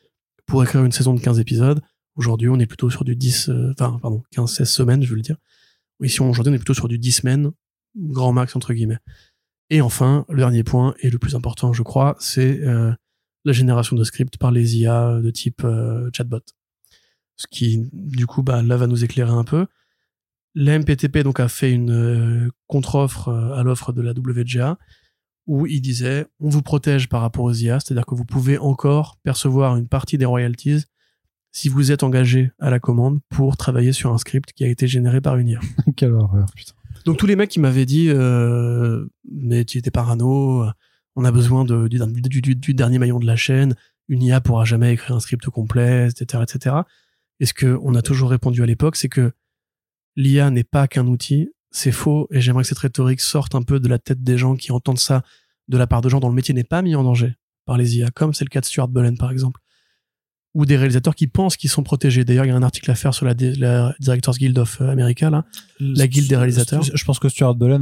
pour écrire une saison de 15 épisodes. Aujourd'hui, on est plutôt sur du 15-16 semaines, je veux le dire. Ici, aujourd'hui, on est plutôt sur du 10 semaines, grand max, entre guillemets. Et enfin, le dernier point, et le plus important, je crois, c'est la génération de scripts par les IA de type chatbot. Ce qui, du coup, là, va nous éclairer un peu. La MPTP donc a fait une contre-offre à l'offre de la WGA où il disait on vous protège par rapport aux IA, c'est-à-dire que vous pouvez encore percevoir une partie des royalties si vous êtes engagé à la commande pour travailler sur un script qui a été généré par une IA. Quelle horreur, putain. Donc tous les mecs qui m'avaient dit mais tu étais parano, on a besoin du dernier maillon de la chaîne, une IA pourra jamais écrire un script complet, etc. Et ce qu'on a toujours répondu à l'époque, c'est que l'IA n'est pas qu'un outil, c'est faux, et j'aimerais que cette rhétorique sorte un peu de la tête des gens qui entendent ça de la part de gens dont le métier n'est pas mis en danger par les IA, comme c'est le cas de Stuart Bullen par exemple, ou des réalisateurs qui pensent qu'ils sont protégés. D'ailleurs, il y a un article à faire sur la Directors Guild of America, là, la guilde des réalisateurs. Je pense que Stuart Bullen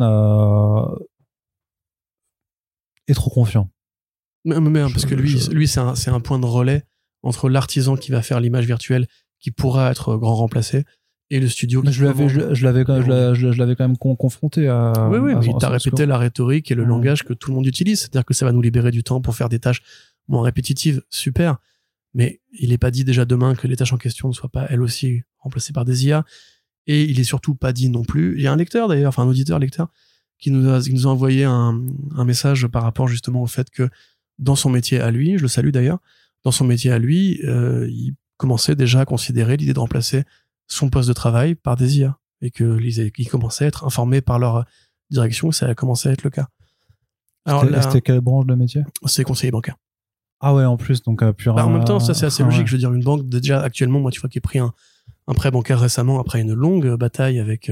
est trop confiant. Mais parce que lui c'est un point de relais entre l'artisan qui va faire l'image virtuelle, qui pourra être grand remplacé, et le studio. Je l'avais quand même confronté à. Oui, il t'a répété la rhétorique et le langage que tout le monde utilise. C'est-à-dire que ça va nous libérer du temps pour faire des tâches moins répétitives. Super. Mais il n'est pas dit déjà demain que les tâches en question ne soient pas elles aussi remplacées par des IA. Et il est surtout pas dit non plus. Il y a un lecteur d'ailleurs, enfin un auditeur lecteur, qui nous a envoyé un message par rapport justement au fait que dans son métier à lui, je le salue d'ailleurs, dans son métier à lui, il commençait déjà à considérer l'idée de remplacer son poste de travail par des IA, et qu'ils commençaient à être informés par leur direction que ça a commencé à être le cas. Alors c'était quelle branche de métier ? C'est conseiller bancaire. Ah ouais, en plus, donc en même temps, ça c'est assez logique. Ouais. Je veux dire, une banque, déjà actuellement, moi tu vois, qui ai pris un prêt bancaire récemment après une longue bataille avec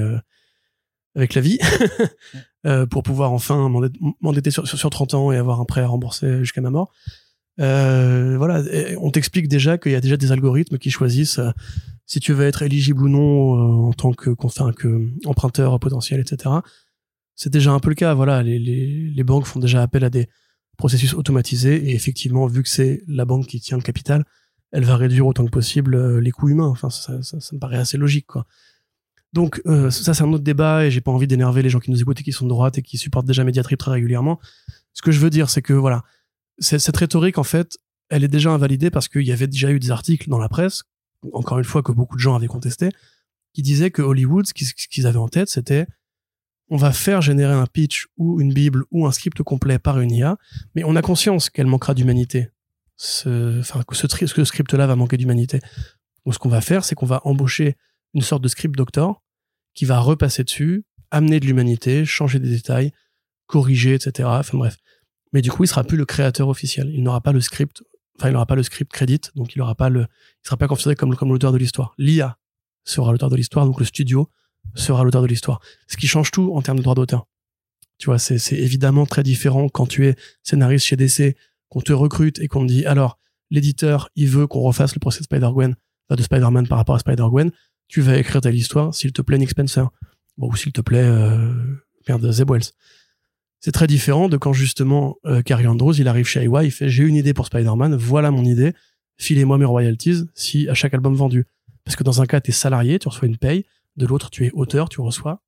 la vie pour pouvoir enfin m'endetter sur 30 ans et avoir un prêt à rembourser jusqu'à ma mort. Voilà, on t'explique déjà qu'il y a déjà des algorithmes qui choisissent si tu veux être éligible ou non en tant que emprunteur potentiel, etc. C'est déjà un peu le cas. Voilà, les banques font déjà appel à des processus automatisés, et effectivement, vu que c'est la banque qui tient le capital, elle va réduire autant que possible les coûts humains. Enfin, ça me paraît assez logique, quoi. Donc ça c'est un autre débat, et j'ai pas envie d'énerver les gens qui nous écoutent et qui sont de droite et qui supportent déjà Mediatrip très régulièrement. Ce que je veux dire, c'est que voilà, cette rhétorique, en fait, elle est déjà invalidée parce qu'il y avait déjà eu des articles dans la presse, encore une fois, que beaucoup de gens avaient contesté, qui disaient que Hollywood, ce qu'ils avaient en tête, c'était on va faire générer un pitch ou une bible ou un script complet par une IA, mais on a conscience qu'elle manquera d'humanité. Que ce script-là va manquer d'humanité. Donc ce qu'on va faire, c'est qu'on va embaucher une sorte de script doctor qui va repasser dessus, amener de l'humanité, changer des détails, corriger, etc. Enfin bref. Mais du coup, il sera plus le créateur officiel. Il n'aura pas le script, crédit, donc il sera pas considéré comme l'auteur de l'histoire. L'IA sera l'auteur de l'histoire, donc le studio sera l'auteur de l'histoire. Ce qui change tout en termes de droit d'auteur. Tu vois, c'est évidemment très différent quand tu es scénariste chez DC, qu'on te recrute et qu'on te dit, alors, l'éditeur, il veut qu'on refasse le procès de de Spider-Man par rapport à Spider-Gwen, tu vas écrire telle histoire, s'il te plaît Nick Spencer. Bon, ou s'il te plaît, Zeb Wells. C'est très différent de quand justement Cary Andrews, il arrive chez EY, il fait, j'ai une idée pour Spider-Man, voilà mon idée, filez-moi mes royalties à chaque album vendu. Parce que dans un cas, t'es salarié, tu reçois une paye, de l'autre, tu es auteur, tu reçois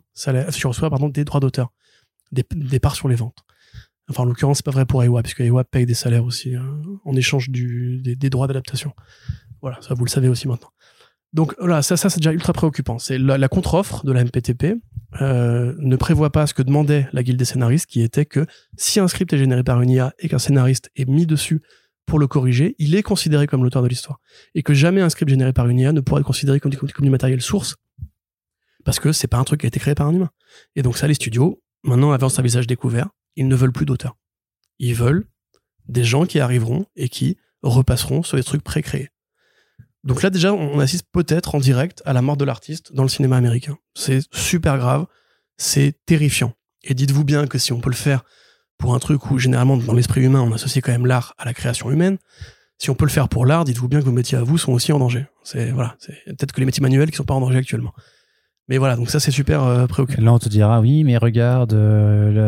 des droits d'auteur, des parts sur les ventes. Enfin, en l'occurrence, c'est pas vrai pour EY, puisque EY paye des salaires aussi en échange des droits d'adaptation. Voilà, ça vous le savez aussi maintenant. Donc voilà, ça c'est déjà ultra préoccupant. C'est la contre-offre de la MPTP ne prévoit pas ce que demandait la guilde des scénaristes, qui était que si un script est généré par une IA et qu'un scénariste est mis dessus pour le corriger, il est considéré comme l'auteur de l'histoire. Et que jamais un script généré par une IA ne pourra être considéré comme du matériel source, parce que c'est pas un truc qui a été créé par un humain. Et donc ça, les studios, maintenant, avancent à visage découvert, ils ne veulent plus d'auteurs. Ils veulent des gens qui arriveront et qui repasseront sur des trucs pré-créés. Donc là, déjà, on assiste peut-être en direct à la mort de l'artiste dans le cinéma américain. C'est super grave, c'est terrifiant. Et dites-vous bien que si on peut le faire pour un truc où, généralement, dans l'esprit humain, on associe quand même l'art à la création humaine, si on peut le faire pour l'art, dites-vous bien que vos métiers à vous sont aussi en danger. C'est peut-être que les métiers manuels qui sont pas en danger actuellement. Mais voilà, donc ça, c'est super préoccupant. Et là, on te dira, oui, mais regarde,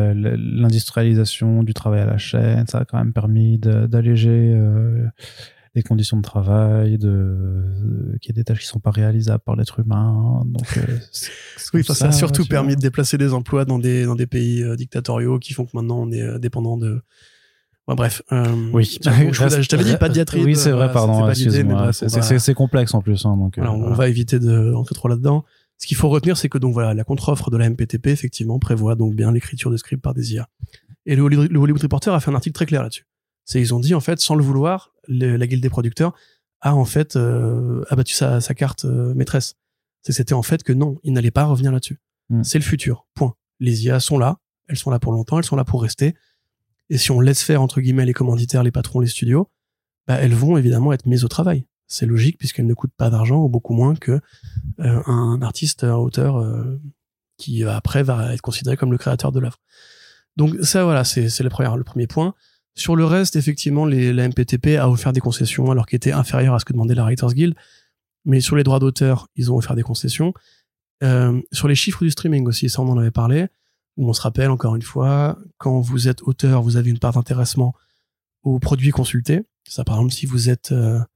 l'industrialisation du travail à la chaîne, ça a quand même permis d'alléger des conditions de travail, qu'il y a des tâches qui sont pas réalisables par l'être humain. Donc, oui, ça a surtout permis de déplacer des emplois dans des pays dictatoriaux qui font que maintenant on est dépendant de. Ouais, bref. Oui. Je t'avais dit pas de diatribe. Oui, c'est vrai, pardon. Excuse-moi. C'est complexe en plus. Hein, donc, voilà, on va éviter d'entrer trop là-dedans. Ce qu'il faut retenir, c'est que donc voilà, la contre-offre de la MPTP effectivement prévoit donc bien l'écriture de scripts par des IA. Et le Hollywood Reporter a fait un article très clair là-dessus. Ils ont dit en fait, sans le vouloir, la guilde des producteurs a en fait abattu sa carte maîtresse. C'était en fait que non, ils n'allaient pas revenir là-dessus. C'est le futur. Point. Les IA sont là, elles sont là pour longtemps, elles sont là pour rester. Et si on laisse faire entre guillemets les commanditaires, les patrons, les studios, bah elles vont évidemment être mises au travail. C'est logique puisqu'elles ne coûtent pas d'argent ou beaucoup moins que un artiste, un auteur qui après va être considéré comme le créateur de l'œuvre. Donc ça voilà, c'est le premier point. Sur le reste, effectivement, la MPTP a offert des concessions alors qu'elles étaient inférieures à ce que demandait la Writers Guild. Mais sur les droits d'auteur, ils ont offert des concessions. Sur les chiffres du streaming aussi, ça on en avait parlé, où on se rappelle encore une fois, quand vous êtes auteur, vous avez une part d'intéressement aux produits consultés. Ça, par exemple, si vous êtes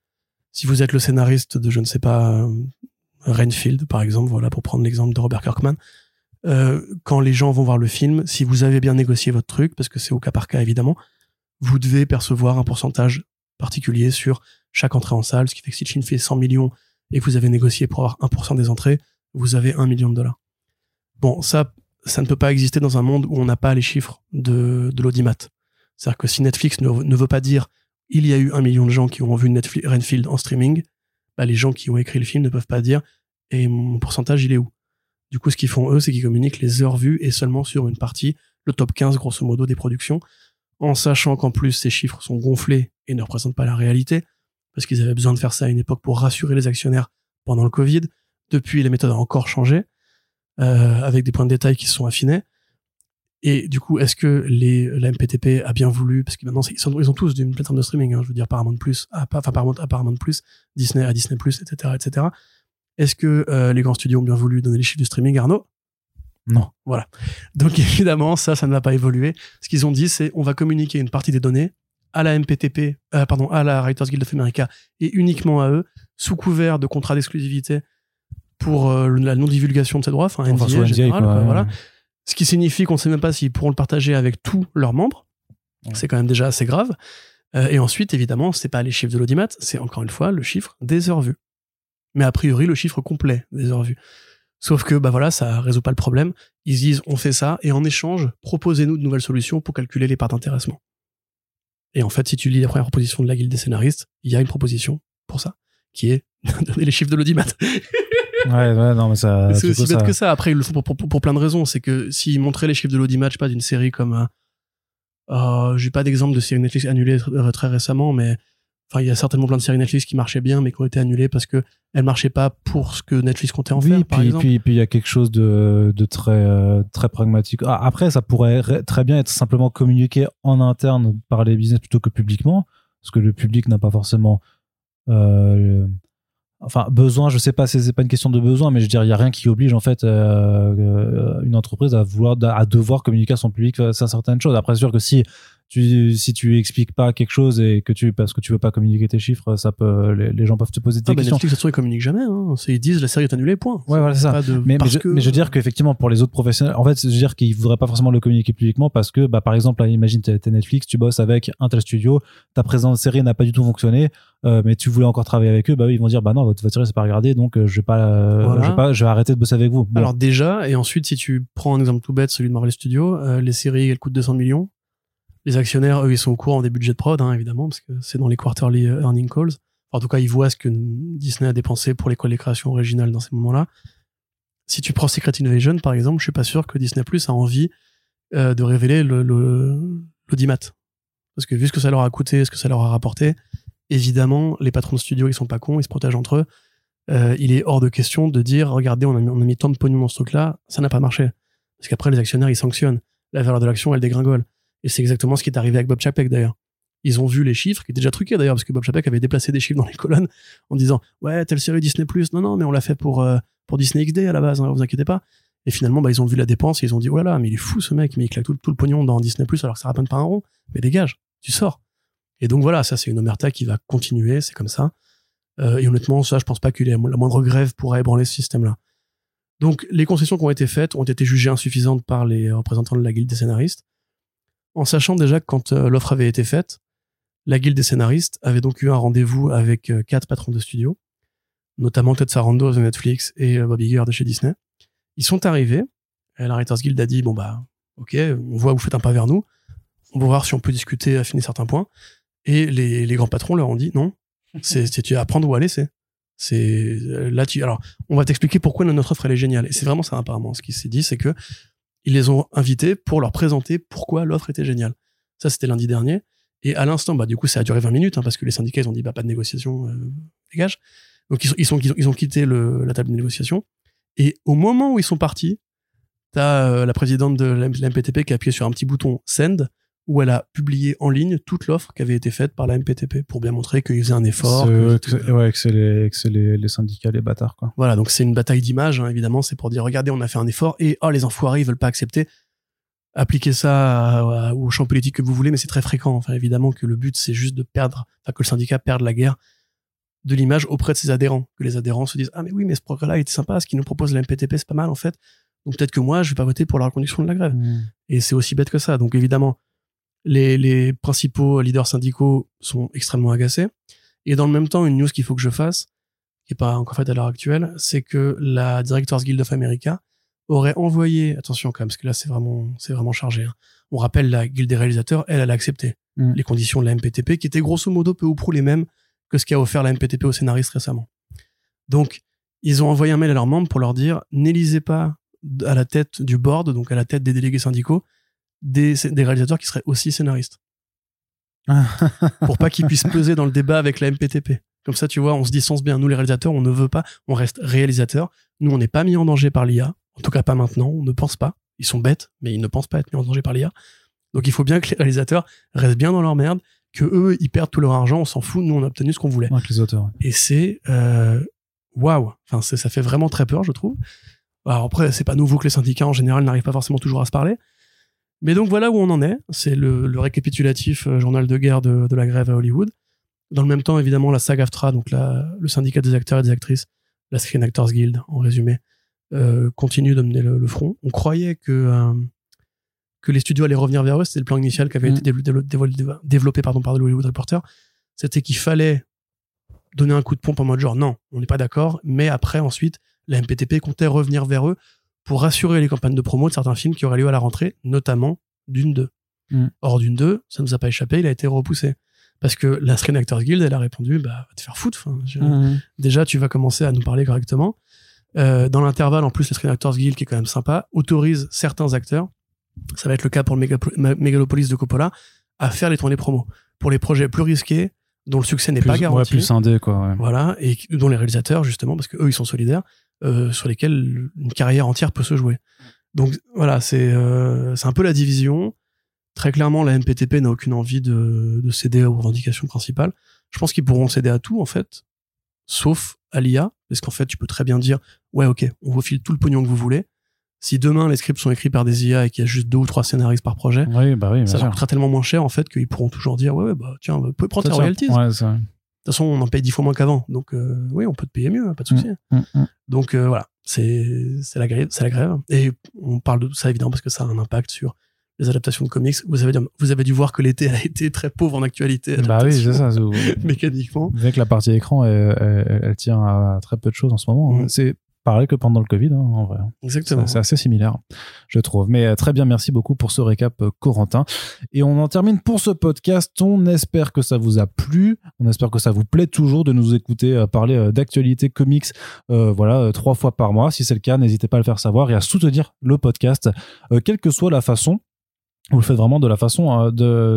le scénariste de, je ne sais pas, Renfield, par exemple, voilà, pour prendre l'exemple de Robert Kirkman, quand les gens vont voir le film, si vous avez bien négocié votre truc, parce que c'est au cas par cas évidemment, vous devez percevoir un pourcentage particulier sur chaque entrée en salle, ce qui fait que si le film fait 100 millions et que vous avez négocié pour avoir 1% des entrées, vous avez $1 million. Bon, ça ne peut pas exister dans un monde où on n'a pas les chiffres de l'audimat. C'est-à-dire que si Netflix ne veut pas dire il y a eu 1 million de gens qui ont vu Renfield en streaming, bah les gens qui ont écrit le film ne peuvent pas dire et mon pourcentage il est où? Du coup, ce qu'ils font eux, c'est qu'ils communiquent les heures vues et seulement sur une partie, le top 15 grosso modo des productions, en sachant qu'en plus ces chiffres sont gonflés et ne représentent pas la réalité, parce qu'ils avaient besoin de faire ça à une époque pour rassurer les actionnaires pendant le Covid. Depuis, la méthode a encore changé, avec des points de détail qui se sont affinés. Et du coup, est-ce que la MPTP a bien voulu, parce que maintenant ils ont tous une plateforme de streaming, hein, je veux dire Paramount Plus, Paramount Plus, Disney à Disney Plus, etc. Est-ce que les grands studios ont bien voulu donner les chiffres du streaming, Arnaud? Non. Voilà. Donc évidemment, ça ne va pas évoluer. Ce qu'ils ont dit, c'est on va communiquer une partie des données à la MPTP, à la Writers Guild of America et uniquement à eux, sous couvert de contrats d'exclusivité pour la non-divulgation de ces droits, enfin NDA en général, quoi, voilà. Ouais. Ce qui signifie qu'on ne sait même pas s'ils pourront le partager avec tous leurs membres. Ouais. C'est quand même déjà assez grave. Et ensuite, évidemment, c'est pas les chiffres de l'audimat, c'est encore une fois le chiffre des heures vues. Mais a priori, le chiffre complet des heures vues. Sauf que, bah voilà, ça résout pas le problème. Ils disent, on fait ça, et en échange, proposez-nous de nouvelles solutions pour calculer les parts d'intéressement. Et en fait, si tu lis la première proposition de la Guilde des scénaristes, il y a une proposition pour ça, qui est donner les chiffres de l'audimat. Ouais, non, mais ça. C'est aussi bête que ça. Après, ils le font pour plein de raisons. C'est que s'ils montraient les chiffres de l'audimat, je sais pas, d'une série comme, j'ai pas d'exemple de série Netflix annulée très récemment, mais enfin, il y a certainement plein de séries Netflix qui marchaient bien, mais qui ont été annulées parce que elles marchaient pas pour ce que Netflix comptait en faire, par exemple. Puis il y a quelque chose de très pragmatique. Après, ça pourrait très bien être simplement communiqué en interne par les business plutôt que publiquement, parce que le public n'a pas forcément besoin, je sais pas, c'est pas une question de besoin, mais je veux dire, il y a rien qui oblige en fait une entreprise à devoir communiquer à son public sur certaines choses. Après, c'est sûr que si tu expliques pas quelque chose et parce que tu veux pas communiquer tes chiffres, ça peut, les gens peuvent te poser des questions. Netflix, de toute façon, ils communiquent jamais, hein. Ils disent la série est annulée, point. Ouais, voilà, c'est ça. Mais je veux dire qu'effectivement, pour les autres professionnels, en fait, je veux dire qu'ils voudraient pas forcément le communiquer publiquement parce que, bah, par exemple, là, imagine, t'es Netflix, tu bosses avec un tel studio, ta présente série n'a pas du tout fonctionné, mais tu voulais encore travailler avec eux, bah oui, ils vont dire, bah non, votre série c'est pas regardé, donc je vais arrêter de bosser avec vous. Bon. Alors déjà, et ensuite, si tu prends un exemple tout bête, celui de Marvel Studios, les séries, elles coûtent 200 millions. Les actionnaires, eux, ils sont au courant des budgets de prod, hein, évidemment, parce que c'est dans les quarterly earning calls. En tout cas, ils voient ce que Disney a dépensé pour les créations originales dans ces moments-là. Si tu prends Secret Invasion, par exemple, je suis pas sûr que Disney Plus a envie de révéler l'audimat. Parce que vu ce que ça leur a coûté, ce que ça leur a rapporté, évidemment, les patrons de studio, ils sont pas cons, ils se protègent entre eux. Il est hors de question de dire, regardez, on a mis tant de pognon dans ce truc-là, ça n'a pas marché. Parce qu'après, les actionnaires, ils sanctionnent. La valeur de l'action, elle dégringole. Et c'est exactement ce qui est arrivé avec Bob Chapek, d'ailleurs. Ils ont vu les chiffres, qui étaient déjà truqués, d'ailleurs, parce que Bob Chapek avait déplacé des chiffres dans les colonnes en disant « Ouais, telle série Disney+, non, mais on l'a fait pour Disney XD à la base, hein, vous inquiétez pas. » Et finalement, bah, ils ont vu la dépense et ils ont dit « Oh là là, mais il est fou ce mec, mais il claque tout le pognon dans Disney+, alors que ça rapporte pas un rond. Mais dégage, tu sors. » Et donc voilà, ça c'est une omerta qui va continuer, c'est comme ça. Et honnêtement, ça, je pense pas que la moindre grève pourra ébranler ce système-là. Donc les concessions qui ont été faites ont été jugées insuffisantes par les représentants de la guilde des scénaristes, en sachant déjà que quand l'offre avait été faite, la guilde des scénaristes avait donc eu un rendez-vous avec 4 patrons de studio, notamment Ted Sarandos de Netflix et Bob Iger de chez Disney. Ils sont arrivés, et la Writers Guild a dit, bon bah, ok, on voit que vous faites un pas vers nous, on va voir si on peut discuter, affiner certains points. Et les grands patrons leur ont dit, non, tu vas apprendre où aller, alors, on va t'expliquer pourquoi notre offre elle est géniale. Et c'est vraiment ça apparemment. Ce qui s'est dit, c'est que ils les ont invités pour leur présenter pourquoi l'offre était géniale. Ça, c'était lundi dernier. Et à l'instant, bah du coup, ça a duré 20 minutes parce que les syndicats ils ont dit bah pas de négociation, dégage. Donc ils ont quitté la table de négociation. Et au moment où ils sont partis, t'as la présidente de la MPTP qui a appuyé sur un petit bouton send, où elle a publié en ligne toute l'offre qui avait été faite par la MPTP pour bien montrer qu'ils faisaient un effort. Que c'est les syndicats, les bâtards, quoi. Voilà, donc c'est une bataille d'image, hein, évidemment, c'est pour dire, regardez, on a fait un effort et les enfoirés, ils veulent pas accepter. Appliquez ça au champ politique que vous voulez, mais c'est très fréquent. Enfin, évidemment que le but, c'est juste que le syndicat perde la guerre de l'image auprès de ses adhérents. Que les adhérents se disent, ah mais oui, mais ce progrès-là était sympa, ce qu'ils nous propose la MPTP, c'est pas mal, en fait. Donc peut-être que moi, je vais pas voter pour la reconduction de la grève. Et c'est aussi bête que ça. Donc évidemment, les principaux leaders syndicaux sont extrêmement agacés. Et dans le même temps, une news qu'il faut que je fasse, qui est pas encore faite à l'heure actuelle, c'est que la Directors Guild of America aurait envoyé, attention quand même, parce que là c'est vraiment chargé, hein. On rappelle, la guilde des réalisateurs, elle a accepté les conditions de la MPTP, qui étaient grosso modo peu ou prou les mêmes que ce qu'a offert la MPTP aux scénaristes récemment. Donc, ils ont envoyé un mail à leurs membres pour leur dire, n'élisez pas à la tête du board, donc à la tête des délégués syndicaux, des réalisateurs qui seraient aussi scénaristes. Pour pas qu'ils puissent peser dans le débat avec la MPTP. Comme ça, tu vois, on se distance bien. Nous, les réalisateurs, on ne veut pas, on reste réalisateurs. Nous, on n'est pas mis en danger par l'IA. En tout cas, pas maintenant. On ne pense pas. Ils sont bêtes, mais ils ne pensent pas être mis en danger par l'IA. Donc, il faut bien que les réalisateurs restent bien dans leur merde, que eux, ils perdent tout leur argent, on s'en fout. Nous, on a obtenu ce qu'on voulait. Avec les auteurs. Et c'est, waouh. Enfin, ça fait vraiment très peur, je trouve. Alors après, c'est pas nouveau que les syndicats, en général, n'arrivent pas forcément toujours à se parler. Mais donc voilà où on en est. C'est le récapitulatif journal de guerre de la grève à Hollywood. Dans le même temps, évidemment, la SAG-AFTRA, donc le syndicat des acteurs et des actrices, la Screen Actors Guild, en résumé, continue de mener le front. On croyait que les studios allaient revenir vers eux. C'était le plan initial qui avait été développé par le Hollywood Reporter. C'était qu'il fallait donner un coup de pompe en mode genre, non, on n'est pas d'accord. Mais après, ensuite, la MPTP comptait revenir vers eux pour rassurer les campagnes de promo de certains films qui auraient lieu à la rentrée, notamment Dune 2. Or, Dune 2, ça ne nous a pas échappé, il a été repoussé. Parce que la Screen Actors Guild, elle a répondu, va te faire foutre. Déjà, tu vas commencer à nous parler correctement. Dans l'intervalle, en plus, la Screen Actors Guild, qui est quand même sympa, autorise certains acteurs, ça va être le cas pour le Megalopolis de Coppola, à faire les tournées promo. Pour les projets plus risqués, dont le succès n'est pas garanti. Ouais, plus scindé, quoi. Ouais. Voilà, et dont les réalisateurs, justement, parce qu'eux, ils sont solidaires, sur lesquels une carrière entière peut se jouer. Donc voilà, c'est un peu la division. Très clairement, la MPTP n'a aucune envie de céder aux revendications principales. Je pense qu'ils pourront céder à tout, en fait, sauf à l'IA, parce qu'en fait, tu peux très bien dire, ouais, ok, on vous file tout le pognon que vous voulez. Si demain, les scripts sont écrits par des IA et qu'il y a juste 2 ou 3 scénaristes par projet, ça leur coûtera tellement moins cher, en fait, qu'ils pourront toujours dire, ouais, bah, tiens, vous pouvez prendre tes royalties. Ouais, c'est vrai. De toute façon, on en paye 10 fois moins qu'avant. Donc, oui, on peut te payer mieux, pas de souci. Donc, voilà. C'est la grève. Et on parle de ça, évidemment, parce que ça a un impact sur les adaptations de comics. Vous avez dû voir que l'été a été très pauvre en actualité. Bah oui, c'est ça. Mécaniquement. Avec la partie écran, elle tient à très peu de choses en ce moment. C'est pareil que pendant le Covid, hein, en vrai. Exactement. C'est assez similaire, je trouve. Mais très bien, merci beaucoup pour ce récap, Corentin. Et on en termine pour ce podcast. On espère que ça vous a plu. On espère que ça vous plaît toujours de nous écouter parler d'actualité comics 3 fois par mois. Si c'est le cas, n'hésitez pas à le faire savoir et à soutenir le podcast, quelle que soit la façon. Vous le faites vraiment de la façon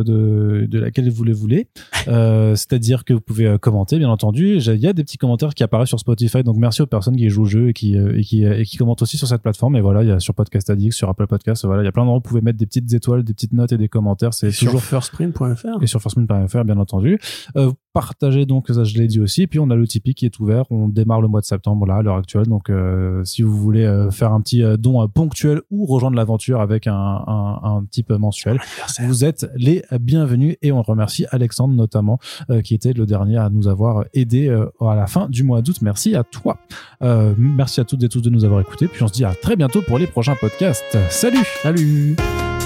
de laquelle vous le voulez. C'est-à-dire que vous pouvez commenter, bien entendu. Il y a des petits commentaires qui apparaissent sur Spotify, donc merci aux personnes qui jouent au jeu et qui commentent aussi sur cette plateforme. Et voilà, il y a sur Podcast Addict, sur Apple Podcast, voilà, il y a plein d'endroits où vous pouvez mettre des petites étoiles, des petites notes et des commentaires. C'est sur toujours firstprint.fr. et sur firstprint.fr, bien entendu. Vous partagez donc, ça je l'ai dit aussi. Et puis on a le Tipeee qui est ouvert. On démarre le mois de septembre là à l'heure actuelle. Donc si vous voulez faire un petit don ponctuel ou rejoindre l'aventure avec un type mensuel, vous êtes les bienvenus. Et on remercie Alexandre notamment qui était le dernier à nous avoir aidé à la fin du mois d'août. Merci à toi. Merci à toutes et tous de nous avoir écoutés. Puis on se dit à très bientôt pour les prochains podcasts. Salut.